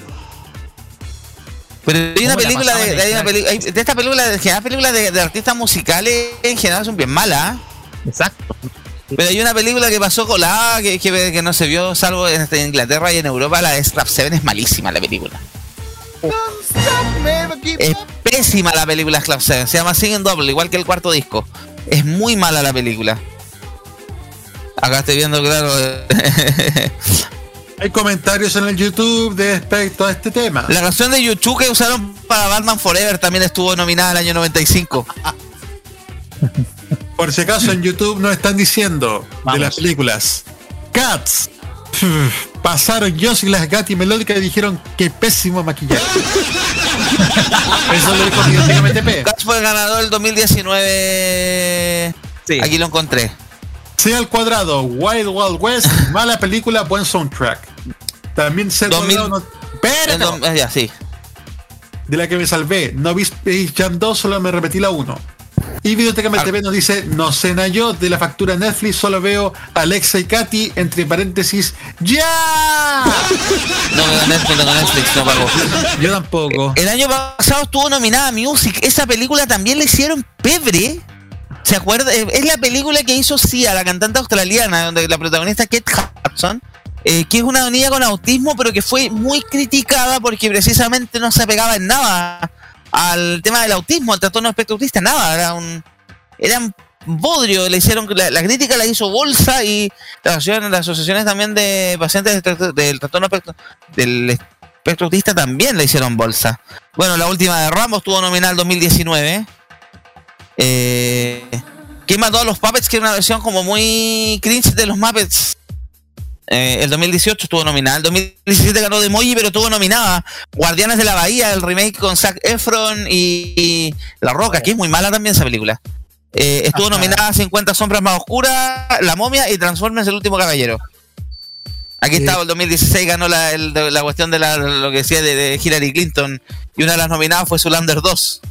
Pero hay una película de esta película, en general, películas de artistas musicales en general son bien malas. Exacto. Pero hay una película que pasó colada que no se vio salvo en Inglaterra y en Europa. La de Slap 7 es malísima la película. Es pésima la película Slap 7. Se llama Singing Double, igual que el cuarto disco. Es muy mala la película. Acá estoy viendo, claro. Hay comentarios en el YouTube respecto a este tema. La canción de YouTube que usaron para Batman Forever también estuvo nominada el año 95. Por si acaso en YouTube nos están diciendo de las películas Cats. Pasaron Joss y las Gatti Melódicas y dijeron que pésimo maquillaje. Eso lo dijo MTP. Cats fue el ganador del 2019. Sí. Aquí lo encontré. C al cuadrado, Wild Wild West, mala película, buen soundtrack. También C al cuadrado. Espérate. Ya, sí. De la que me salvé. No vi Space Jam 2, solo me repetí la 1. Y Videoteca MTV nos dice, no sé yo, de la factura Netflix solo veo Alexa y Katy, entre paréntesis, ¡ya! No veo Netflix, no pago. Yo tampoco. El año pasado estuvo nominada Music. Esa película también le hicieron pebre. ¿Se acuerda? Es la película que hizo Sia, la cantante australiana, donde la protagonista Kate Hudson, que es una niña con autismo, pero que fue muy criticada porque precisamente no se apegaba en nada al tema del autismo, al trastorno espectro autista, nada. Era un bodrio. Le hicieron la crítica la hizo bolsa y las asociaciones también de pacientes del trastorno del espectro autista también le hicieron bolsa. Bueno, la última de Rambo estuvo nominada en 2019. ¿Quién mató a los Puppets? Que era una versión como muy cringe de los Muppets. El 2018 estuvo nominada. El 2017 ganó The Emoji, pero estuvo nominada Guardianes de la Bahía, el remake con Zac Efron y La Roca, que es muy mala también esa película. Estuvo nominada 50 sombras más oscuras, La Momia y Transformers el último caballero. Aquí estaba el 2016, ganó la cuestión de lo que decía de Hillary Clinton, y una de las nominadas fue Zoolander 2.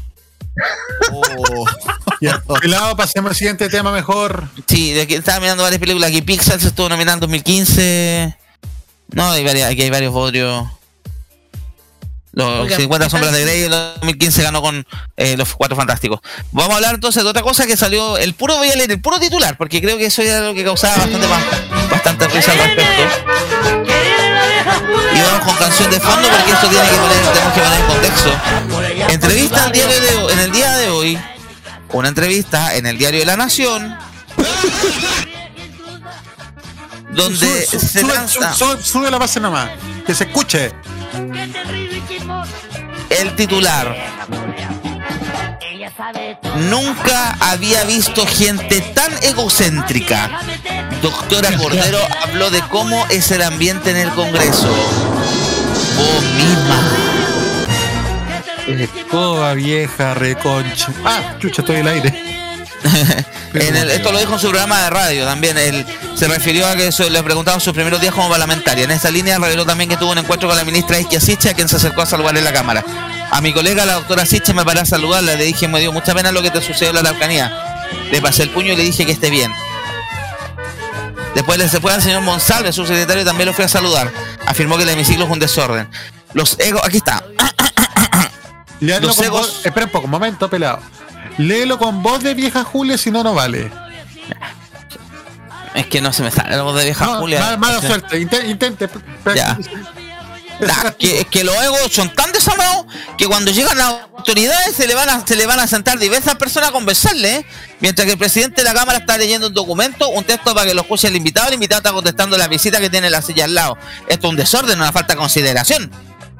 Pelado, pasemos al siguiente tema mejor. Sí, de aquí estaba mirando varias películas. Aquí Pixar se estuvo nominando en 2015. No, aquí hay varios bodrios. Los 50 sombras de Grey en 2015 ganó con los Cuatro Fantásticos. Vamos a hablar entonces de otra cosa que salió. Voy a leer el puro titular, porque creo que eso era lo que causaba bastante risa al respecto. Y vamos con canción de fondo, porque esto tenemos que poner en contexto. Entrevista en el día de hoy. Una entrevista en el diario de La Nación, donde se lanza. Sube la base nomás, que se escuche. El titular: nunca había visto gente tan egocéntrica. Doctora Cordero habló de cómo es el ambiente en el Congreso. Oh, misma. Escoba vieja, reconcha. Chucha, estoy en el aire. Esto lo dijo en su programa de radio también. Él se refirió a que le preguntaban sus primeros días como parlamentaria. En esa línea reveló también que tuvo un encuentro con la ministra Isquia Siche, a quien se acercó a saludarle en la cámara. A mi colega, la doctora Siche, me paré a saludarla. Le dije, me dio mucha pena lo que te sucedió en la Araucanía. Le pasé el puño y le dije que esté bien. Después al señor Monsalve, su secretario, también lo fui a saludar. Afirmó que el hemiciclo es un desorden. Los egos, aquí está. Los egos. Espera un poco, un momento, pelado. Léelo con voz de vieja Julia, si no, no vale. Es que no se me sale la voz de vieja Julia. Mala suerte, intente. Ya. Que los egos son tan desarmados que cuando llegan las autoridades se le van a sentar diversas personas a conversarle, mientras que el presidente de la Cámara está leyendo un documento, un texto para que lo escuche el invitado está contestando la visita que tiene en la silla al lado. Esto es un desorden, una falta de consideración.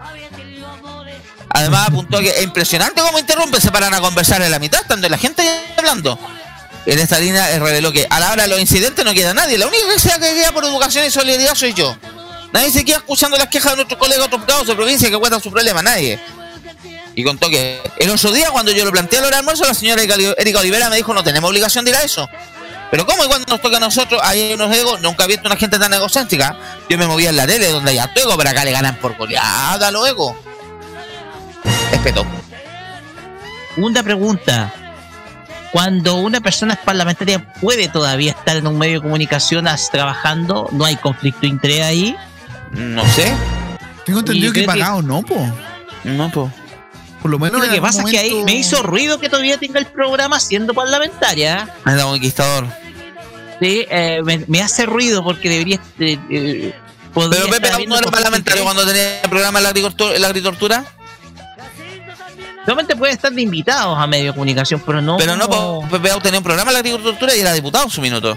Además apuntó que es impresionante cómo interrumpe, se paran a conversar en la mitad, estando la gente hablando. En esta línea reveló que a la hora de los incidentes no queda nadie, la única que queda por educación y solidaridad soy yo. Nadie se queda escuchando las quejas de nuestros colegas de otros casos de provincia que cuentan su problema, nadie. Y contó que el otro día, cuando yo lo planteé a la hora de almuerzo, la señora Erika Olivera me dijo, no tenemos obligación de ir a eso. Pero ¿cómo? Y cuando nos toca a nosotros, hay unos egos, nunca he visto una gente tan egocéntrica. Yo me movía en la tele donde hay harto ego, pero acá le ganan por goleada los egos. Respeto. Segunda pregunta. Cuando una persona es parlamentaria, ¿puede todavía estar en un medio de comunicación trabajando? ¿No hay conflicto de interés ahí? No sé. Tengo entendido que pagado, ¿no, po? No, po. Por lo menos. Lo que pasa es que ahí me hizo ruido que todavía tenga el programa siendo parlamentaria. Es la conquistador. Sí, me hace ruido porque debería. Pero Pepe aún no era parlamentario cuando tenía el programa La Agritortura. Solamente puede estar de invitados a medio de comunicación, pero no. Pero no, Pepe Aún tenía un programa La Agritortura y era diputado en su minuto.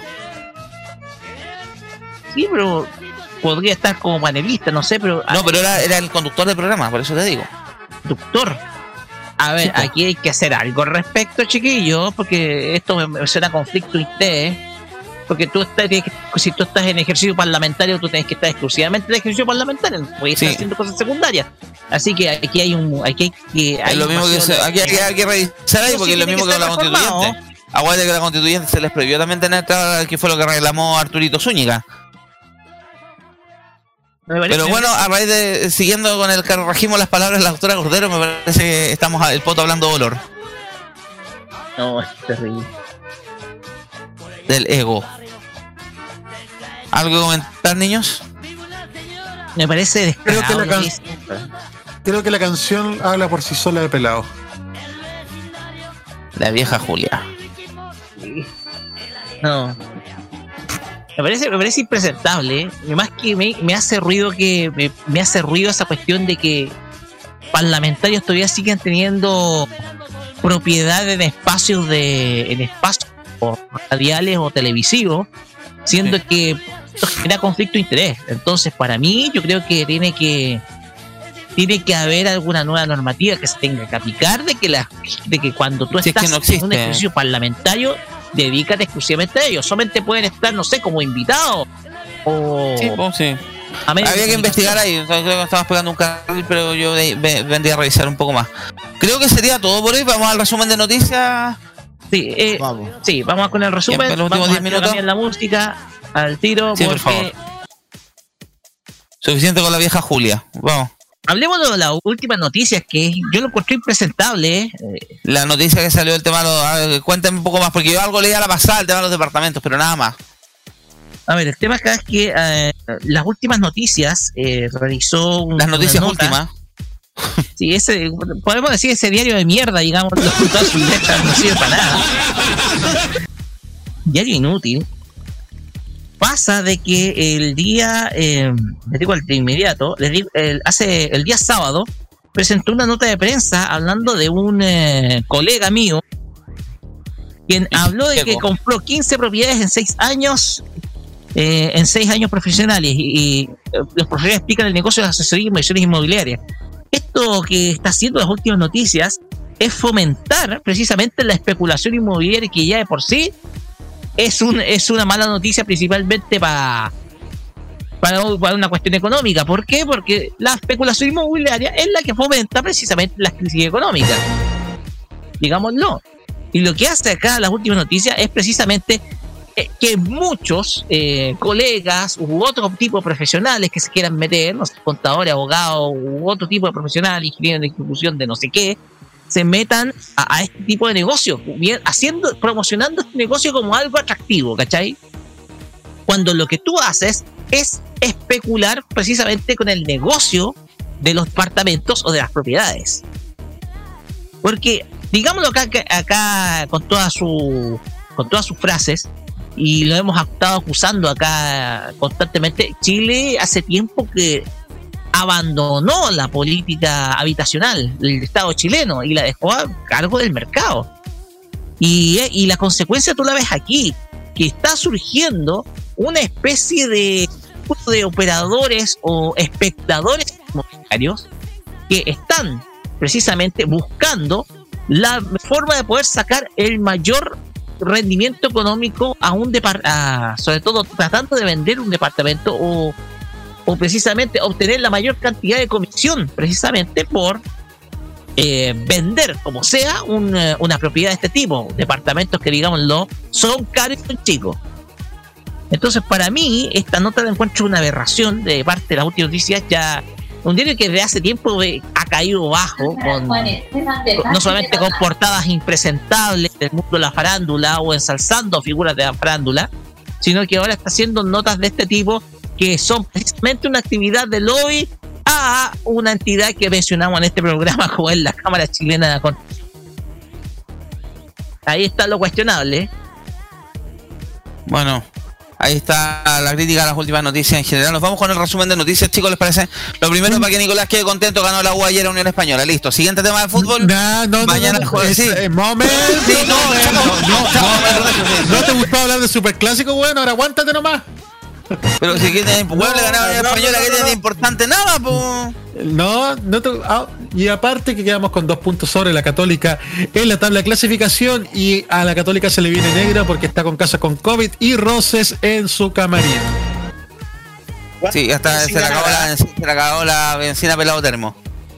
Sí, pero podría estar como panelista, no sé, pero. No, pero era el conductor del programa, por eso te digo. Conductor. A ver, sí, aquí hay que hacer algo al respecto, chiquillos, porque esto me suena a conflicto de interés. Porque si tú estás en ejercicio parlamentario, tú tienes que estar exclusivamente en ejercicio parlamentario, no puedes estar haciendo cosas secundarias. Así que aquí hay es lo mismo que hay que revisar ahí, porque es lo mismo que la constituyente. Aguante que la constituyente se les prohibió también tener que fue lo que reclamó Arturito Zúñiga. Pero bueno, a raíz de siguiendo con el carrajismo las palabras de la doctora Cordero, me parece que estamos el poto hablando de olor. No, es terrible. Del ego. ¿Algo que comentar, niños? Me parece descarado. Creo que la canción habla por sí sola de Pelao. La vieja Julia. No. Me parece impresentable, ¿eh? Más que me hace ruido me hace ruido esa cuestión de que parlamentarios todavía siguen teniendo propiedad en espacios radiales o televisivos, siendo que esto genera conflicto de interés. Entonces, para mí, yo creo que tiene que haber alguna nueva normativa que se tenga que aplicar de que cuando tú estás en un ejercicio parlamentario, dedícate exclusivamente a ellos. Solamente pueden estar, no sé, como invitados o... Sí. Había que investigar ahí. O sea, creo que estamos pegando un carril, pero yo vendría a revisar un poco más. Creo que sería todo por hoy. Vamos al resumen de noticias. Sí, vamos con el resumen. Los últimos 10 minutos. Cambiar la música al tiro. Sí, por favor. Suficiente con la vieja Julia. Vamos. Hablemos de las últimas noticias que yo lo encontré impresentable. La noticia que salió del tema, cuéntame un poco más, porque yo algo leí a la pasada el tema de los departamentos, pero nada más. A ver, el tema acá es que las últimas noticias realizó las noticias últimas. Sí, podemos decir ese diario de mierda, digamos, todas sus letras no sirve para nada. Diario inútil. Pasa de que el día, les digo de inmediato, el día sábado presentó una nota de prensa hablando de un colega mío, quien habló de que compró 15 propiedades en 6 años, profesionales, y los profesionales explican el negocio de asesoría y inversiones inmobiliarias. Esto que está haciendo las últimas noticias es fomentar precisamente la especulación inmobiliaria, que ya de por sí es una mala noticia, principalmente para una cuestión económica. ¿Por qué? Porque la especulación inmobiliaria es la que fomenta precisamente las crisis económicas, digámoslo. Y lo que hace acá las últimas noticias es precisamente que muchos colegas u otro tipo de profesionales que se quieran meter, no sé, contadores, abogados u otro tipo de profesional, ingeniero de distribución de no sé qué, se metan a este tipo de negocio, promocionando este negocio como algo atractivo, ¿cachai? Cuando lo que tú haces es especular precisamente con el negocio de los departamentos o de las propiedades. Porque, digámoslo acá con todas sus frases, y lo hemos estado acusando acá constantemente, Chile hace tiempo que abandonó la política habitacional del Estado chileno y la dejó a cargo del mercado. Y la consecuencia tú la ves aquí, que está surgiendo una especie de operadores o espectadores inmobiliarios que están precisamente buscando la forma de poder sacar el mayor rendimiento económico a un sobre todo tratando de vender un departamento o o precisamente obtener la mayor cantidad de comisión, precisamente por vender, como sea, una propiedad de este tipo, departamentos que, digámoslo, son caros y son chicos. Entonces, para mí, esta nota la encuentro una aberración de parte de las últimas noticias. Ya un diario que desde hace tiempo ha caído bajo, no solamente con portadas impresentables del mundo de la farándula o ensalzando figuras de la farándula, sino que ahora está haciendo notas de este tipo que son precisamente una actividad de lobby a una entidad que mencionamos en este programa, como es la Cámara Chilena de Ahí está lo cuestionable. Bueno, ahí está la crítica a las últimas noticias en general. Nos vamos con el resumen de noticias, chicos, ¿les parece? Lo primero, para que Nicolás quede contento, ganó la U ayer a Unión Española. Listo. Siguiente tema de fútbol. Mañana jueves. Sí. Momento. Sí, no te gustó hablar de Superclásico, bueno, ahora aguántate nomás. Pero si quieren le ganaba a Unión Española, ¿qué tiene de importante? Nada, po. No te, y aparte que quedamos con 2 puntos sobre la Católica en la tabla de clasificación, y a la Católica se le viene negra porque está con casos con COVID y roces en su camarín. Sí, hasta se le acabó la benzina pelado termo.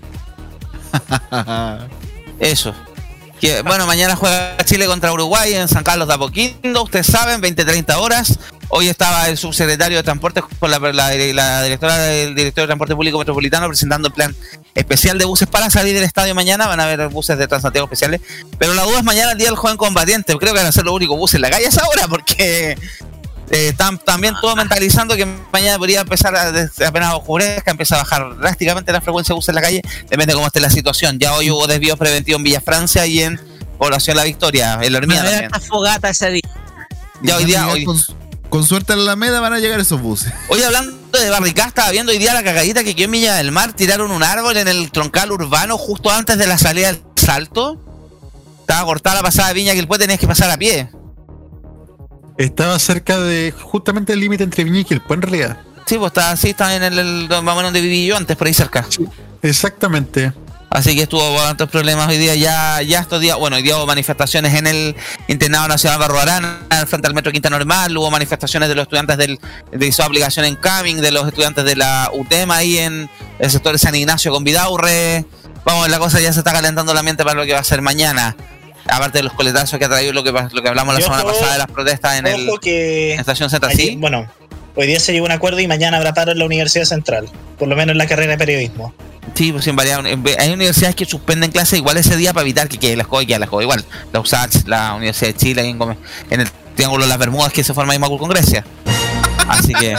Eso. Bueno, mañana juega Chile contra Uruguay en San Carlos de Apoquindo, ustedes saben, 20-30 horas. Hoy estaba el subsecretario de Transporte con la directora del Directorio de Transporte Público Metropolitano presentando el plan especial de buses para salir del estadio mañana. Van a haber buses de Transantiago especiales, pero la duda es mañana el día del joven combatiente. Creo que van a ser los únicos buses en la calle a esa hora, porque están también todos mentalizando que mañana podría empezar apenas oscurezca, empieza a bajar drásticamente la frecuencia de buses en la calle. Depende de cómo esté la situación. Ya hoy hubo desvíos preventivos en Villa Francia y en Población La Victoria, en La Hormiga también. Esta fogata ese día. Ya hoy día, con suerte a la Alameda van a llegar esos buses. Hoy, hablando de Barricá, estaba viendo hoy día la cagadita que quedó en Villa del Mar. Tiraron un árbol en el troncal urbano justo antes de la salida del Salto. Estaba cortada la pasada de Viña, que después tenías que pasar a pie. Estaba cerca de justamente el límite entre Viña y Quilpué, en realidad. Sí, pues está en el más o menos donde viví yo antes, por ahí cerca. Sí, exactamente. Así que estuvo tantos problemas hoy día, ya estos días. Bueno, hoy día hubo manifestaciones en el Internado Nacional Barruarán, frente al Metro Quinta Normal. Hubo manifestaciones de los estudiantes de su aplicación en Camin, de los estudiantes de la UTEMA ahí en el sector de San Ignacio con Vidaurre. Vamos, la cosa ya se está calentando el ambiente para lo que va a ser mañana. Aparte de los coletazos que ha traído lo que hablamos la semana pasada de las protestas en Estación Z. ¿Sí? Bueno, hoy día se llegó a un acuerdo y mañana habrá paro en la Universidad Central, por lo menos en la carrera de periodismo. Sí, pues invariable. Hay universidades que suspenden clases igual ese día para evitar que quede la escoba y quede la escoba igual. La USACH, la Universidad de Chile, en el Triángulo de las Bermudas que se forma ahí en Macul con Grecia. Así que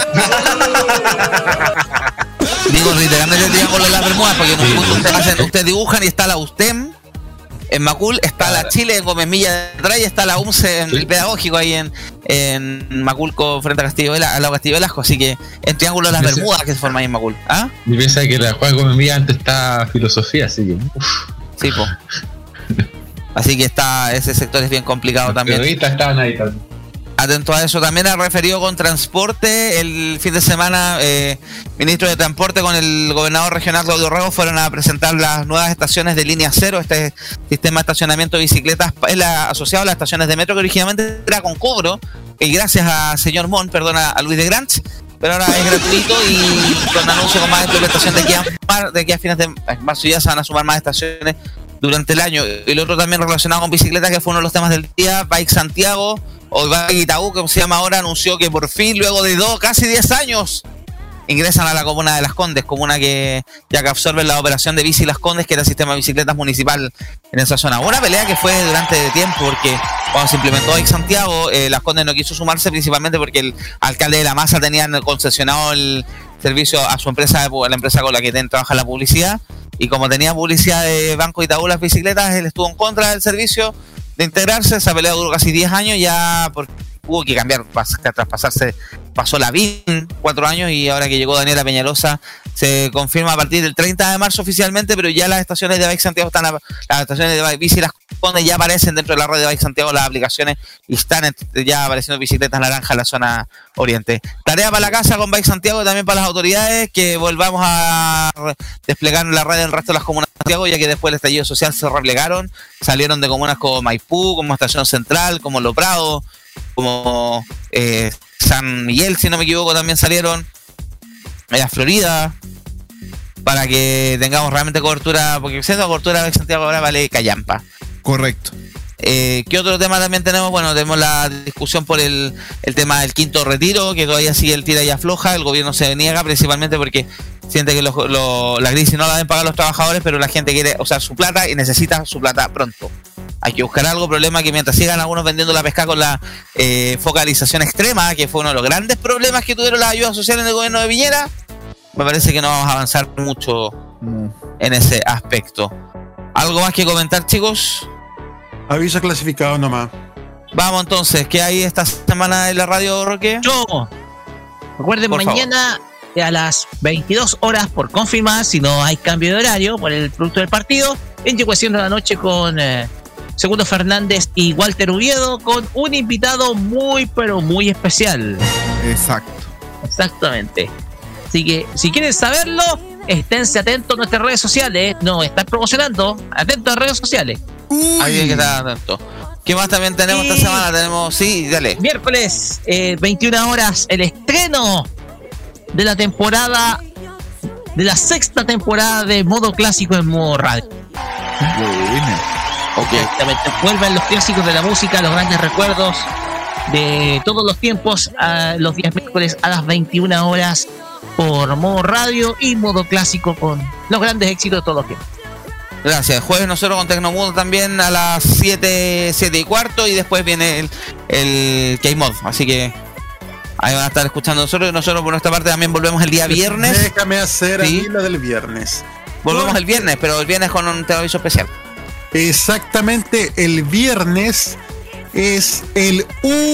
digo literalmente el Triángulo de las Bermudas, porque en un punto ustedes dibujan y está la USTEM. En Macul está la Chile en Gómez Milla de atrás y está la UMCE en el pedagógico ahí en Maculco frente a Castillo al lado de Castillo Velasco, así que el Triángulo de las Bermudas que se forma ahí en Macul. ¿Ah? Y piensa que la Juan Gómez Milla antes está filosofía, así que sí, po. Así que ese sector es bien complicado también. Los periodistas estaban ahí también. Atento a eso, también ha referido con transporte. El fin de semana, ministro de Transporte con el gobernador regional Claudio Rego fueron a presentar las nuevas estaciones de línea cero, este sistema de estacionamiento de bicicletas asociado a las estaciones de metro que originalmente era con cobro, y gracias a señor Mon, a Luis de Granch, pero ahora es gratuito y con anuncio con más implementación de aquí a fines de marzo ya se van a sumar más estaciones durante el año. Y el otro también relacionado con bicicletas, que fue uno de los temas del día, Bike Santiago, o Bike Itaú, como se llama ahora, anunció que por fin, luego de casi 10 años, ingresan a la comuna de Las Condes, comuna que absorbe la operación de Bici Las Condes, que era el sistema de bicicletas municipal en esa zona. Una pelea que fue durante tiempo, porque cuando se implementó Bike Santiago, Las Condes no quiso sumarse, principalmente porque el alcalde de La Maza tenía concesionado el servicio a su empresa, a la empresa con la que trabaja la publicidad, y como tenía publicidad de Banco Itaú las bicicletas, él estuvo en contra del servicio de integrarse. Esa pelea duró casi 10 años, ya hubo que cambiar, traspasarse, pasó la BIN 4 años, y ahora que llegó Daniela Peñalosa se confirma a partir del 30 de marzo oficialmente, pero ya las estaciones de Bike Santiago las estaciones de Bici Las Condes ya aparecen dentro de la red de Bike Santiago, las aplicaciones, y están ya apareciendo bicicletas naranjas en la zona oriente. Tarea para la casa con Bike Santiago y también para las autoridades, que volvamos a desplegar la red en el resto de las comunas de Santiago, ya que después del estallido social se replegaron, salieron de comunas como Maipú, como Estación Central, como Lo Prado, como San Miguel, si no me equivoco, también salieron. allá a Florida, para que tengamos realmente cobertura, porque siendo cobertura de Santiago ahora vale callampa. Correcto. ¿Qué otro tema también tenemos? Bueno, tenemos la discusión por el tema del quinto retiro, que todavía sigue el tira y afloja. El gobierno se niega principalmente porque siente que la crisis no la deben pagar los trabajadores, pero la gente quiere usar su plata y necesita su plata pronto. Hay que buscar algo, problema que mientras sigan algunos vendiendo la pesca con la focalización extrema, que fue uno de los grandes problemas que tuvieron las ayudas sociales en el gobierno de Piñera, me parece que no vamos a avanzar mucho en ese aspecto. ¿Algo más que comentar, chicos? Aviso clasificado nomás. Vamos entonces, ¿qué hay esta semana en la radio, Roque? Recuerden, Por mañana a las 22 horas por confirmar, si no hay cambio de horario por el producto del partido, en Yecuación de la Noche con Segundo Fernández y Walter Uviedo, con un invitado muy, pero muy especial. Exacto. Exactamente. Así que, si quieren saberlo, esténse atentos a nuestras redes sociales. No, están promocionando. Atentos a redes sociales. Ahí hay que estar atento. ¿Qué más también tenemos esta semana? Tenemos, sí, dale. Miércoles, 21 horas, el estreno de la temporada, de la sexta temporada de Modo Clásico en Modo Radio. Exactamente. Vuelven los clásicos de la música, los grandes recuerdos de todos los tiempos, los días miércoles a las 21 horas por Modo Radio y Modo Clásico con los grandes éxitos de todos los tiempos. Gracias. Jueves nosotros con Tecnomundo también a las 7:15 y después viene el K-Mod. Así que ahí van a estar escuchando nosotros. Y nosotros por nuestra parte también volvemos el día viernes. Déjame hacer ahí la del viernes. Volvemos el viernes, pero el viernes con un televiso especial. Exactamente, el viernes es el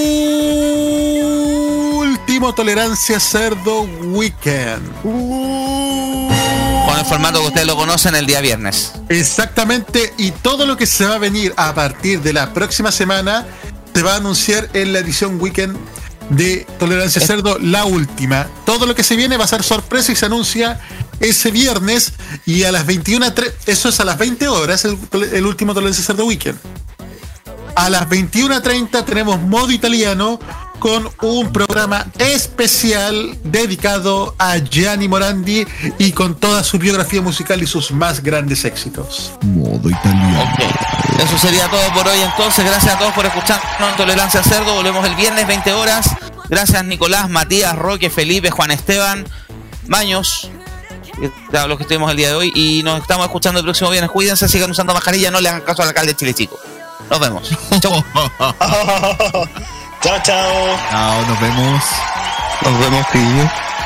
último Tolerancia Cerdo Weekend. Con el formato que ustedes lo conocen el día viernes. Exactamente, y todo lo que se va a venir a partir de la próxima semana se va a anunciar en la edición Weekend de Tolerancia Cerdo, la última. Todo lo que se viene va a ser sorpresa y se anuncia ese viernes, y a las 21:30, eso es a las 20 horas, el último Tolerancia Cerdo Weekend. A las 21:30 tenemos Modo Italiano con un programa especial dedicado a Gianni Morandi y con toda su biografía musical y sus más grandes éxitos. Modo Italiano. Okay. Eso sería todo por hoy entonces. Gracias a todos por escucharnos en Tolerancia Cerdo. Volvemos el viernes 20 horas. Gracias Nicolás, Matías, Roque, Felipe, Juan Esteban, Maños, los que estuvimos el día de hoy, y nos estamos escuchando el próximo viernes. Cuídense, sigan usando mascarilla, no le hagan caso al alcalde de Chile Chico. Nos vemos. Chau. Chao, chao. Chao, nos vemos. Nos vemos, Pillo.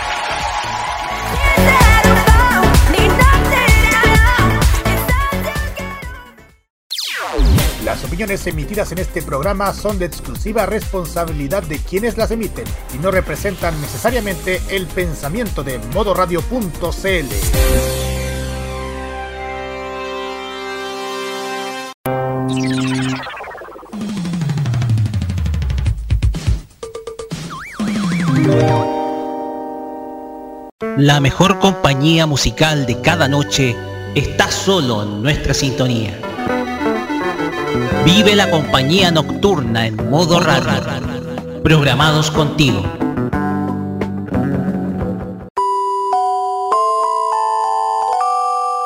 Las opiniones emitidas en este programa son de exclusiva responsabilidad de quienes las emiten y no representan necesariamente el pensamiento de modoradio.cl. La mejor compañía musical de cada noche está solo en nuestra sintonía. Vive la compañía nocturna en Modo Radio. Programados contigo.